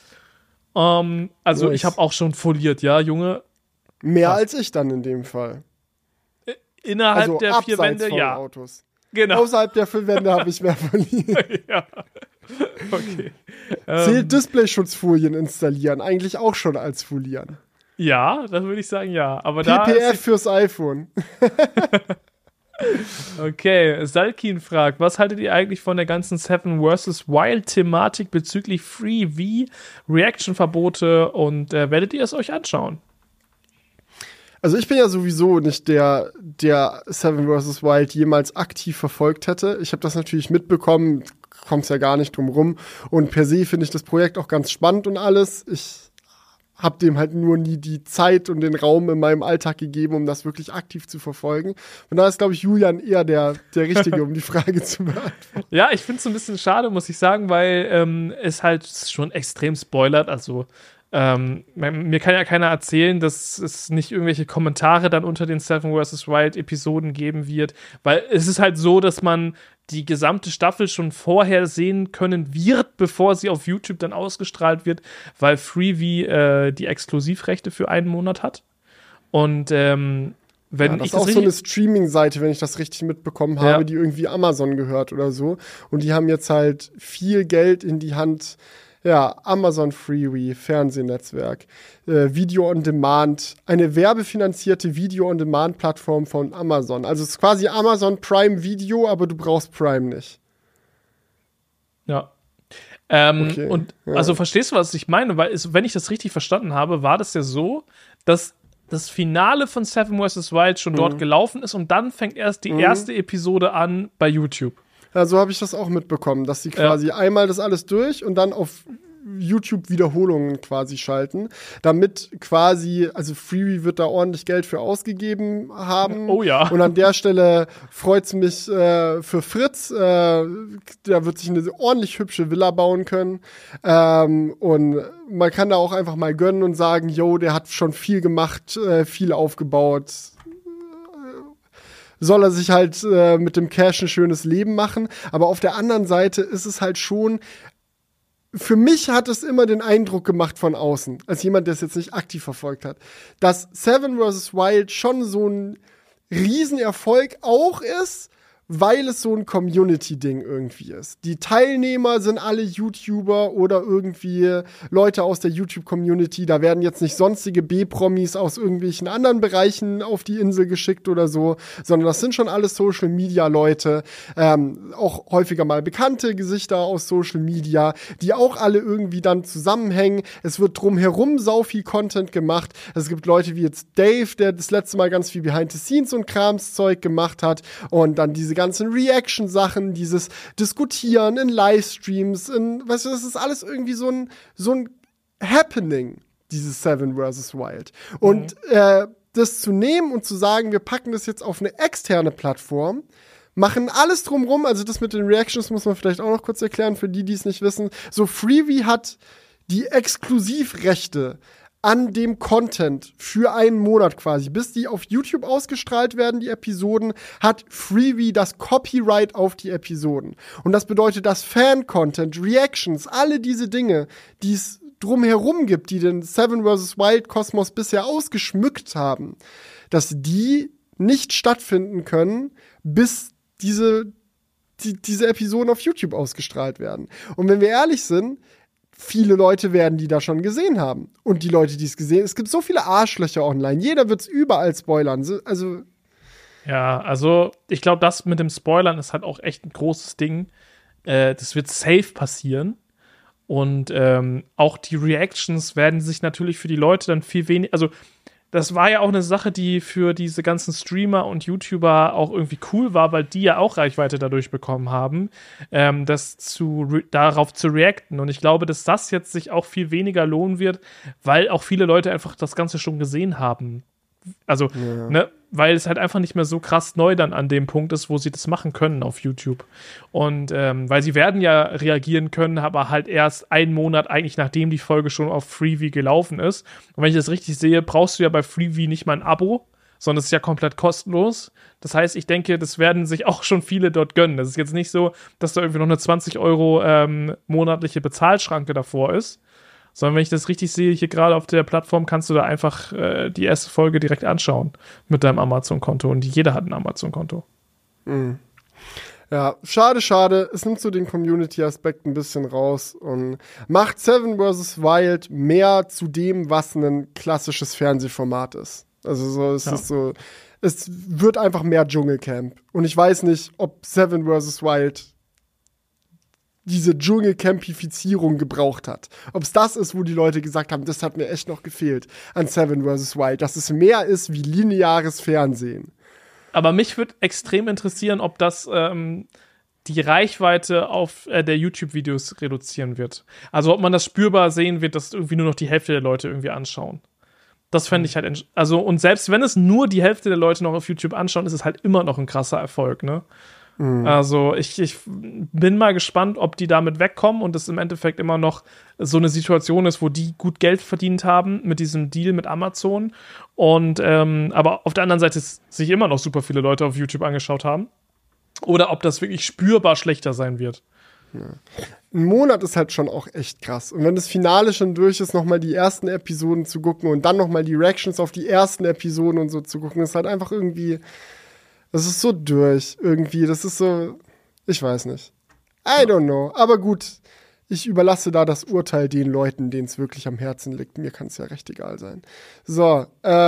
Also ich habe auch schon foliert, ja, Junge. Mehr als ich dann in dem Fall. Innerhalb der 4 Wände, ja. Autos. Genau. Außerhalb der 4 Wände habe ich mehr foliert. Ja. Okay. Zählt Displayschutzfolien installieren eigentlich auch schon als Folieren? Ja, das würde ich sagen, ja. Aber PPF fürs iPhone. Okay, Salkin fragt, was haltet ihr eigentlich von der ganzen Seven vs. Wild-Thematik bezüglich Free-V, Reaction-Verbote und werdet ihr es euch anschauen? Also ich bin ja sowieso nicht der Seven vs. Wild jemals aktiv verfolgt hätte. Ich habe das natürlich mitbekommen, kommt's ja gar nicht drum rum. Und per se finde ich das Projekt auch ganz spannend und alles. Ich habe dem halt nur nie die Zeit und den Raum in meinem Alltag gegeben, um das wirklich aktiv zu verfolgen. Und da ist, glaube ich, Julian eher der Richtige, um die Frage zu beantworten. Ja, ich finde es ein bisschen schade, muss ich sagen, weil es halt schon extrem spoilert. Also Mir kann ja keiner erzählen, dass es nicht irgendwelche Kommentare dann unter den Seven vs. Wild Episoden geben wird, weil es ist halt so, dass man die gesamte Staffel schon vorher sehen können wird, bevor sie auf YouTube dann ausgestrahlt wird, weil Freevee die Exklusivrechte für einen Monat hat. Und wenn das ist auch so eine Streaming-Seite, wenn ich das richtig mitbekommen habe, die irgendwie Amazon gehört oder so. Und die haben jetzt halt viel Geld in die Hand. Ja, Amazon Freevee, Fernsehnetzwerk, Video on Demand, eine werbefinanzierte Video on Demand Plattform von Amazon. Also es ist quasi Amazon Prime Video, aber du brauchst Prime nicht. Ja. Also verstehst du, was ich meine? Weil wenn ich das richtig verstanden habe, war das ja so, dass das Finale von Seven vs. Wild schon dort gelaufen ist und dann fängt erst die erste Episode an bei YouTube. Ja, so habe ich das auch mitbekommen, dass sie quasi einmal das alles durch und dann auf YouTube Wiederholungen quasi schalten, damit quasi, also Freevee wird da ordentlich Geld für ausgegeben haben. Oh ja. Und an der Stelle freut's mich für Fritz, der wird sich eine ordentlich hübsche Villa bauen können. Und man kann da auch einfach mal gönnen und sagen, yo, der hat schon viel gemacht, viel aufgebaut. Soll er sich halt mit dem Cash ein schönes Leben machen. Aber auf der anderen Seite ist es halt schon, für mich hat es immer den Eindruck gemacht von außen, als jemand, der es jetzt nicht aktiv verfolgt hat, dass Seven vs. Wild schon so ein Riesenerfolg auch ist, weil es so ein Community-Ding irgendwie ist. Die Teilnehmer sind alle YouTuber oder irgendwie Leute aus der YouTube-Community. Da werden jetzt nicht sonstige B-Promis aus irgendwelchen anderen Bereichen auf die Insel geschickt oder so, sondern das sind schon alles Social-Media-Leute, auch häufiger mal bekannte Gesichter aus Social Media, die auch alle irgendwie dann zusammenhängen. Es wird drumherum sau viel Content gemacht. Es gibt Leute wie jetzt Dave, der das letzte Mal ganz viel Behind-the-Scenes und Kramszeug gemacht hat und dann diese ganzen Reaction-Sachen, dieses Diskutieren in Livestreams, weißt du, das ist alles irgendwie so ein Happening, dieses Seven vs. Wild. Und das zu nehmen und zu sagen, wir packen das jetzt auf eine externe Plattform, machen alles drumrum, also das mit den Reactions muss man vielleicht auch noch kurz erklären, für die es nicht wissen. So, Freevee hat die Exklusivrechte an dem Content für einen Monat quasi. Bis die auf YouTube ausgestrahlt werden, die Episoden, hat Freevee das Copyright auf die Episoden. Und das bedeutet, dass Fan-Content, Reactions, alle diese Dinge, die es drumherum gibt, die den Seven vs. Wild Kosmos bisher ausgeschmückt haben, dass die nicht stattfinden können, bis diese Episoden auf YouTube ausgestrahlt werden. Und wenn wir ehrlich sind, viele Leute werden die da schon gesehen haben. Und die Leute, die es gesehen haben, es gibt so viele Arschlöcher online. Jeder wird es überall spoilern. Also ja, also ich glaube, das mit dem Spoilern ist halt auch echt ein großes Ding. Das wird safe passieren. Und auch die Reactions werden sich natürlich für die Leute dann viel weniger, also das war ja auch eine Sache, die für diese ganzen Streamer und YouTuber auch irgendwie cool war, weil die ja auch Reichweite dadurch bekommen haben, darauf zu reacten. Und ich glaube, dass das jetzt sich auch viel weniger lohnen wird, weil auch viele Leute einfach das Ganze schon gesehen haben. Also, weil es halt einfach nicht mehr so krass neu dann an dem Punkt ist, wo sie das machen können auf YouTube. Und weil sie werden ja reagieren können, aber halt erst einen Monat eigentlich, nachdem die Folge schon auf Freevee gelaufen ist. Und wenn ich das richtig sehe, brauchst du ja bei Freevee nicht mal ein Abo, sondern es ist ja komplett kostenlos. Das heißt, ich denke, das werden sich auch schon viele dort gönnen. Das ist jetzt nicht so, dass da irgendwie noch eine 20 € monatliche Bezahlschranke davor ist. Sondern wenn ich das richtig sehe, hier gerade auf der Plattform kannst du da einfach die erste Folge direkt anschauen mit deinem Amazon-Konto. Und jeder hat ein Amazon-Konto. Ja, schade. Es nimmt so den Community-Aspekt ein bisschen raus und macht Seven vs. Wild mehr zu dem, was ein klassisches Fernsehformat ist. Also es ist so, es wird einfach mehr Dschungelcamp. Und ich weiß nicht, ob Seven vs. Wild diese Dschungelcampifizierung gebraucht hat. Ob es das ist, wo die Leute gesagt haben, das hat mir echt noch gefehlt an Seven vs. Wild, dass es mehr ist wie lineares Fernsehen. Aber mich würde extrem interessieren, ob das die Reichweite auf der YouTube-Videos reduzieren wird. Also ob man das spürbar sehen wird, dass irgendwie nur noch die Hälfte der Leute irgendwie anschauen. Das fände ich halt, und selbst wenn es nur die Hälfte der Leute noch auf YouTube anschauen, ist es halt immer noch ein krasser Erfolg, ne? Also ich bin mal gespannt, ob die damit wegkommen und es im Endeffekt immer noch so eine Situation ist, wo die gut Geld verdient haben mit diesem Deal mit Amazon und aber auf der anderen Seite sich immer noch super viele Leute auf YouTube angeschaut haben. Oder ob das wirklich spürbar schlechter sein wird. Ja. Ein Monat ist halt schon auch echt krass. Und wenn das Finale schon durch ist, nochmal die ersten Episoden zu gucken und dann nochmal die Reactions auf die ersten Episoden und so zu gucken, ist halt einfach irgendwie, das ist so durch irgendwie. Das ist so, ich weiß nicht. I don't know. Aber gut, ich überlasse da das Urteil den Leuten, denen es wirklich am Herzen liegt. Mir kann es ja recht egal sein. So,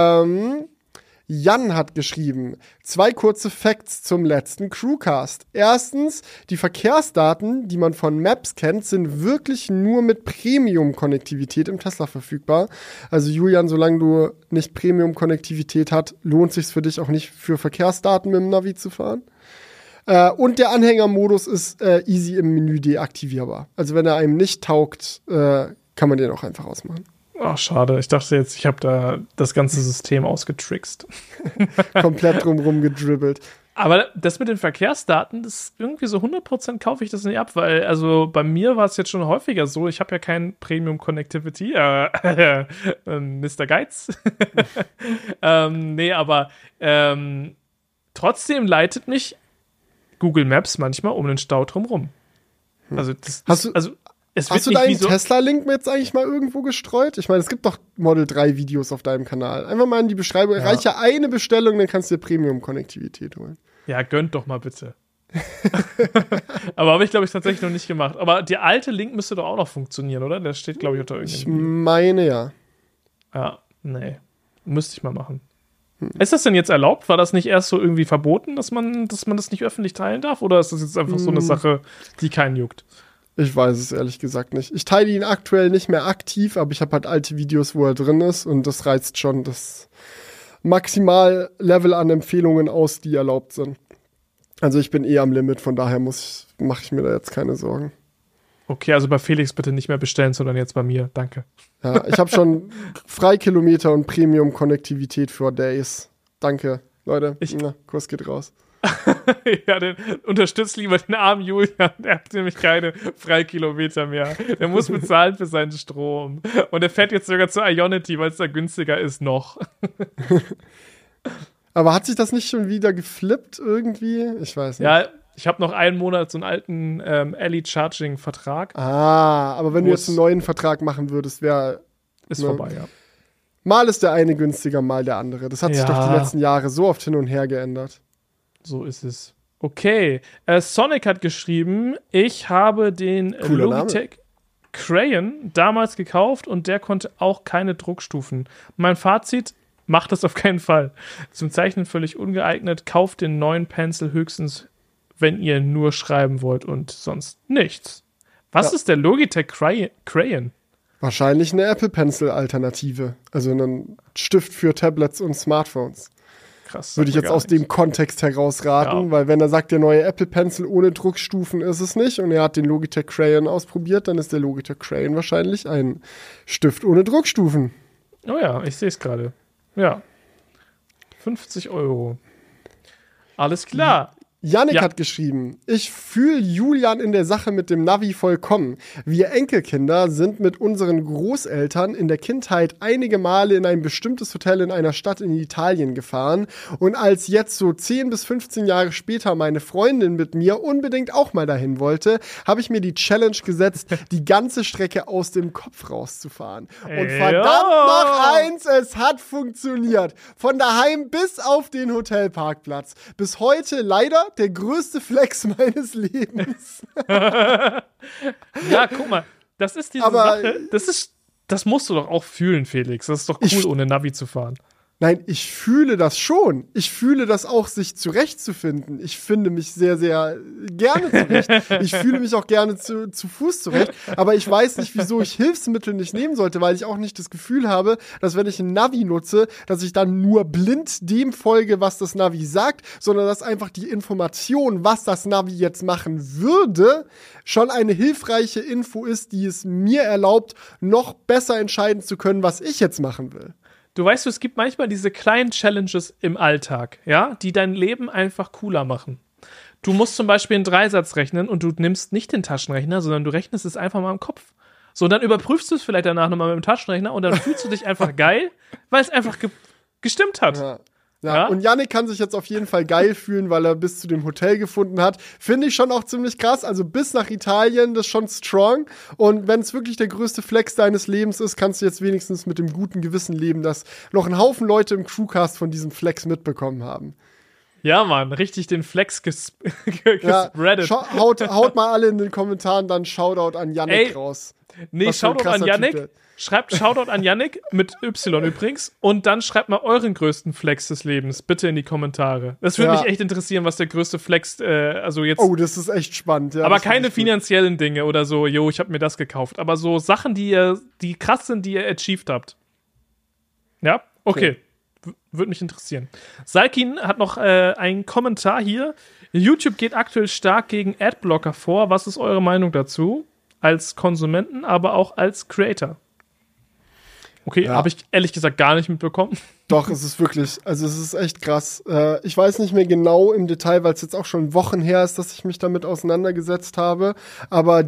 Jan hat geschrieben, 2 kurze Facts zum letzten Crewcast. Erstens, die Verkehrsdaten, die man von Maps kennt, sind wirklich nur mit Premium-Konnektivität im Tesla verfügbar. Also Julian, solange du nicht Premium-Konnektivität hast, lohnt sich's für dich auch nicht für Verkehrsdaten mit dem Navi zu fahren. Und der Anhängermodus ist easy im Menü deaktivierbar. Also wenn er einem nicht taugt, kann man den auch einfach ausmachen. Ach, schade. Ich dachte jetzt, ich habe da das ganze System ausgetrickst. Komplett drumrum gedribbelt. Aber das mit den Verkehrsdaten, das ist irgendwie so 100% kaufe ich das nicht ab, weil also bei mir war es jetzt schon häufiger so, ich habe ja kein Premium Connectivity, Mr. Geiz. Nee, aber trotzdem leitet mich Google Maps manchmal um den Stau drumrum. Also das Hast du deinen Tesla-Link jetzt eigentlich mal irgendwo gestreut? Ich meine, es gibt doch Model 3 Videos auf deinem Kanal. Einfach mal in die Beschreibung. Ja. Reicht ja eine Bestellung, dann kannst du dir Premium-Konnektivität holen. Ja, gönnt doch mal bitte. Aber habe ich, glaube ich, tatsächlich noch nicht gemacht. Aber der alte Link müsste doch auch noch funktionieren, oder? Der steht, glaube ich, unter irgendeinem. Ich meine, ja. Ja, nee. Müsste ich mal machen. Ist das denn jetzt erlaubt? War das nicht erst so irgendwie verboten, dass man das nicht öffentlich teilen darf? Oder ist das jetzt einfach so eine Sache, die keinen juckt? Ich weiß es ehrlich gesagt nicht. Ich teile ihn aktuell nicht mehr aktiv, aber ich habe halt alte Videos, wo er drin ist und das reizt schon das Maximallevel an Empfehlungen aus, die erlaubt sind. Also ich bin am Limit, von daher mache ich mir da jetzt keine Sorgen. Okay, also bei Felix bitte nicht mehr bestellen, sondern jetzt bei mir. Danke. Ja, ich habe schon Freikilometer und Premium-Konnektivität für Days. Danke, Leute. Kurs geht raus. Ja, den unterstützt lieber den armen Julian. Der hat nämlich keine Freikilometer mehr. Der muss bezahlen für seinen Strom. Und er fährt jetzt sogar zur Ionity, weil es da günstiger ist noch. Aber hat sich das nicht schon wieder geflippt irgendwie? Ich weiß nicht. Ja, ich habe noch einen Monat so einen alten Ellie-Charging-Vertrag. Aber wenn du jetzt einen neuen Vertrag machen würdest, ist vorbei, ja. Mal ist der eine günstiger, mal der andere. Das hat sich doch die letzten Jahre so oft hin und her geändert. So ist es. Okay. Sonic hat geschrieben, ich habe den Logitech Crayon damals gekauft und der konnte auch keine Druckstufen. Mein Fazit, macht das auf keinen Fall. Zum Zeichnen völlig ungeeignet. Kauft den neuen Pencil höchstens, wenn ihr nur schreiben wollt und sonst nichts. Was ist der Logitech Crayon? Wahrscheinlich eine Apple Pencil Alternative. Also ein Stift für Tablets und Smartphones. Krass. Würde ich jetzt aus dem Kontext heraus raten, weil wenn er sagt, der neue Apple Pencil ohne Druckstufen ist es nicht und er hat den Logitech Crayon ausprobiert, dann ist der Logitech Crayon wahrscheinlich ein Stift ohne Druckstufen. Oh ja, ich sehe es gerade. Ja. 50 €. Alles klar. Yannick hat geschrieben, ich fühle Julian in der Sache mit dem Navi vollkommen. Wir Enkelkinder sind mit unseren Großeltern in der Kindheit einige Male in ein bestimmtes Hotel in einer Stadt in Italien gefahren und als jetzt so 10 bis 15 Jahre später meine Freundin mit mir unbedingt auch mal dahin wollte, habe ich mir die Challenge gesetzt, die ganze Strecke aus dem Kopf rauszufahren. Und verdammt noch eins, es hat funktioniert. Von daheim bis auf den Hotelparkplatz. Bis heute leider der größte Flex meines Lebens. Ja, guck mal, das ist diese Sache, das musst du doch auch fühlen, Felix. Das ist doch cool, ohne Navi zu fahren. Nein, ich fühle das schon. Ich fühle das auch, sich zurechtzufinden. Ich finde mich sehr, sehr gerne zurecht. Ich fühle mich auch gerne zu Fuß zurecht. Aber ich weiß nicht, wieso ich Hilfsmittel nicht nehmen sollte, weil ich auch nicht das Gefühl habe, dass wenn ich ein Navi nutze, dass ich dann nur blind dem folge, was das Navi sagt, sondern dass einfach die Information, was das Navi jetzt machen würde, schon eine hilfreiche Info ist, die es mir erlaubt, noch besser entscheiden zu können, was ich jetzt machen will. Du weißt, es gibt manchmal diese kleinen Challenges im Alltag, ja, die dein Leben einfach cooler machen. du musst zum Beispiel einen Dreisatz rechnen und du nimmst nicht den Taschenrechner, sondern du rechnest es einfach mal im Kopf. So, und dann überprüfst du es vielleicht danach nochmal mit dem Taschenrechner und dann fühlst du dich einfach geil, weil es einfach gestimmt hat. Ja, und Yannick kann sich jetzt auf jeden Fall geil fühlen, weil er bis zu dem Hotel gefunden hat. Finde ich schon auch ziemlich krass. Also bis nach Italien, das ist schon strong. Und wenn es wirklich der größte Flex deines Lebens ist, kannst du jetzt wenigstens mit dem guten Gewissen leben, dass noch ein Haufen Leute im Crewcast von diesem Flex mitbekommen haben. Ja, Mann, richtig den Flex gespreadet. Haut mal alle in den Kommentaren dann Shoutout an Yannick raus. Nee, Shoutout an Yannick. Schreibt Shoutout an Yannick mit Y übrigens und dann schreibt mal euren größten Flex des Lebens bitte in die Kommentare. Das würde mich echt interessieren, was der größte Flex, also jetzt. Oh, das ist echt spannend. Ja, aber keine finanziellen Dinge oder so, ich habe mir das gekauft. Aber so Sachen, die krass sind, die ihr achieved habt. Ja? Okay. Würde mich interessieren. Salkin hat noch einen Kommentar hier. YouTube geht aktuell stark gegen Adblocker vor. Was ist eure Meinung dazu? Als Konsumenten, aber auch als Creator. Okay, habe ich ehrlich gesagt gar nicht mitbekommen. Doch, es ist wirklich, also es ist echt krass. Ich weiß nicht mehr genau im Detail, weil es jetzt auch schon Wochen her ist, dass ich mich damit auseinandergesetzt habe. Aber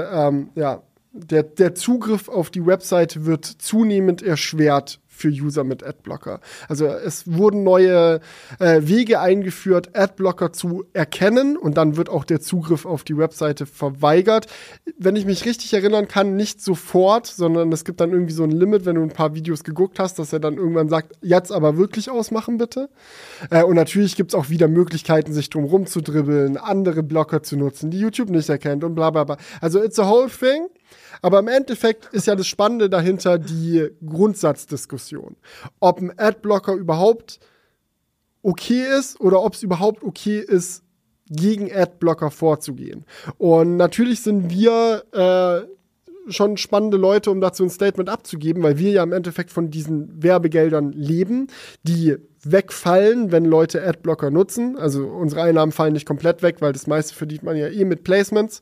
der Zugriff auf die Webseite wird zunehmend erschwert für User mit Adblocker. Also es wurden neue Wege eingeführt, Adblocker zu erkennen und dann wird auch der Zugriff auf die Webseite verweigert. Wenn ich mich richtig erinnern kann, nicht sofort, sondern es gibt dann irgendwie so ein Limit, wenn du ein paar Videos geguckt hast, dass er dann irgendwann sagt, jetzt aber wirklich ausmachen bitte. Und natürlich gibt es auch wieder Möglichkeiten, sich drum rumzudribbeln, andere Blocker zu nutzen, die YouTube nicht erkennt und bla bla bla. Also it's a whole thing. Aber im Endeffekt ist ja das Spannende dahinter die Grundsatzdiskussion. Ob ein Adblocker überhaupt okay ist oder ob es überhaupt okay ist, gegen Adblocker vorzugehen. Und natürlich sind wir schon spannende Leute, um dazu ein Statement abzugeben, weil wir ja im Endeffekt von diesen Werbegeldern leben, die wegfallen, wenn Leute Adblocker nutzen. Also unsere Einnahmen fallen nicht komplett weg, weil das meiste verdient man ja mit Placements.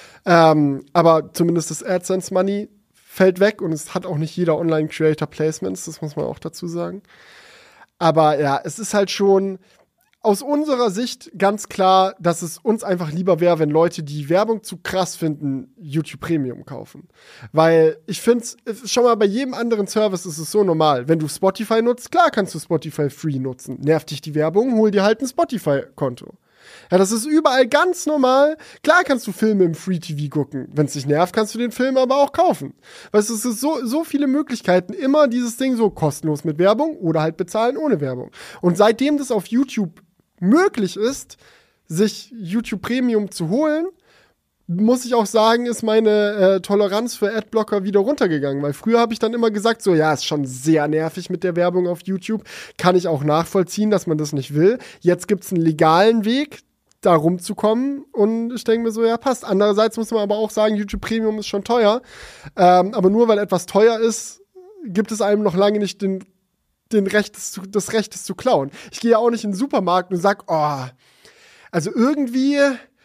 Aber zumindest das AdSense Money fällt weg und es hat auch nicht jeder Online-Creator Placements, das muss man auch dazu sagen. Aber ja, es ist halt schon aus unserer Sicht ganz klar, dass es uns einfach lieber wäre, wenn Leute, die Werbung zu krass finden, YouTube Premium kaufen. Weil ich finde, schon mal bei jedem anderen Service ist es so normal. Wenn du Spotify nutzt, klar kannst du Spotify Free nutzen. Nervt dich die Werbung, hol dir halt ein Spotify-Konto. Ja, das ist überall ganz normal. Klar kannst du Filme im Free TV gucken. Wenn es dich nervt, kannst du den Film aber auch kaufen. Weißt du, es ist so viele Möglichkeiten. Immer dieses Ding so kostenlos mit Werbung oder halt bezahlen ohne Werbung. Und seitdem das auf YouTube möglich ist, sich YouTube Premium zu holen, muss ich auch sagen, ist meine Toleranz für Adblocker wieder runtergegangen. Weil früher habe ich dann immer gesagt, so ja, ist schon sehr nervig mit der Werbung auf YouTube. Kann ich auch nachvollziehen, dass man das nicht will. Jetzt gibt's einen legalen Weg, da rumzukommen. Und ich denke mir so, ja, passt. Andererseits muss man aber auch sagen, YouTube Premium ist schon teuer. Aber nur weil etwas teuer ist, gibt es einem noch lange nicht das Recht, es zu klauen. Ich gehe ja auch nicht in den Supermarkt und sag, also irgendwie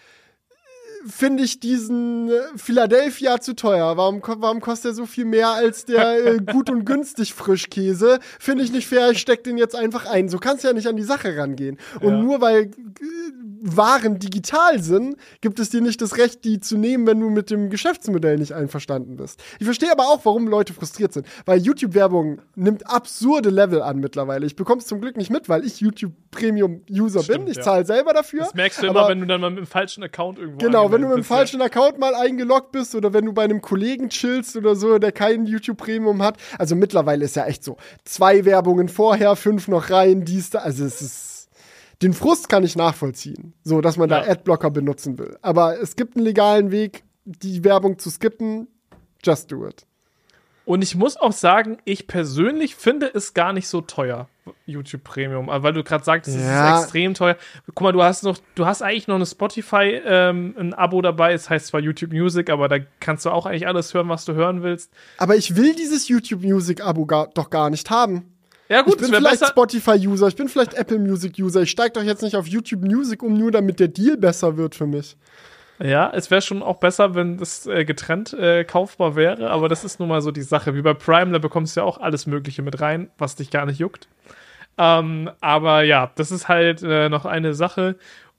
finde ich diesen Philadelphia zu teuer. Warum kostet er so viel mehr als der gut und günstig Frischkäse? Finde ich nicht fair, ich steck den jetzt einfach ein. So kannst du ja nicht an die Sache rangehen. Und nur weil Waren digital sind, gibt es dir nicht das Recht, die zu nehmen, wenn du mit dem Geschäftsmodell nicht einverstanden bist. Ich verstehe aber auch, warum Leute frustriert sind. Weil YouTube-Werbung nimmt absurde Level an mittlerweile. Ich bekomme es zum Glück nicht mit, weil ich YouTube-Premium-User bin. Ich zahle selber dafür. Das merkst du immer, wenn du dann mal mit dem falschen Account irgendwo Genau, wenn du mit dem falschen Account mal eingeloggt bist oder wenn du bei einem Kollegen chillst oder so, der kein YouTube-Premium hat. Also mittlerweile ist ja echt so, 2 Werbungen vorher, 5 noch rein, also es ist den Frust kann ich nachvollziehen, so dass man da Adblocker benutzen will. Aber es gibt einen legalen Weg, die Werbung zu skippen. Just do it. Und ich muss auch sagen, ich persönlich finde es gar nicht so teuer, YouTube Premium, weil du gerade sagst, es ist extrem teuer. Guck mal, du hast eigentlich noch eine Spotify, ein Abo dabei. Es heißt zwar YouTube Music, aber da kannst du auch eigentlich alles hören, was du hören willst. Aber ich will dieses YouTube Music Abo doch gar nicht haben. Ja, gut, ich bin vielleicht Spotify-User, ich bin vielleicht Apple Music-User. Ich steige doch jetzt nicht auf YouTube Music um, nur damit der Deal besser wird für mich. Ja, es wäre schon auch besser, wenn das getrennt kaufbar wäre, aber das ist nun mal so die Sache. Wie bei Prime, da bekommst du ja auch alles Mögliche mit rein, was dich gar nicht juckt. Aber ja, das ist halt noch eine Sache.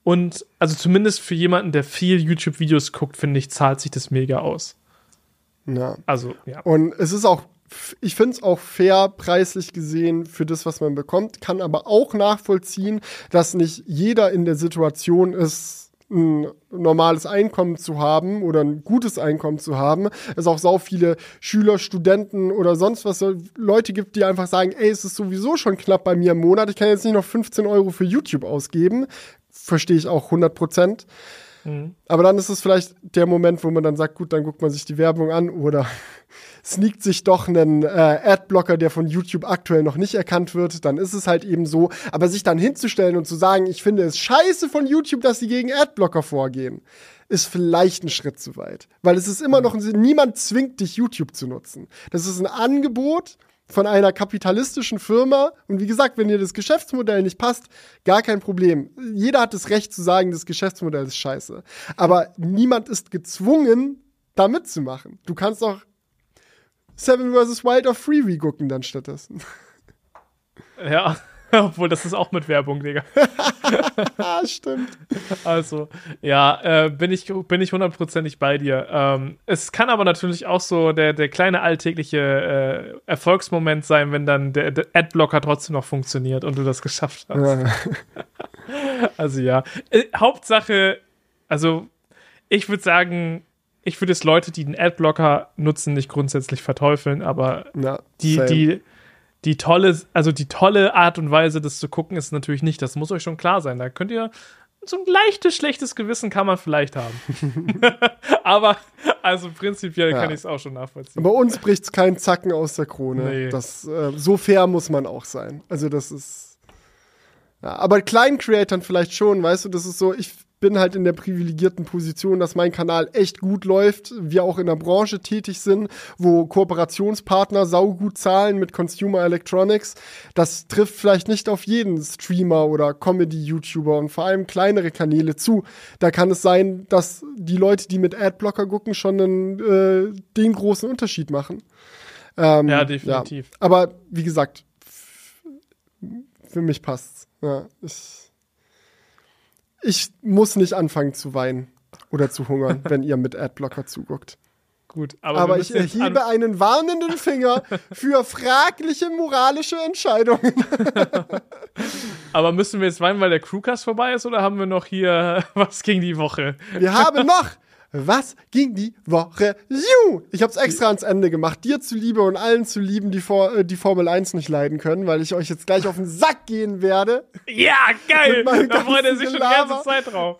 Und also zumindest für jemanden, der viel YouTube-Videos guckt, finde ich, zahlt sich das mega aus. Ja. Also, ja. Und es ist auch, ich finde es auch fair preislich gesehen für das, was man bekommt, kann aber auch nachvollziehen, dass nicht jeder in der Situation ist, ein normales Einkommen zu haben oder ein gutes Einkommen zu haben. Es auch sau viele Schüler, Studenten oder sonst was Leute gibt, die einfach sagen, ey, es ist sowieso schon knapp bei mir im Monat, ich kann jetzt nicht noch 15 € für YouTube ausgeben. Verstehe ich auch 100%. Aber dann ist es vielleicht der Moment, wo man dann sagt, gut, dann guckt man sich die Werbung an oder sneakt sich doch einen Adblocker, der von YouTube aktuell noch nicht erkannt wird, dann ist es halt eben so. Aber sich dann hinzustellen und zu sagen, ich finde es scheiße von YouTube, dass sie gegen Adblocker vorgehen, ist vielleicht ein Schritt zu weit. Weil es ist immer noch, niemand zwingt dich, YouTube zu nutzen. Das ist ein Angebot von einer kapitalistischen Firma. Und wie gesagt, wenn dir das Geschäftsmodell nicht passt, gar kein Problem. Jeder hat das Recht zu sagen, das Geschäftsmodell ist scheiße. Aber niemand ist gezwungen, da mitzumachen. Du kannst auch Seven vs. Wild auf Freevee gucken dann stattdessen. Ja, obwohl das ist auch mit Werbung, Digga. Stimmt. Also, ja, bin ich 100%ig bei dir. Es kann aber natürlich auch so der kleine alltägliche Erfolgsmoment sein, wenn dann der Adblocker trotzdem noch funktioniert und du das geschafft hast. Ja. Also ja. Hauptsache, also ich würde sagen, ich würde es Leute, die den Adblocker nutzen, nicht grundsätzlich verteufeln, aber Ja, die tolle Art und Weise, das zu gucken, ist natürlich nicht. Das muss euch schon klar sein. Da könnt ihr so ein leichtes, schlechtes Gewissen kann man vielleicht haben. Aber also prinzipiell kann ich es auch schon nachvollziehen. Bei uns bricht es keinen Zacken aus der Krone. Nee. Das, so fair muss man auch sein. Also das ist ja, aber kleinen Creatern vielleicht schon, weißt du, das ist so, ich bin halt in der privilegierten Position, dass mein Kanal echt gut läuft, wir auch in der Branche tätig sind, wo Kooperationspartner saugut zahlen mit Consumer Electronics. Das trifft vielleicht nicht auf jeden Streamer oder Comedy-YouTuber und vor allem kleinere Kanäle zu. Da kann es sein, dass die Leute, die mit Adblocker gucken, schon den großen Unterschied machen. Ja, definitiv. Ja. Aber wie gesagt, für mich passt's. Ja, ich muss nicht anfangen zu weinen oder zu hungern, wenn ihr mit Adblocker zuguckt. Gut, aber ich erhebe einen warnenden Finger für fragliche moralische Entscheidungen. Aber müssen wir jetzt weinen, weil der Crewcast vorbei ist, oder haben wir noch hier was gegen die Woche? Wir haben noch was ging die Woche? Ich hab's extra ans Ende gemacht. Dir zuliebe und allen zulieben, die Formel 1 nicht leiden können, weil ich euch jetzt gleich auf den Sack gehen werde. Ja, geil! Da freut er sich schon die ganze Zeit drauf.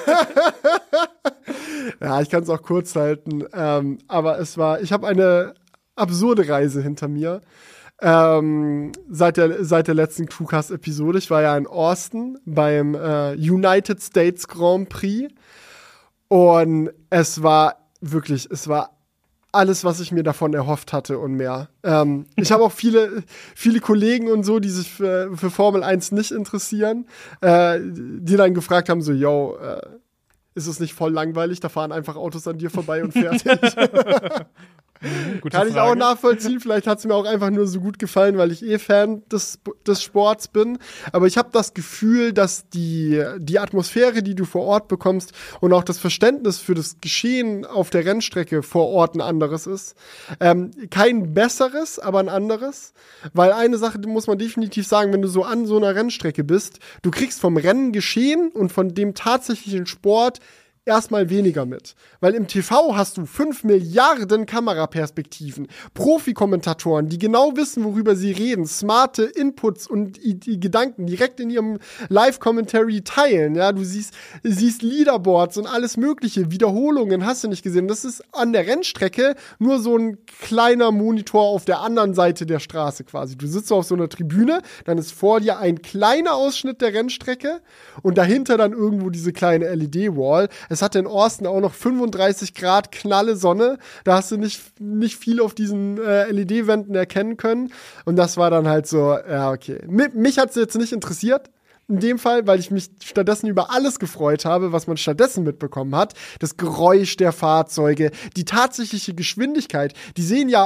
Ja, ich kann es auch kurz halten. Aber ich habe eine absurde Reise hinter mir. Seit der letzten Crewcast-Episode. Ich war ja in Austin beim United States Grand Prix. Und es war alles, was ich mir davon erhofft hatte und mehr. Ich habe auch viele Kollegen und so, die sich für Formel 1 nicht interessieren, die dann gefragt haben, so, yo, ist es nicht voll langweilig? Da fahren einfach Autos an dir vorbei und fertig. Kann ich auch nachvollziehen. Vielleicht hat es mir auch einfach nur so gut gefallen, weil ich Fan des Sports bin. Aber ich habe das Gefühl, dass die Atmosphäre, die du vor Ort bekommst und auch das Verständnis für das Geschehen auf der Rennstrecke vor Ort ein anderes ist. Kein besseres, aber ein anderes. Weil eine Sache muss man definitiv sagen, wenn du so an so einer Rennstrecke bist, du kriegst vom Rennen geschehen und von dem tatsächlichen Sport erstmal weniger mit. Weil im TV hast du 5 Milliarden Kameraperspektiven, Profi-Kommentatoren, die genau wissen, worüber sie reden, smarte Inputs und die Gedanken direkt in ihrem Live-Commentary teilen. Ja, du siehst Leaderboards und alles mögliche, Wiederholungen, hast du nicht gesehen. Das ist an der Rennstrecke nur so ein kleiner Monitor auf der anderen Seite der Straße quasi. Du sitzt so auf so einer Tribüne, dann ist vor dir ein kleiner Ausschnitt der Rennstrecke und dahinter dann irgendwo diese kleine LED-Wall. Es hatte in Austin auch noch 35 Grad knalle Sonne. Da hast du nicht viel auf diesen LED-Wänden erkennen können. Und das war dann halt so, ja, okay. Mich hat es jetzt nicht interessiert. In dem Fall, weil ich mich stattdessen über alles gefreut habe, was man stattdessen mitbekommen hat. Das Geräusch der Fahrzeuge, die tatsächliche Geschwindigkeit. Die sehen ja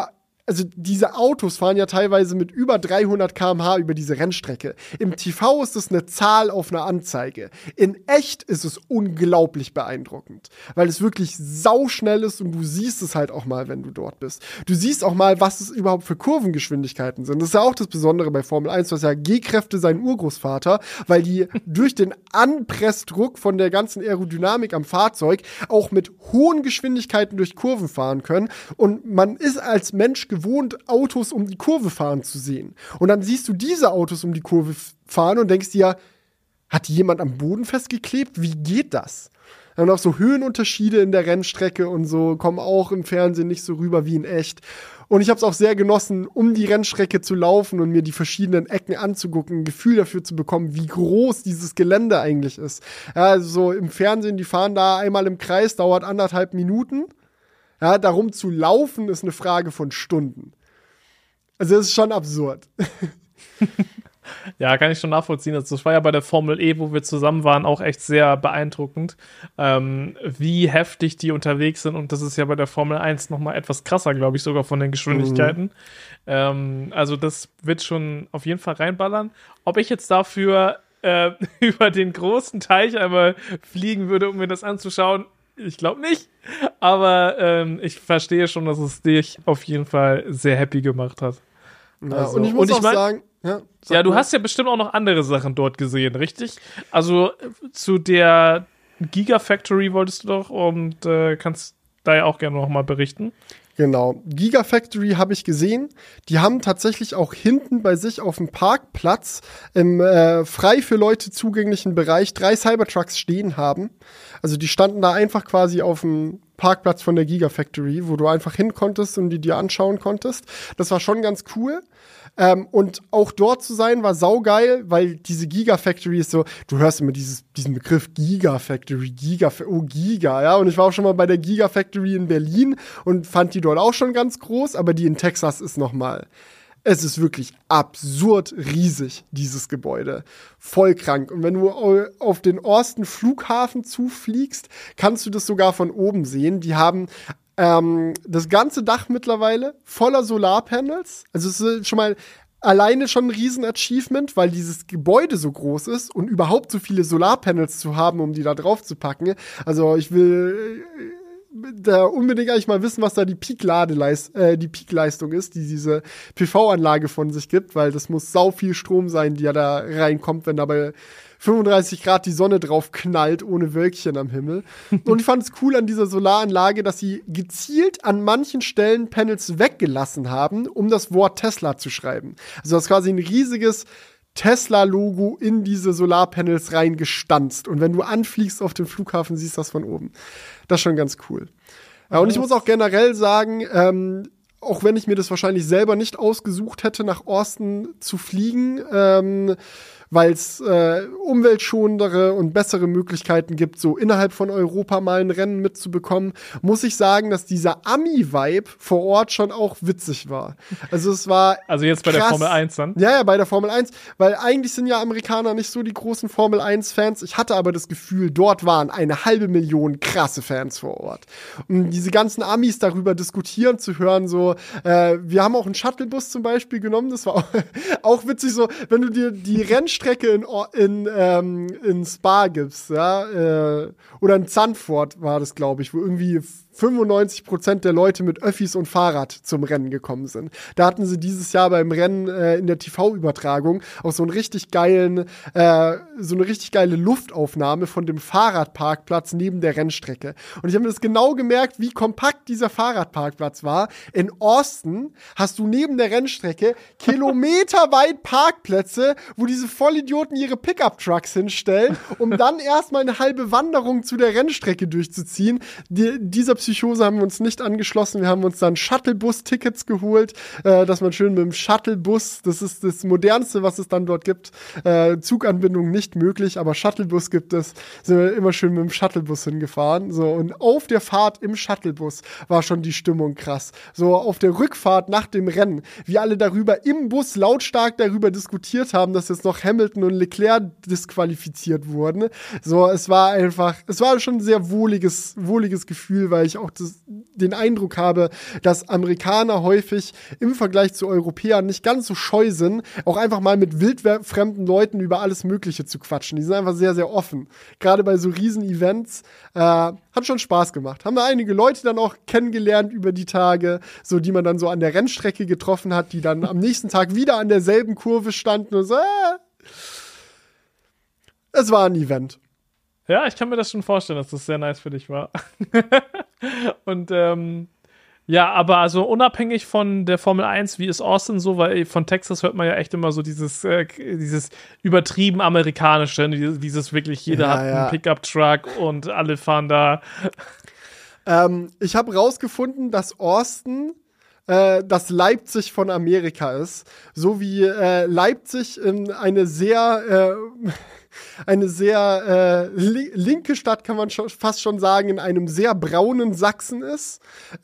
also diese Autos fahren ja teilweise mit über 300 km/h über diese Rennstrecke. Im TV ist es eine Zahl auf einer Anzeige. In echt ist es unglaublich beeindruckend, weil es wirklich sauschnell ist und du siehst es halt auch mal, wenn du dort bist. Du siehst auch mal, was es überhaupt für Kurvengeschwindigkeiten sind. Das ist ja auch das Besondere bei Formel 1, was ja G-Kräfte sein Urgroßvater, weil die durch den Anpressdruck von der ganzen Aerodynamik am Fahrzeug auch mit hohen Geschwindigkeiten durch Kurven fahren können. Und man ist als Mensch gewohnt, Autos um die Kurve fahren zu sehen. Und dann siehst du diese Autos um die Kurve fahren und denkst dir, hat die jemand am Boden festgeklebt? Wie geht das? Dann auch so Höhenunterschiede in der Rennstrecke und so kommen auch im Fernsehen nicht so rüber wie in echt. Und ich habe es auch sehr genossen, um die Rennstrecke zu laufen und mir die verschiedenen Ecken anzugucken, ein Gefühl dafür zu bekommen, wie groß dieses Gelände eigentlich ist. Ja, also so im Fernsehen, die fahren da einmal im Kreis, dauert 1,5 Minuten. Ja, darum zu laufen ist eine Frage von Stunden. Also das ist schon absurd. Ja, kann ich schon nachvollziehen. Das war ja bei der Formel E, wo wir zusammen waren, auch echt sehr beeindruckend, wie heftig die unterwegs sind. Und das ist ja bei der Formel 1 noch mal etwas krasser, glaube ich, sogar von den Geschwindigkeiten. Also das wird schon auf jeden Fall reinballern. Ob ich jetzt dafür über den großen Teich einmal fliegen würde, um mir das anzuschauen, ich glaube nicht. Aber ich verstehe schon, dass es dich auf jeden Fall sehr happy gemacht hat. Ja, also, und ich muss auch sagen, ja, du hast ja bestimmt auch noch andere Sachen dort gesehen, richtig? Also zu der Gigafactory wolltest du doch und kannst da ja auch gerne noch mal berichten. Genau. Gigafactory habe ich gesehen. Die haben tatsächlich auch hinten bei sich auf dem Parkplatz im frei für Leute zugänglichen Bereich 3 Cybertrucks stehen haben. Also die standen da einfach quasi auf dem Parkplatz von der Gigafactory, wo du einfach hin konntest und die dir anschauen konntest. Das war schon ganz cool. Und auch dort zu sein, war saugeil, weil diese Gigafactory ist so, du hörst immer diesen Begriff Gigafactory, Giga, ja. Und ich war auch schon mal bei der Gigafactory in Berlin und fand die dort auch schon ganz groß, aber die in Texas ist nochmal. Es ist wirklich absurd riesig, dieses Gebäude. Voll krank. Und wenn du auf den Austin Flughafen zufliegst, kannst du das sogar von oben sehen. Die haben das ganze Dach mittlerweile voller Solarpanels. Also es ist schon mal alleine schon ein Riesen-Achievement, weil dieses Gebäude so groß ist und überhaupt so viele Solarpanels zu haben, um die da drauf zu packen. Also ich will da unbedingt eigentlich mal wissen, was da die Peak-Leistung ist, die diese PV-Anlage von sich gibt, weil das muss sau viel Strom sein, die ja da reinkommt, wenn da bei 35 Grad die Sonne drauf knallt, ohne Wölkchen am Himmel. Und ich fand es cool an dieser Solaranlage, dass sie gezielt an manchen Stellen Panels weggelassen haben, um das Wort Tesla zu schreiben. Also das ist quasi ein riesiges Tesla-Logo in diese Solarpanels reingestanzt. Und wenn du anfliegst auf dem Flughafen, siehst du das von oben. Das ist schon ganz cool. Ja, und ich muss auch generell sagen, auch wenn ich mir das wahrscheinlich selber nicht ausgesucht hätte, nach Austin zu fliegen, weil es umweltschonendere und bessere Möglichkeiten gibt, so innerhalb von Europa mal ein Rennen mitzubekommen, muss ich sagen, dass dieser Ami-Vibe vor Ort schon auch witzig war. Also es war Also jetzt bei krass. der Formel 1 dann? Ja, bei der Formel 1, weil eigentlich sind ja Amerikaner nicht so die großen Formel 1-Fans. Ich hatte aber das Gefühl, dort waren 500.000 krasse Fans vor Ort. Und diese ganzen Amis darüber diskutieren zu hören, so, wir haben auch einen Shuttlebus zum Beispiel genommen, das war auch witzig, so, wenn du dir die Rennstrecke in Spa gibst, ja, oder in Zandvoort war das, glaube ich, wo irgendwie 95% der Leute mit Öffis und Fahrrad zum Rennen gekommen sind. Da hatten sie dieses Jahr beim Rennen in der TV-Übertragung auch so eine richtig geile Luftaufnahme von dem Fahrradparkplatz neben der Rennstrecke. Und ich habe mir das genau gemerkt, wie kompakt dieser Fahrradparkplatz war. In Austin hast du neben der Rennstrecke kilometerweit Parkplätze, wo diese Vollidioten ihre Pickup-Trucks hinstellen, um dann erstmal eine halbe Wanderung zu der Rennstrecke durchzuziehen. Dieser Psychose haben wir uns nicht angeschlossen. Wir haben uns dann Shuttlebus-Tickets geholt, dass man schön mit dem Shuttlebus, das ist das Modernste, was es dann dort gibt, Zuganbindung nicht möglich, aber Shuttlebus gibt es, sind wir immer schön mit dem Shuttlebus hingefahren. So, und auf der Fahrt im Shuttlebus war schon die Stimmung krass. So auf der Rückfahrt nach dem Rennen, wie alle darüber im Bus lautstark darüber diskutiert haben, dass jetzt noch Hamilton und Leclerc disqualifiziert wurden. So, es war schon ein sehr wohliges Gefühl, weil ich auch den Eindruck habe, dass Amerikaner häufig im Vergleich zu Europäern nicht ganz so scheu sind, auch einfach mal mit wildfremden Leuten über alles Mögliche zu quatschen. Die sind einfach sehr, sehr offen. Gerade bei so Riesen-Events hat schon Spaß gemacht. Haben da einige Leute dann auch kennengelernt über die Tage, so die man dann so an der Rennstrecke getroffen hat, die dann am nächsten Tag wieder an derselben Kurve standen und so, es war ein Event. Ja, ich kann mir das schon vorstellen, dass das sehr nice für dich war. Und ja, aber also unabhängig von der Formel 1, wie ist Austin so? Weil von Texas hört man ja echt immer so dieses übertrieben amerikanische, dieses wirklich, jeder hat einen Pickup-Truck und alle fahren da. Ich habe rausgefunden, dass Austin das Leipzig von Amerika ist. So wie Leipzig eine sehr linke Stadt, kann man fast schon sagen, in einem sehr braunen Sachsen ist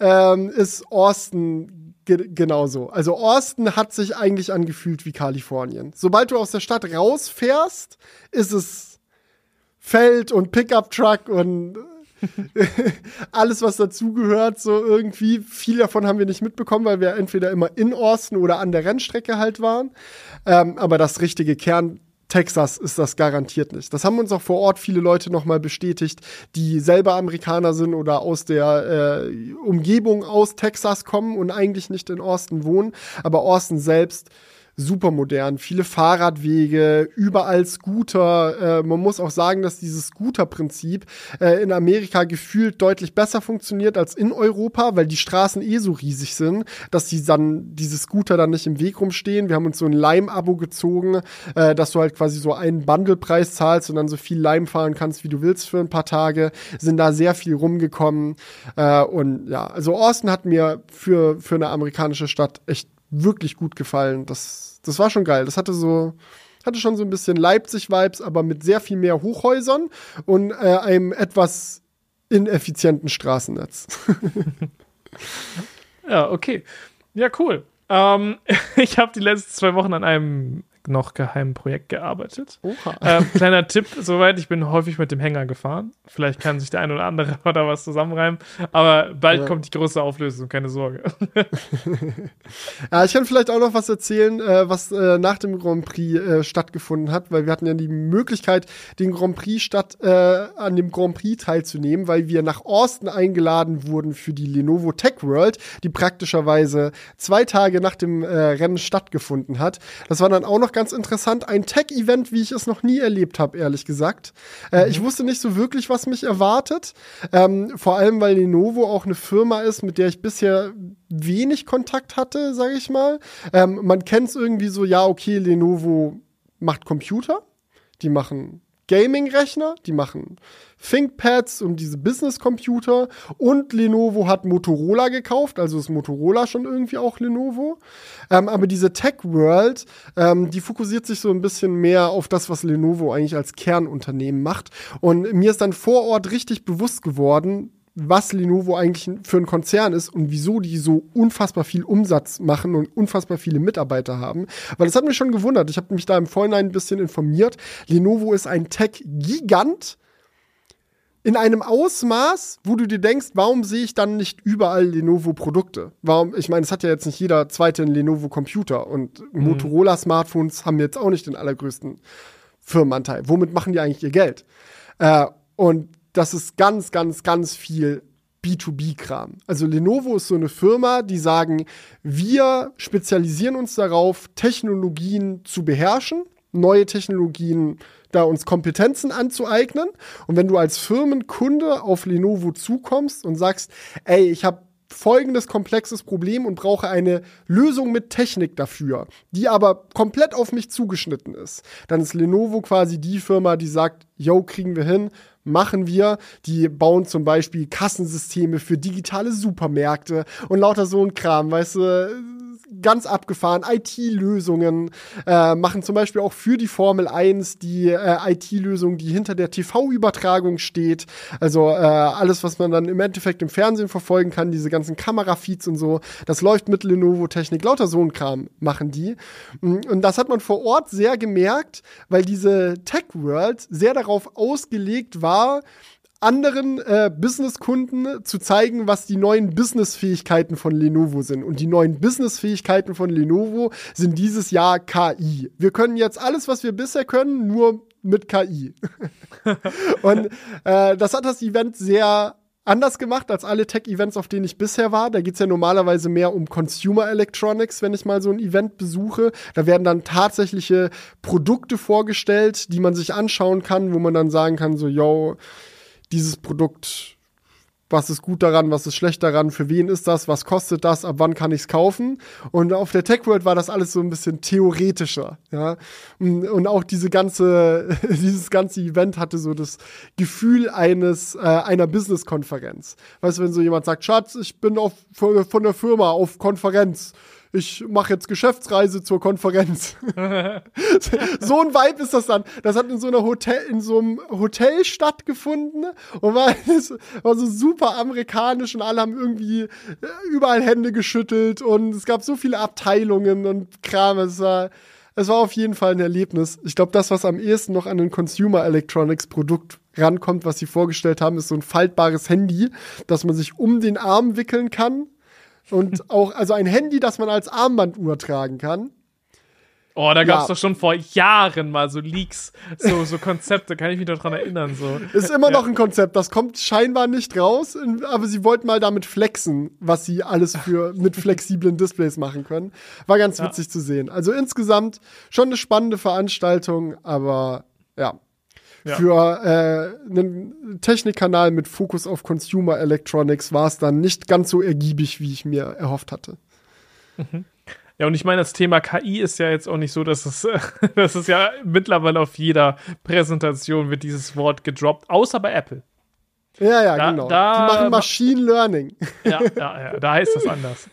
Austin genauso. Also Austin hat sich eigentlich angefühlt wie Kalifornien. Sobald du aus der Stadt rausfährst, ist es Feld und Pickup-Truck und alles, was dazugehört, so irgendwie. Viel davon haben wir nicht mitbekommen, weil wir entweder immer in Austin oder an der Rennstrecke halt waren. Aber das richtige Kern Texas ist das garantiert nicht. Das haben uns auch vor Ort viele Leute nochmal bestätigt, die selber Amerikaner sind oder aus der Umgebung aus Texas kommen und eigentlich nicht in Austin wohnen. Aber Austin selbst super modern, viele Fahrradwege, überall Scooter. Man muss auch sagen, dass dieses Scooter-Prinzip in Amerika gefühlt deutlich besser funktioniert als in Europa, weil die Straßen so riesig sind, dass diese Scooter dann nicht im Weg rumstehen. Wir haben uns so ein Lime-Abo gezogen, dass du halt quasi so einen Bundlepreis zahlst und dann so viel Lime fahren kannst, wie du willst für ein paar Tage. Sind da sehr viel rumgekommen. Und ja, also Austin hat mir für eine amerikanische Stadt echt wirklich gut gefallen. Das war schon geil. Das hatte schon so ein bisschen Leipzig-Vibes, aber mit sehr viel mehr Hochhäusern und einem etwas ineffizienten Straßennetz. Ja, okay. Ja, cool. Ich habe die letzten 2 Wochen an einem noch geheimen Projekt gearbeitet. Oha. Kleiner Tipp, soweit, ich bin häufig mit dem Hänger gefahren. Vielleicht kann sich der ein oder andere oder was zusammenreimen, aber bald kommt die große Auflösung, keine Sorge. Ja, ich kann vielleicht auch noch was erzählen, was nach dem Grand Prix stattgefunden hat, weil wir hatten ja die Möglichkeit, den Grand Prix an dem Grand Prix teilzunehmen, weil wir nach Austin eingeladen wurden für die Lenovo Tech World, die praktischerweise 2 Tage nach dem Rennen stattgefunden hat. Das war dann auch noch ganz interessant, ein Tech-Event, wie ich es noch nie erlebt habe, ehrlich gesagt. Ich wusste nicht so wirklich, was mich erwartet. Vor allem, weil Lenovo auch eine Firma ist, mit der ich bisher wenig Kontakt hatte, sage ich mal. Man kennt es irgendwie so, ja, okay, Lenovo macht Computer, die machen Gaming-Rechner, die machen ThinkPads und diese Business-Computer und Lenovo hat Motorola gekauft, also ist Motorola schon irgendwie auch Lenovo. Aber diese Tech World, die fokussiert sich so ein bisschen mehr auf das, was Lenovo eigentlich als Kernunternehmen macht. Und mir ist dann vor Ort richtig bewusst geworden, was Lenovo eigentlich für ein Konzern ist und wieso die so unfassbar viel Umsatz machen und unfassbar viele Mitarbeiter haben. Weil das hat mich schon gewundert. Ich habe mich da im Vorhinein ein bisschen informiert. Lenovo ist ein Tech-Gigant in einem Ausmaß, wo du dir denkst, warum sehe ich dann nicht überall Lenovo-Produkte? Warum? Ich meine, es hat ja jetzt nicht jeder zweite einen Lenovo-Computer und Motorola-Smartphones haben jetzt auch nicht den allergrößten Firmenanteil. Womit machen die eigentlich ihr Geld? Und das ist ganz, ganz, ganz viel B2B-Kram. Also Lenovo ist so eine Firma, die sagen, wir spezialisieren uns darauf, Technologien zu beherrschen, neue Technologien, da uns Kompetenzen anzueignen. Und wenn du als Firmenkunde auf Lenovo zukommst und sagst, ey, ich habe folgendes komplexes Problem und brauche eine Lösung mit Technik dafür, die aber komplett auf mich zugeschnitten ist, dann ist Lenovo quasi die Firma, die sagt, yo, kriegen wir hin, machen wir. Die bauen zum Beispiel Kassensysteme für digitale Supermärkte und lauter so ein Kram, weißt du, ganz abgefahren, IT-Lösungen, machen zum Beispiel auch für die Formel 1 die IT-Lösung, die hinter der TV-Übertragung steht. Also alles, was man dann im Endeffekt im Fernsehen verfolgen kann, diese ganzen Kamerafeeds und so, das läuft mit Lenovo-Technik, lauter so ein Kram machen die. Und das hat man vor Ort sehr gemerkt, weil diese Tech World sehr darauf ausgelegt war, anderen Businesskunden zu zeigen, was die neuen Businessfähigkeiten von Lenovo sind. Und die neuen Businessfähigkeiten von Lenovo sind dieses Jahr KI. Wir können jetzt alles, was wir bisher können, nur mit KI. Und das hat das Event sehr anders gemacht als alle Tech-Events, auf denen ich bisher war. Da geht's ja normalerweise mehr um Consumer Electronics, wenn ich mal so ein Event besuche. Da werden dann tatsächliche Produkte vorgestellt, die man sich anschauen kann, wo man dann sagen kann, so, yo, dieses Produkt, was ist gut daran, was ist schlecht daran, für wen ist das, was kostet das, ab wann kann ich es kaufen? Und auf der Tech World war das alles so ein bisschen theoretischer, ja. Und auch dieses ganze Event hatte so das Gefühl einer Business-Konferenz. Weißt du, wenn so jemand sagt, Schatz, ich bin von der Firma auf Konferenz. Ich mache jetzt Geschäftsreise zur Konferenz. So ein Vibe ist das dann. Das hat in so einem Hotel stattgefunden und war so super amerikanisch und alle haben irgendwie überall Hände geschüttelt und es gab so viele Abteilungen und Kram. Es war auf jeden Fall ein Erlebnis. Ich glaube, das, was am ehesten noch an ein Consumer Electronics Produkt rankommt, was sie vorgestellt haben, ist so ein faltbares Handy, das man sich um den Arm wickeln kann. Und auch, also ein Handy, das man als Armbanduhr tragen kann. Oh, da gab es doch schon vor Jahren mal so Leaks, so Konzepte, kann ich mich noch dran erinnern. So. Ist immer noch ein Konzept, das kommt scheinbar nicht raus, aber sie wollten mal damit flexen, was sie alles mit flexiblen Displays machen können. War ganz witzig zu sehen. Also insgesamt schon eine spannende Veranstaltung, aber ja. Für einen Technikkanal mit Fokus auf Consumer Electronics war es dann nicht ganz so ergiebig, wie ich mir erhofft hatte. Mhm. Ja, und ich meine, das Thema KI ist ja jetzt auch nicht so, dass es ja mittlerweile auf jeder Präsentation wird dieses Wort gedroppt, außer bei Apple. Ja, genau. Die machen Machine Learning. Ja, da heißt das anders.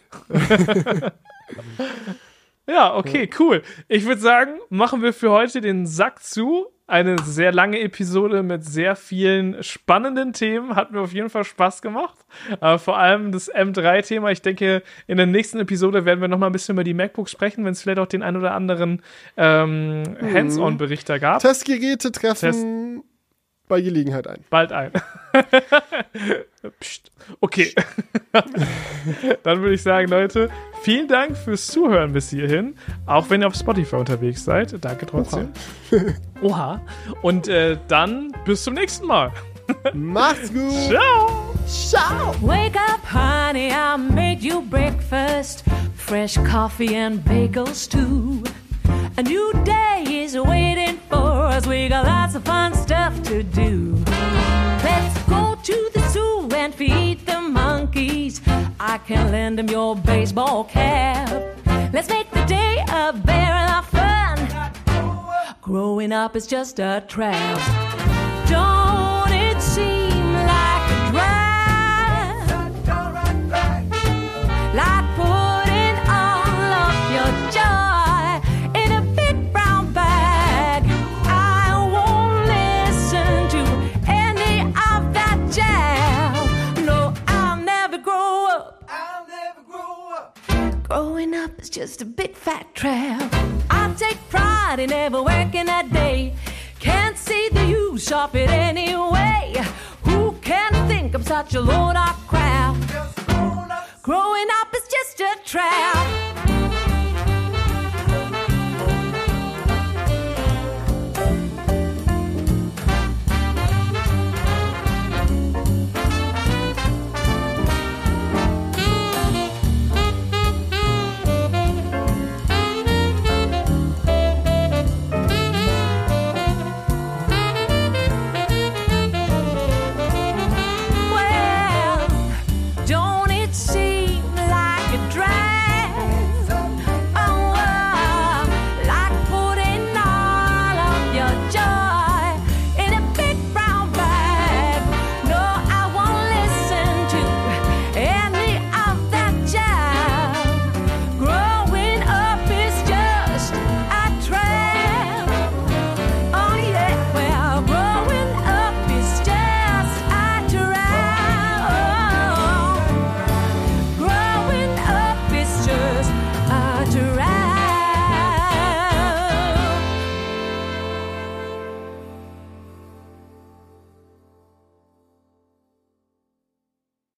Ja, okay, cool. Ich würde sagen, machen wir für heute den Sack zu. Eine sehr lange Episode mit sehr vielen spannenden Themen. Hat mir auf jeden Fall Spaß gemacht. Vor allem das M3-Thema. Ich denke, in der nächsten Episode werden wir noch mal ein bisschen über die MacBooks sprechen, wenn es vielleicht auch den ein oder anderen Hands-on-Berichter gab. Testgeräte treffen bei Gelegenheit ein. Bald ein. Psst. Okay. Dann würde ich sagen, Leute, vielen Dank fürs Zuhören bis hierhin. Auch wenn ihr auf Spotify unterwegs seid. Danke trotzdem. Oha. Und dann bis zum nächsten Mal. Macht's gut. Ciao. Ciao. Wake up, honey, I made you breakfast. Fresh coffee and bagels too. A new day is waiting for us. We got lots of fun stuff to do. Let's go to the zoo and feed the monkeys. I can lend them your baseball cap. Let's make the day a barrel of fun. Growing up is just a trap. Don't it seem like a drag? Like putting all of your joy in a big brown bag. I won't listen to any of that jazz. No, I'll never grow up. Growing up is just a big fat trap. I take pride in never working a day. Can't see the use of it anyway. Who can think I'm such a load of crap? Growing up is just a trap.